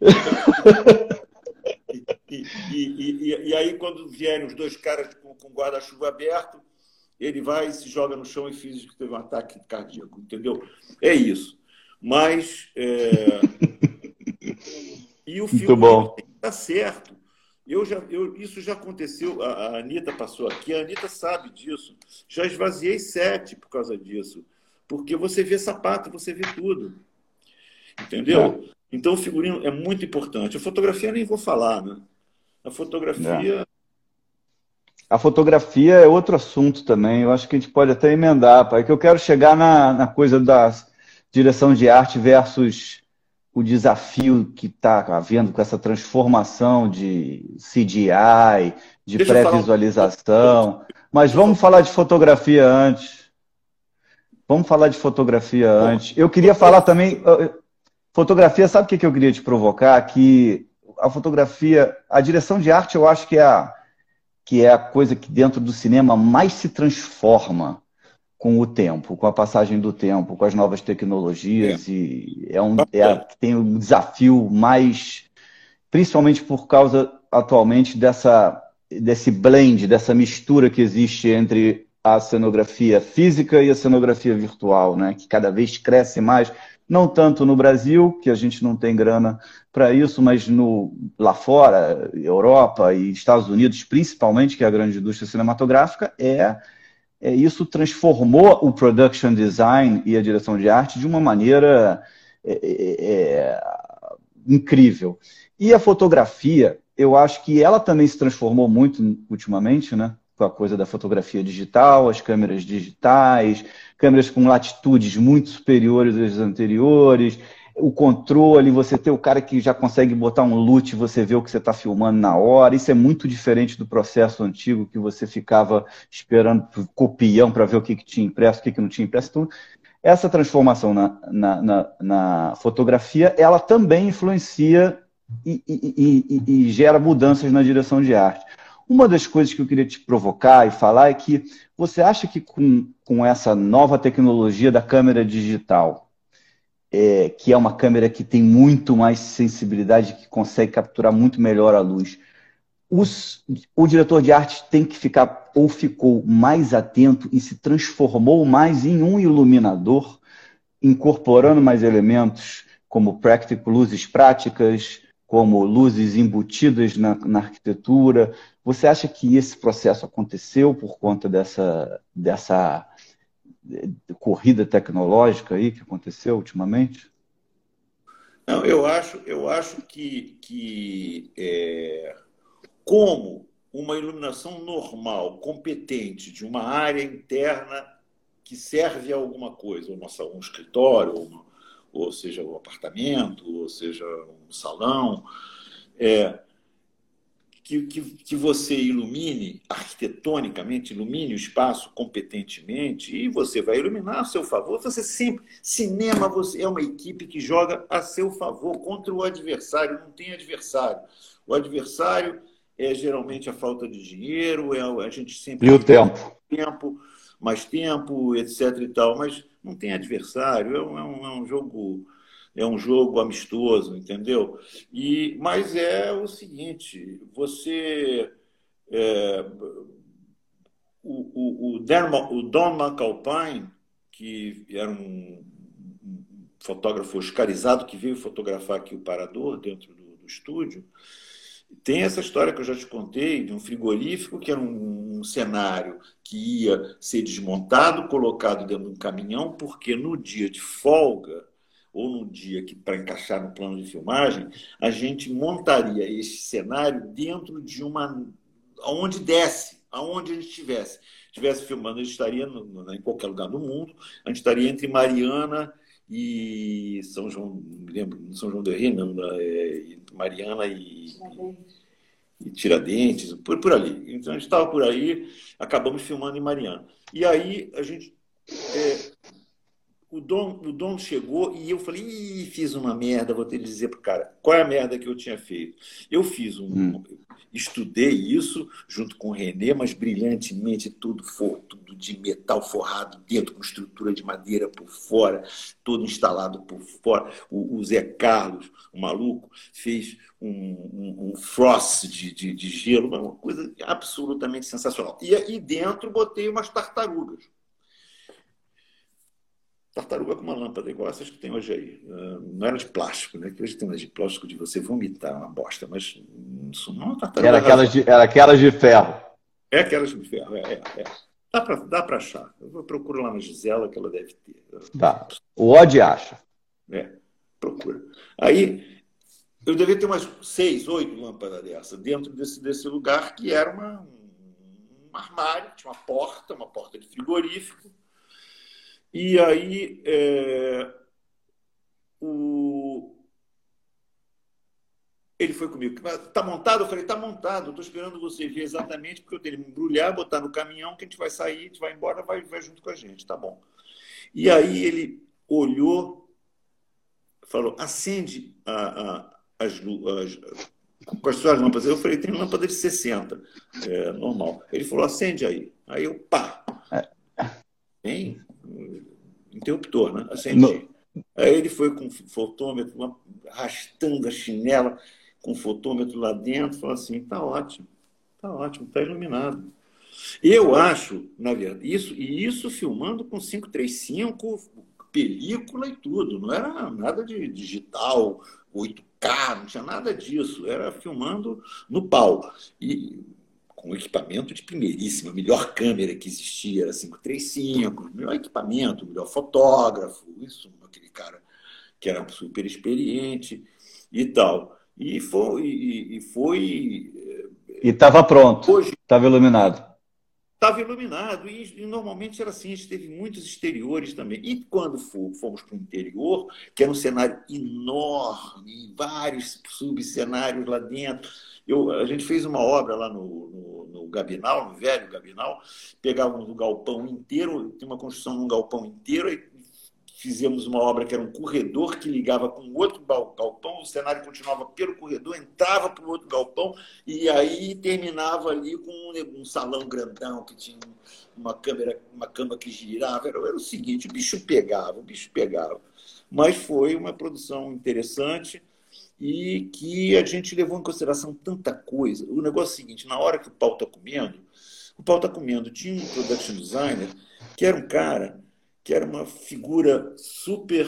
E aí, quando vierem os dois caras com o guarda-chuva aberto, ele vai e se joga no chão e finge que teve um ataque cardíaco, entendeu? É isso. Mas... E o filme está certo. Isso já aconteceu, a Anitta passou aqui, a Anitta sabe disso. Já esvaziei 7 por causa disso. Porque você vê sapato, você vê tudo. Entendeu? Então, o figurino é muito importante. A fotografia nem vou falar, né? A fotografia. A fotografia é outro assunto também. Eu acho que a gente pode até emendar, pai, que eu quero chegar na coisa da direção de arte versus o desafio que está havendo com essa transformação de CGI, de pré-visualização. Mas vamos falar de fotografia antes. Vamos falar de fotografia antes. Eu queria falar também... Fotografia, sabe o que eu queria te provocar? Que a fotografia, a direção de arte, eu acho que é a coisa que dentro do cinema mais se transforma com o tempo, com a passagem do tempo, com as novas tecnologias, e a que tem um desafio mais, principalmente por causa atualmente desse blend, dessa mistura que existe entre a cenografia física e a cenografia virtual, né? Que cada vez cresce mais, não tanto no Brasil, que a gente não tem grana para isso, mas lá fora, Europa e Estados Unidos, principalmente, que é a grande indústria cinematográfica, isso transformou o production design e a direção de arte de uma maneira incrível. E a fotografia, eu acho que ela também se transformou muito ultimamente, né? Com a coisa da fotografia digital, as câmeras digitais, câmeras com latitudes muito superiores às anteriores, o controle, você ter o cara que já consegue botar um LUT, você vê o que você está filmando na hora. Isso é muito diferente do processo antigo, que você ficava esperando copião para ver o que tinha impresso, o que não tinha impresso. Então, essa transformação na fotografia, ela também influencia e gera mudanças na direção de arte. Uma das coisas que eu queria te provocar e falar é que você acha que com essa nova tecnologia da câmera digital, que é uma câmera que tem muito mais sensibilidade, que consegue capturar muito melhor a luz, o diretor de arte tem que ficar, ou ficou mais atento e se transformou mais em um iluminador, incorporando mais elementos como luzes práticas, como luzes embutidas na arquitetura. Você acha que esse processo aconteceu por conta dessa corrida tecnológica aí que aconteceu ultimamente? Não, eu acho que como uma iluminação normal, competente, de uma área interna que serve a alguma coisa, um escritório, ou seja, um apartamento, ou seja, um salão, que você ilumine arquitetonicamente, ilumine o espaço competentemente, e você vai iluminar a seu favor. Você sempre... Cinema é uma equipe que joga a seu favor contra o adversário. Não tem adversário. O adversário é geralmente a falta de dinheiro, a gente sempre... E o tempo. Mais tempo, etc. e tal, mas não tem adversário. É um jogo amistoso, entendeu? Mas é o seguinte, o Don McAlpine, que era um fotógrafo oscarizado que veio fotografar aqui o Parador dentro do estúdio, tem essa história que eu já te contei, de um frigorífico que era um cenário que ia ser desmontado, colocado dentro de um caminhão, porque no dia de folga, ou no dia que para encaixar no plano de filmagem, a gente montaria esse cenário dentro de aonde a gente estivesse filmando, a gente estaria em qualquer lugar do mundo, a gente estaria entre Mariana e São João, me lembro, São João del Rei, não, Mariana e Tiradentes, por ali. Então a gente estava por aí, acabamos filmando em Mariana. E aí a gente... O Dom chegou e eu falei, fiz uma merda, vou ter que dizer pro cara, qual é a merda que eu tinha feito? Eu estudei isso junto com o René, mas brilhantemente, tudo de metal forrado dentro, com estrutura de madeira por fora, todo instalado por fora. O Zé Carlos, o maluco, fez um frost de gelo, uma coisa absolutamente sensacional. E aí dentro botei umas tartarugas. Tartaruga com uma lâmpada igual essas que tem hoje aí. Não era de plástico, né? Que hoje tem umas de plástico de você vomitar uma bosta, mas Isso não é uma tartaruga razoável. Era aquelas de ferro. É aquelas de ferro, é. Dá para achar. Eu procuro lá na Gisela que ela deve ter. Tá. O Odd acha. É, procura. Aí, eu devia ter umas 6, 8 lâmpadas dessa dentro desse lugar que era um armário, tinha uma porta de frigorífico. E aí, ele foi comigo. Tá montado? Eu falei, tá montado. Estou esperando você ver exatamente, porque eu tenho que embrulhar, botar no caminhão, que a gente vai sair, a gente vai embora, vai junto com a gente. Tá bom. E aí ele olhou, falou, acende com as suas lâmpadas. Eu falei, tem lâmpada de 60, normal. Ele falou, acende aí. Aí eu, pá. Tem interruptor, né? Acendi. Aí ele foi com o fotômetro, arrastando a chinela com o fotômetro lá dentro, falou assim, tá ótimo, tá iluminado. Eu acho, na verdade, isso filmando com 535, película e tudo, não era nada de digital, 8K, não tinha nada disso, era filmando no pau. E com equipamento de primeiríssima, a melhor câmera que existia era 535, melhor equipamento, melhor fotógrafo, isso, aquele cara que era super experiente e tal. E estava pronto, estava iluminado. Estava iluminado, e normalmente era assim, a gente teve muitos exteriores também. E quando fomos para o interior, que era um cenário enorme, vários subcenários lá dentro. A gente fez uma obra lá no Gabinal, no velho Gabinal, pegávamos o galpão inteiro, tem uma construção num galpão inteiro, e fizemos uma obra que era um corredor que ligava com outro galpão, o cenário continuava pelo corredor, entrava para o outro galpão e aí terminava ali com um salão grandão que tinha uma cama que girava. Era o seguinte, o bicho pegava. Mas foi uma produção interessante e que a gente levou em consideração tanta coisa. O negócio é o seguinte, na hora que o pau está comendo, tinha um production designer que era um cara que era uma figura super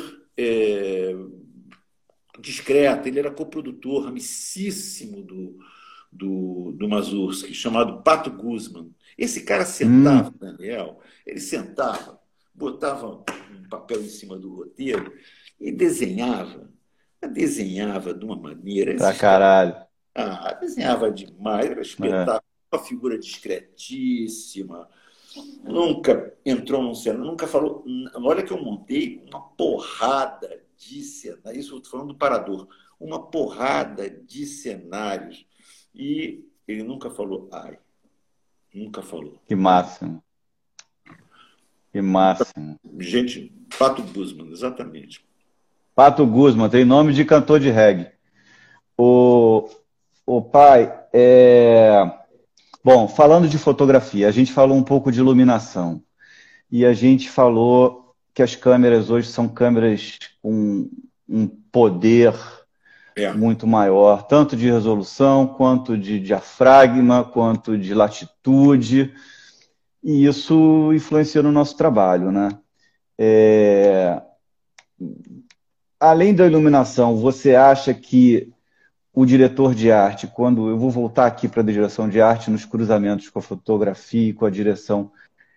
discreta, ele era coprodutor amicíssimo do Mazursky, chamado Pato Guzman. Esse cara sentava, Daniel, ele sentava, botava um papel em cima do roteiro e desenhava de uma maneira... Pra caralho. Desenhava demais, era espetáculo, uma figura discretíssima, nunca entrou num cenário, nunca falou. Olha que eu montei uma porrada de cenários, isso eu estou falando do Parador, uma porrada de cenários. E ele nunca falou, nunca falou. Que máximo. Gente, Pato Guzman, exatamente. Pato Guzman, tem nome de cantor de reggae. O pai, Bom, falando de fotografia, a gente falou um pouco de iluminação e a gente falou que as câmeras hoje são câmeras com um poder muito maior, tanto de resolução, quanto de diafragma, quanto de latitude, e isso influencia no nosso trabalho, né? Além da iluminação, você acha que o diretor de arte, quando eu vou voltar aqui para a direção de arte, nos cruzamentos com a fotografia e com a direção,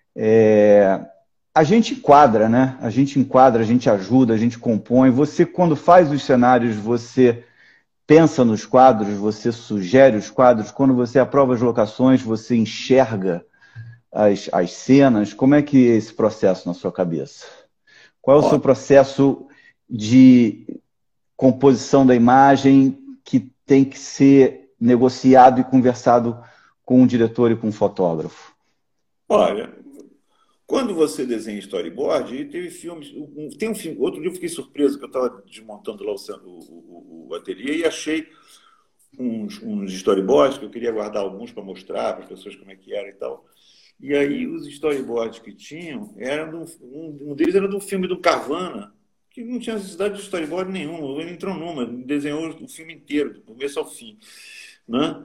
a gente enquadra, né? A gente ajuda, a gente compõe. Você, quando faz os cenários, você pensa nos quadros, você sugere os quadros. Quando você aprova as locações, você enxerga as cenas. Como é que é esse processo na sua cabeça? Qual é o seu processo de composição da imagem que tem que ser negociado e conversado com o diretor e com o fotógrafo? Olha, quando você desenha storyboard, teve filmes. Tem um filme. Outro dia eu fiquei surpreso, que eu estava desmontando lá o ateliê e achei uns storyboards, que eu queria guardar alguns para mostrar para as pessoas como é que era e tal. E aí os storyboards que tinham, um deles era de um filme do Carvana, que não tinha necessidade de storyboard nenhum. Ele entrou desenhou o filme inteiro, do começo ao fim. Né?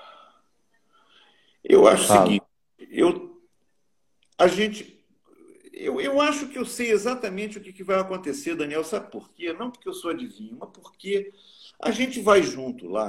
Eu acho o seguinte, eu acho que eu sei exatamente o que vai acontecer, Daniel. Sabe por quê? Não porque eu sou adivinho, mas porque a gente vai junto lá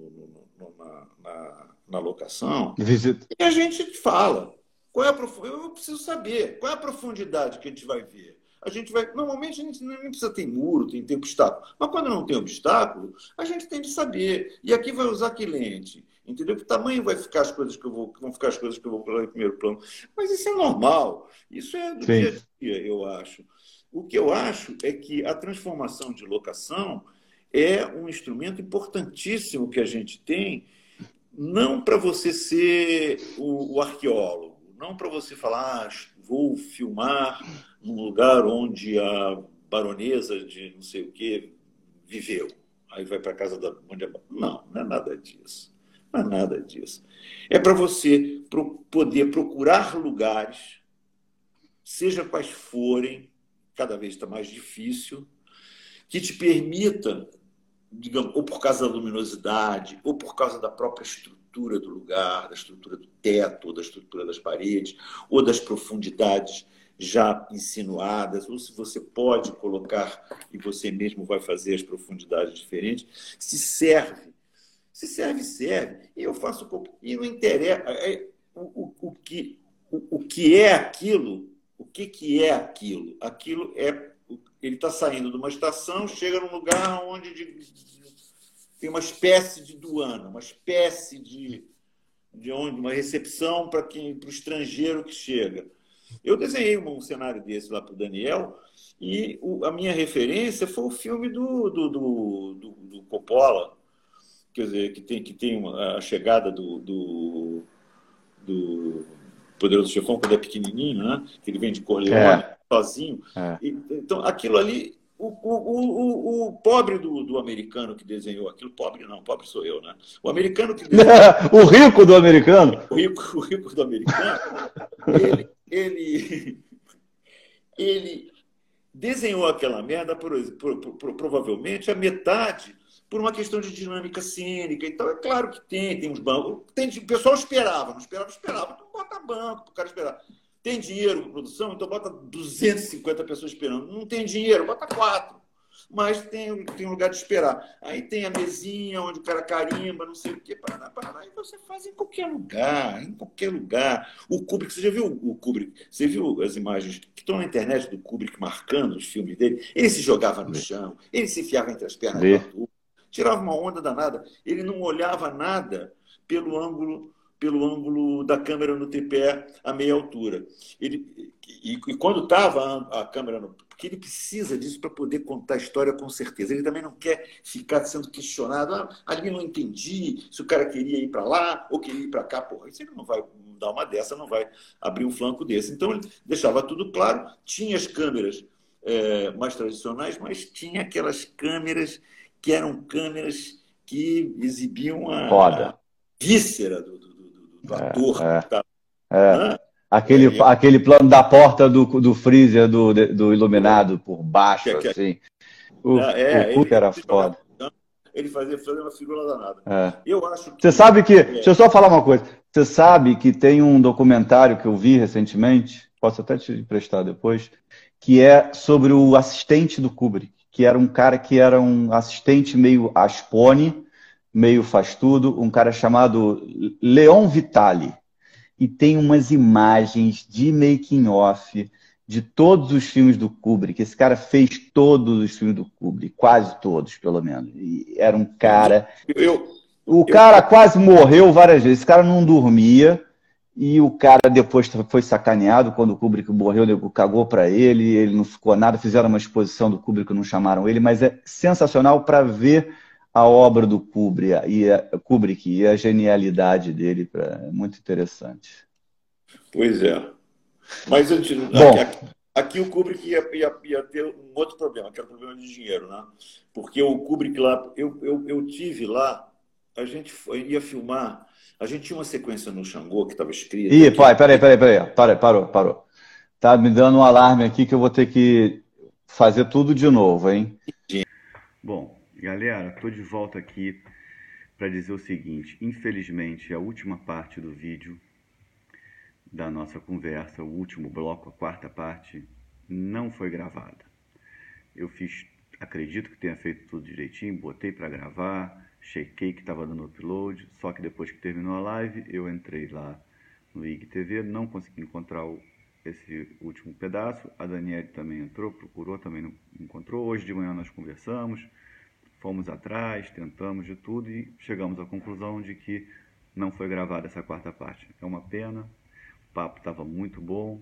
na locação Visita. e a gente fala. Qual é eu preciso saber qual é a profundidade que a gente vai ver. A gente vai. Normalmente a gente não precisa ter muro, tem que ter obstáculo. Mas quando não tem obstáculo, a gente tem de saber. E aqui vai usar que lente. Entendeu? Que tamanho vai ficar as coisas que vão ficar as coisas que eu vou colocar em primeiro plano. Mas isso é normal. Isso é do Sim. dia a dia, eu acho. O que eu acho é que a transformação de locação é um instrumento importantíssimo que a gente tem, não para você ser o arqueólogo, não para você falar, vou filmar num lugar onde a baronesa de não sei o quê viveu. Aí vai para a casa da... Não, não é nada disso. Não é nada disso. É para você poder procurar lugares, seja quais forem, cada vez está mais difícil, que te permita, digamos, ou por causa da luminosidade, ou por causa da própria estrutura do lugar, da estrutura do teto, ou da estrutura das paredes, ou das profundidades já insinuadas, ou se você pode colocar e você mesmo vai fazer as profundidades diferentes, serve. Serve. E eu faço... E não interessa... O que é aquilo? O que é aquilo? Aquilo é... Ele está saindo de uma estação, chega num lugar onde tem uma espécie de duana, uma espécie de uma recepção para o estrangeiro que chega. Eu desenhei um cenário desse lá para o Daniel e a minha referência foi o filme do Coppola, quer dizer, que tem a chegada do Poderoso Chefão, quando é pequenininho, né? Que ele vem de Corleone, sozinho. Então, aquilo ali, o pobre do americano que desenhou aquilo, pobre não, pobre sou eu, né? O americano que desenhou... O rico do americano? O rico do americano, ele desenhou aquela merda, provavelmente, a metade por uma questão de dinâmica cênica. Então, é claro que tem uns bancos. O pessoal esperava, não esperava, então bota banco para o cara esperar. Tem dinheiro com produção, então bota 250 pessoas esperando. Não tem dinheiro, bota 4. Mas tem um lugar de esperar. Aí tem a mesinha onde o cara carimba, não sei o quê, paraná, e você faz em qualquer lugar, O Kubrick, você já viu o Kubrick? Você viu as imagens que estão na internet do Kubrick marcando os filmes dele? Ele se jogava no chão, ele se enfiava entre as pernas do ator, tirava uma onda danada, ele não olhava nada pelo ângulo da câmera no tripé a meia altura. E quando estava a câmera porque ele precisa disso para poder contar a história com certeza. Ele também não quer ficar sendo questionado. Ali não entendi se o cara queria ir para lá ou queria ir para cá. Porra, isso ele não vai dar uma dessa, não vai abrir um flanco desse. Então, ele deixava tudo claro. Tinha as câmeras mais tradicionais, mas tinha aquelas câmeras que eram câmeras que exibiam a víscera do ator. Aquele plano da porta do freezer do iluminado por baixo, assim. O Kubrick era foda. Ele fazia uma figura danada. Eu acho que... Você sabe que... Deixa eu só falar uma coisa. Você sabe que tem um documentário que eu vi recentemente, posso até te emprestar depois, que é sobre o assistente do Kubrick, que era um cara que era um assistente meio Aspone, meio faz tudo, um cara chamado Leon Vitali. E tem umas imagens de making off de todos os filmes do Kubrick. Esse cara fez todos os filmes do Kubrick, quase todos, pelo menos. E era um cara... O cara quase morreu várias vezes. Esse cara não dormia e o cara depois foi sacaneado. Quando o Kubrick morreu, o nego cagou pra ele não ficou nada. Fizeram uma exposição do Kubrick, não chamaram ele, mas é sensacional para ver a obra do Kubrick e a genialidade dele. É muito interessante. Pois é. Mas aqui o Kubrick ia ter um outro problema, que era o problema de dinheiro, né? Porque o Kubrick lá, eu tive lá, a gente ia filmar, a gente tinha uma sequência no Xangô que estava escrita... Ih, pai, peraí, parou. Tá me dando um alarme aqui que eu vou ter que fazer tudo de novo, hein? Bom, galera, tô de volta aqui para dizer o seguinte: infelizmente, a última parte do vídeo da nossa conversa, o último bloco, a quarta parte, não foi gravada. Eu acredito que tenha feito tudo direitinho, botei para gravar, chequei que estava dando upload, só que depois que terminou a live, eu entrei lá no IGTV, não consegui encontrar esse último pedaço. A Daniele também entrou, procurou, também não encontrou. Hoje de manhã nós conversamos, fomos atrás, tentamos de tudo e chegamos à conclusão de que não foi gravada essa quarta parte. É uma pena, o papo estava muito bom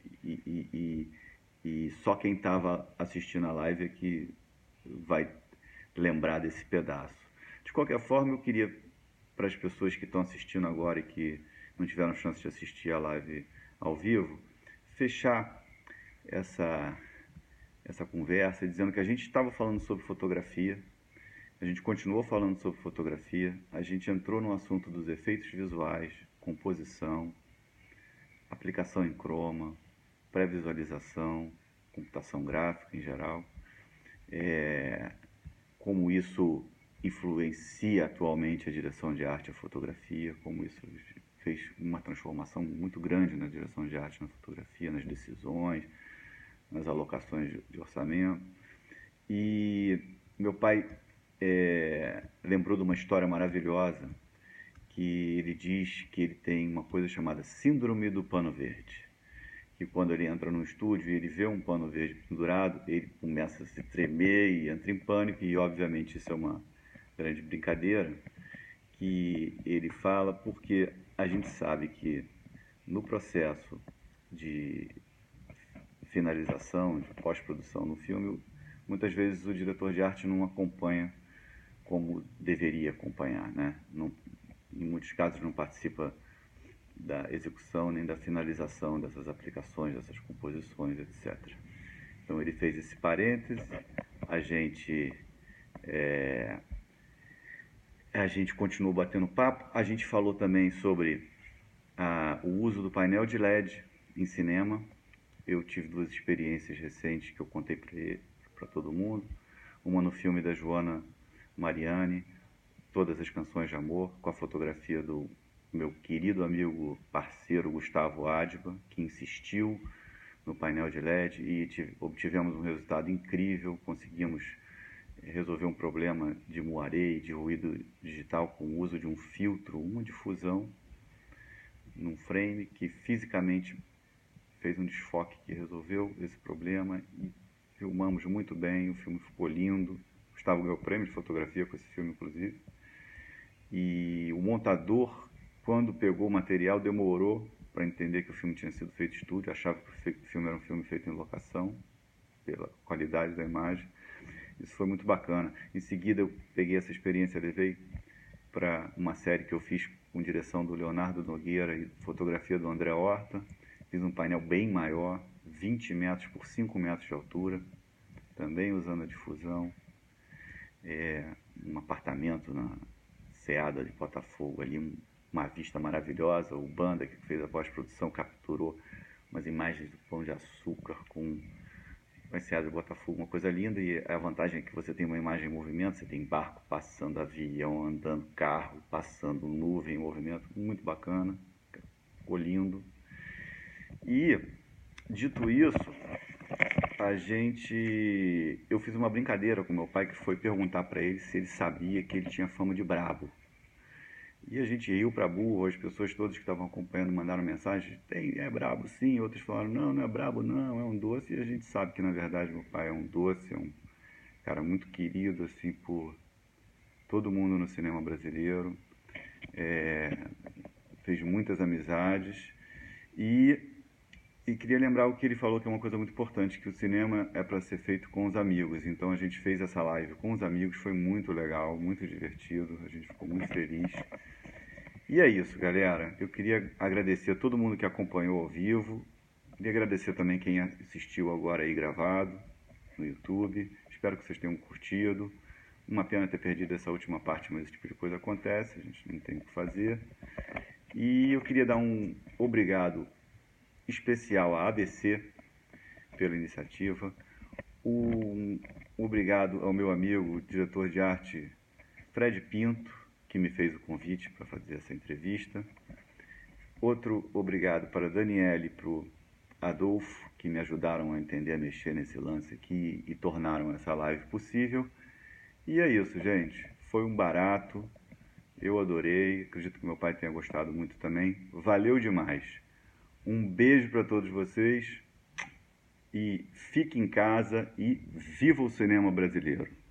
e só quem estava assistindo a live é que vai lembrar desse pedaço. De qualquer forma, eu queria, para as pessoas que estão assistindo agora e que não tiveram chance de assistir a live ao vivo, fechar essa conversa dizendo que a gente estava falando sobre fotografia, a gente continuou falando sobre fotografia, a gente entrou no assunto dos efeitos visuais, composição, aplicação em croma, pré-visualização, computação gráfica em geral, como isso influencia atualmente a direção de arte e a fotografia, como isso fez uma transformação muito grande na direção de arte e na fotografia, nas decisões, nas alocações de orçamento. E meu pai lembrou de uma história maravilhosa que ele diz que ele tem uma coisa chamada síndrome do pano verde, que quando ele entra no estúdio e ele vê um pano verde pendurado, ele começa a se tremer e entra em pânico, e obviamente isso é uma grande brincadeira que ele fala, porque a gente sabe que no processo de finalização, de pós-produção no filme, muitas vezes o diretor de arte não acompanha como deveria acompanhar, né? Não, em muitos casos não participa da execução nem da finalização dessas aplicações, dessas composições, etc. Então ele fez esse parêntese, a gente continuou batendo papo, a gente falou também sobre o uso do painel de LED em cinema. Eu tive 2 experiências recentes que eu contei para todo mundo, uma no filme da Joana Mariani, Todas as Canções de Amor, com a fotografia do meu querido amigo parceiro Gustavo Adba, que insistiu no painel de LED e obtivemos um resultado incrível, conseguimos resolver um problema de moaré e de ruído digital com o uso de um filtro, uma difusão num frame que fisicamente fez um desfoque que resolveu esse problema e filmamos muito bem, o filme ficou lindo. Gustavo ganhou prêmio de fotografia com esse filme, inclusive. E o montador, quando pegou o material, demorou para entender que o filme tinha sido feito em estúdio, achava que o filme era um filme feito em locação, pela qualidade da imagem. Isso foi muito bacana. Em seguida, eu peguei essa experiência, levei para uma série que eu fiz com direção do Leonardo Nogueira e fotografia do André Horta. Fiz um painel bem maior, 20 metros por 5 metros de altura, também usando a difusão. Um apartamento na Ceada de Botafogo, ali uma vista maravilhosa. O Banda, que fez a pós-produção, capturou umas imagens do Pão de Açúcar com a Ceada de Botafogo, uma coisa linda. E a vantagem é que você tem uma imagem em movimento, você tem barco passando, avião andando, carro passando, nuvem em movimento, muito bacana, ficou lindo. E, dito isso, eu fiz uma brincadeira com meu pai, que foi perguntar para ele se ele sabia que ele tinha fama de brabo. E a gente riu pra burro, as pessoas todas que estavam acompanhando mandaram mensagem: é brabo sim, outros falaram: não é brabo não, é um doce. E a gente sabe que na verdade meu pai é um doce, é um cara muito querido assim por todo mundo no cinema brasileiro, fez muitas amizades e queria lembrar o que ele falou, que é uma coisa muito importante, que o cinema é para ser feito com os amigos. Então a gente fez essa live com os amigos, foi muito legal, muito divertido, a gente ficou muito feliz. E é isso, galera. Eu queria agradecer a todo mundo que acompanhou ao vivo, queria agradecer também quem assistiu agora aí gravado no YouTube. Espero que vocês tenham curtido. Uma pena ter perdido essa última parte, mas esse tipo de coisa acontece, a gente não tem o que fazer. E eu queria dar um obrigado especial à ABC pela iniciativa. Obrigado ao meu amigo, diretor de arte Fred Pinto, que me fez o convite para fazer essa entrevista. Outro obrigado para a Daniele e para o Adolfo, que me ajudaram a entender, a mexer nesse lance aqui e tornaram essa live possível. E é isso, gente. Foi um barato. Eu adorei. Acredito que meu pai tenha gostado muito também. Valeu demais. Um beijo para todos vocês. E fique em casa e viva o cinema brasileiro.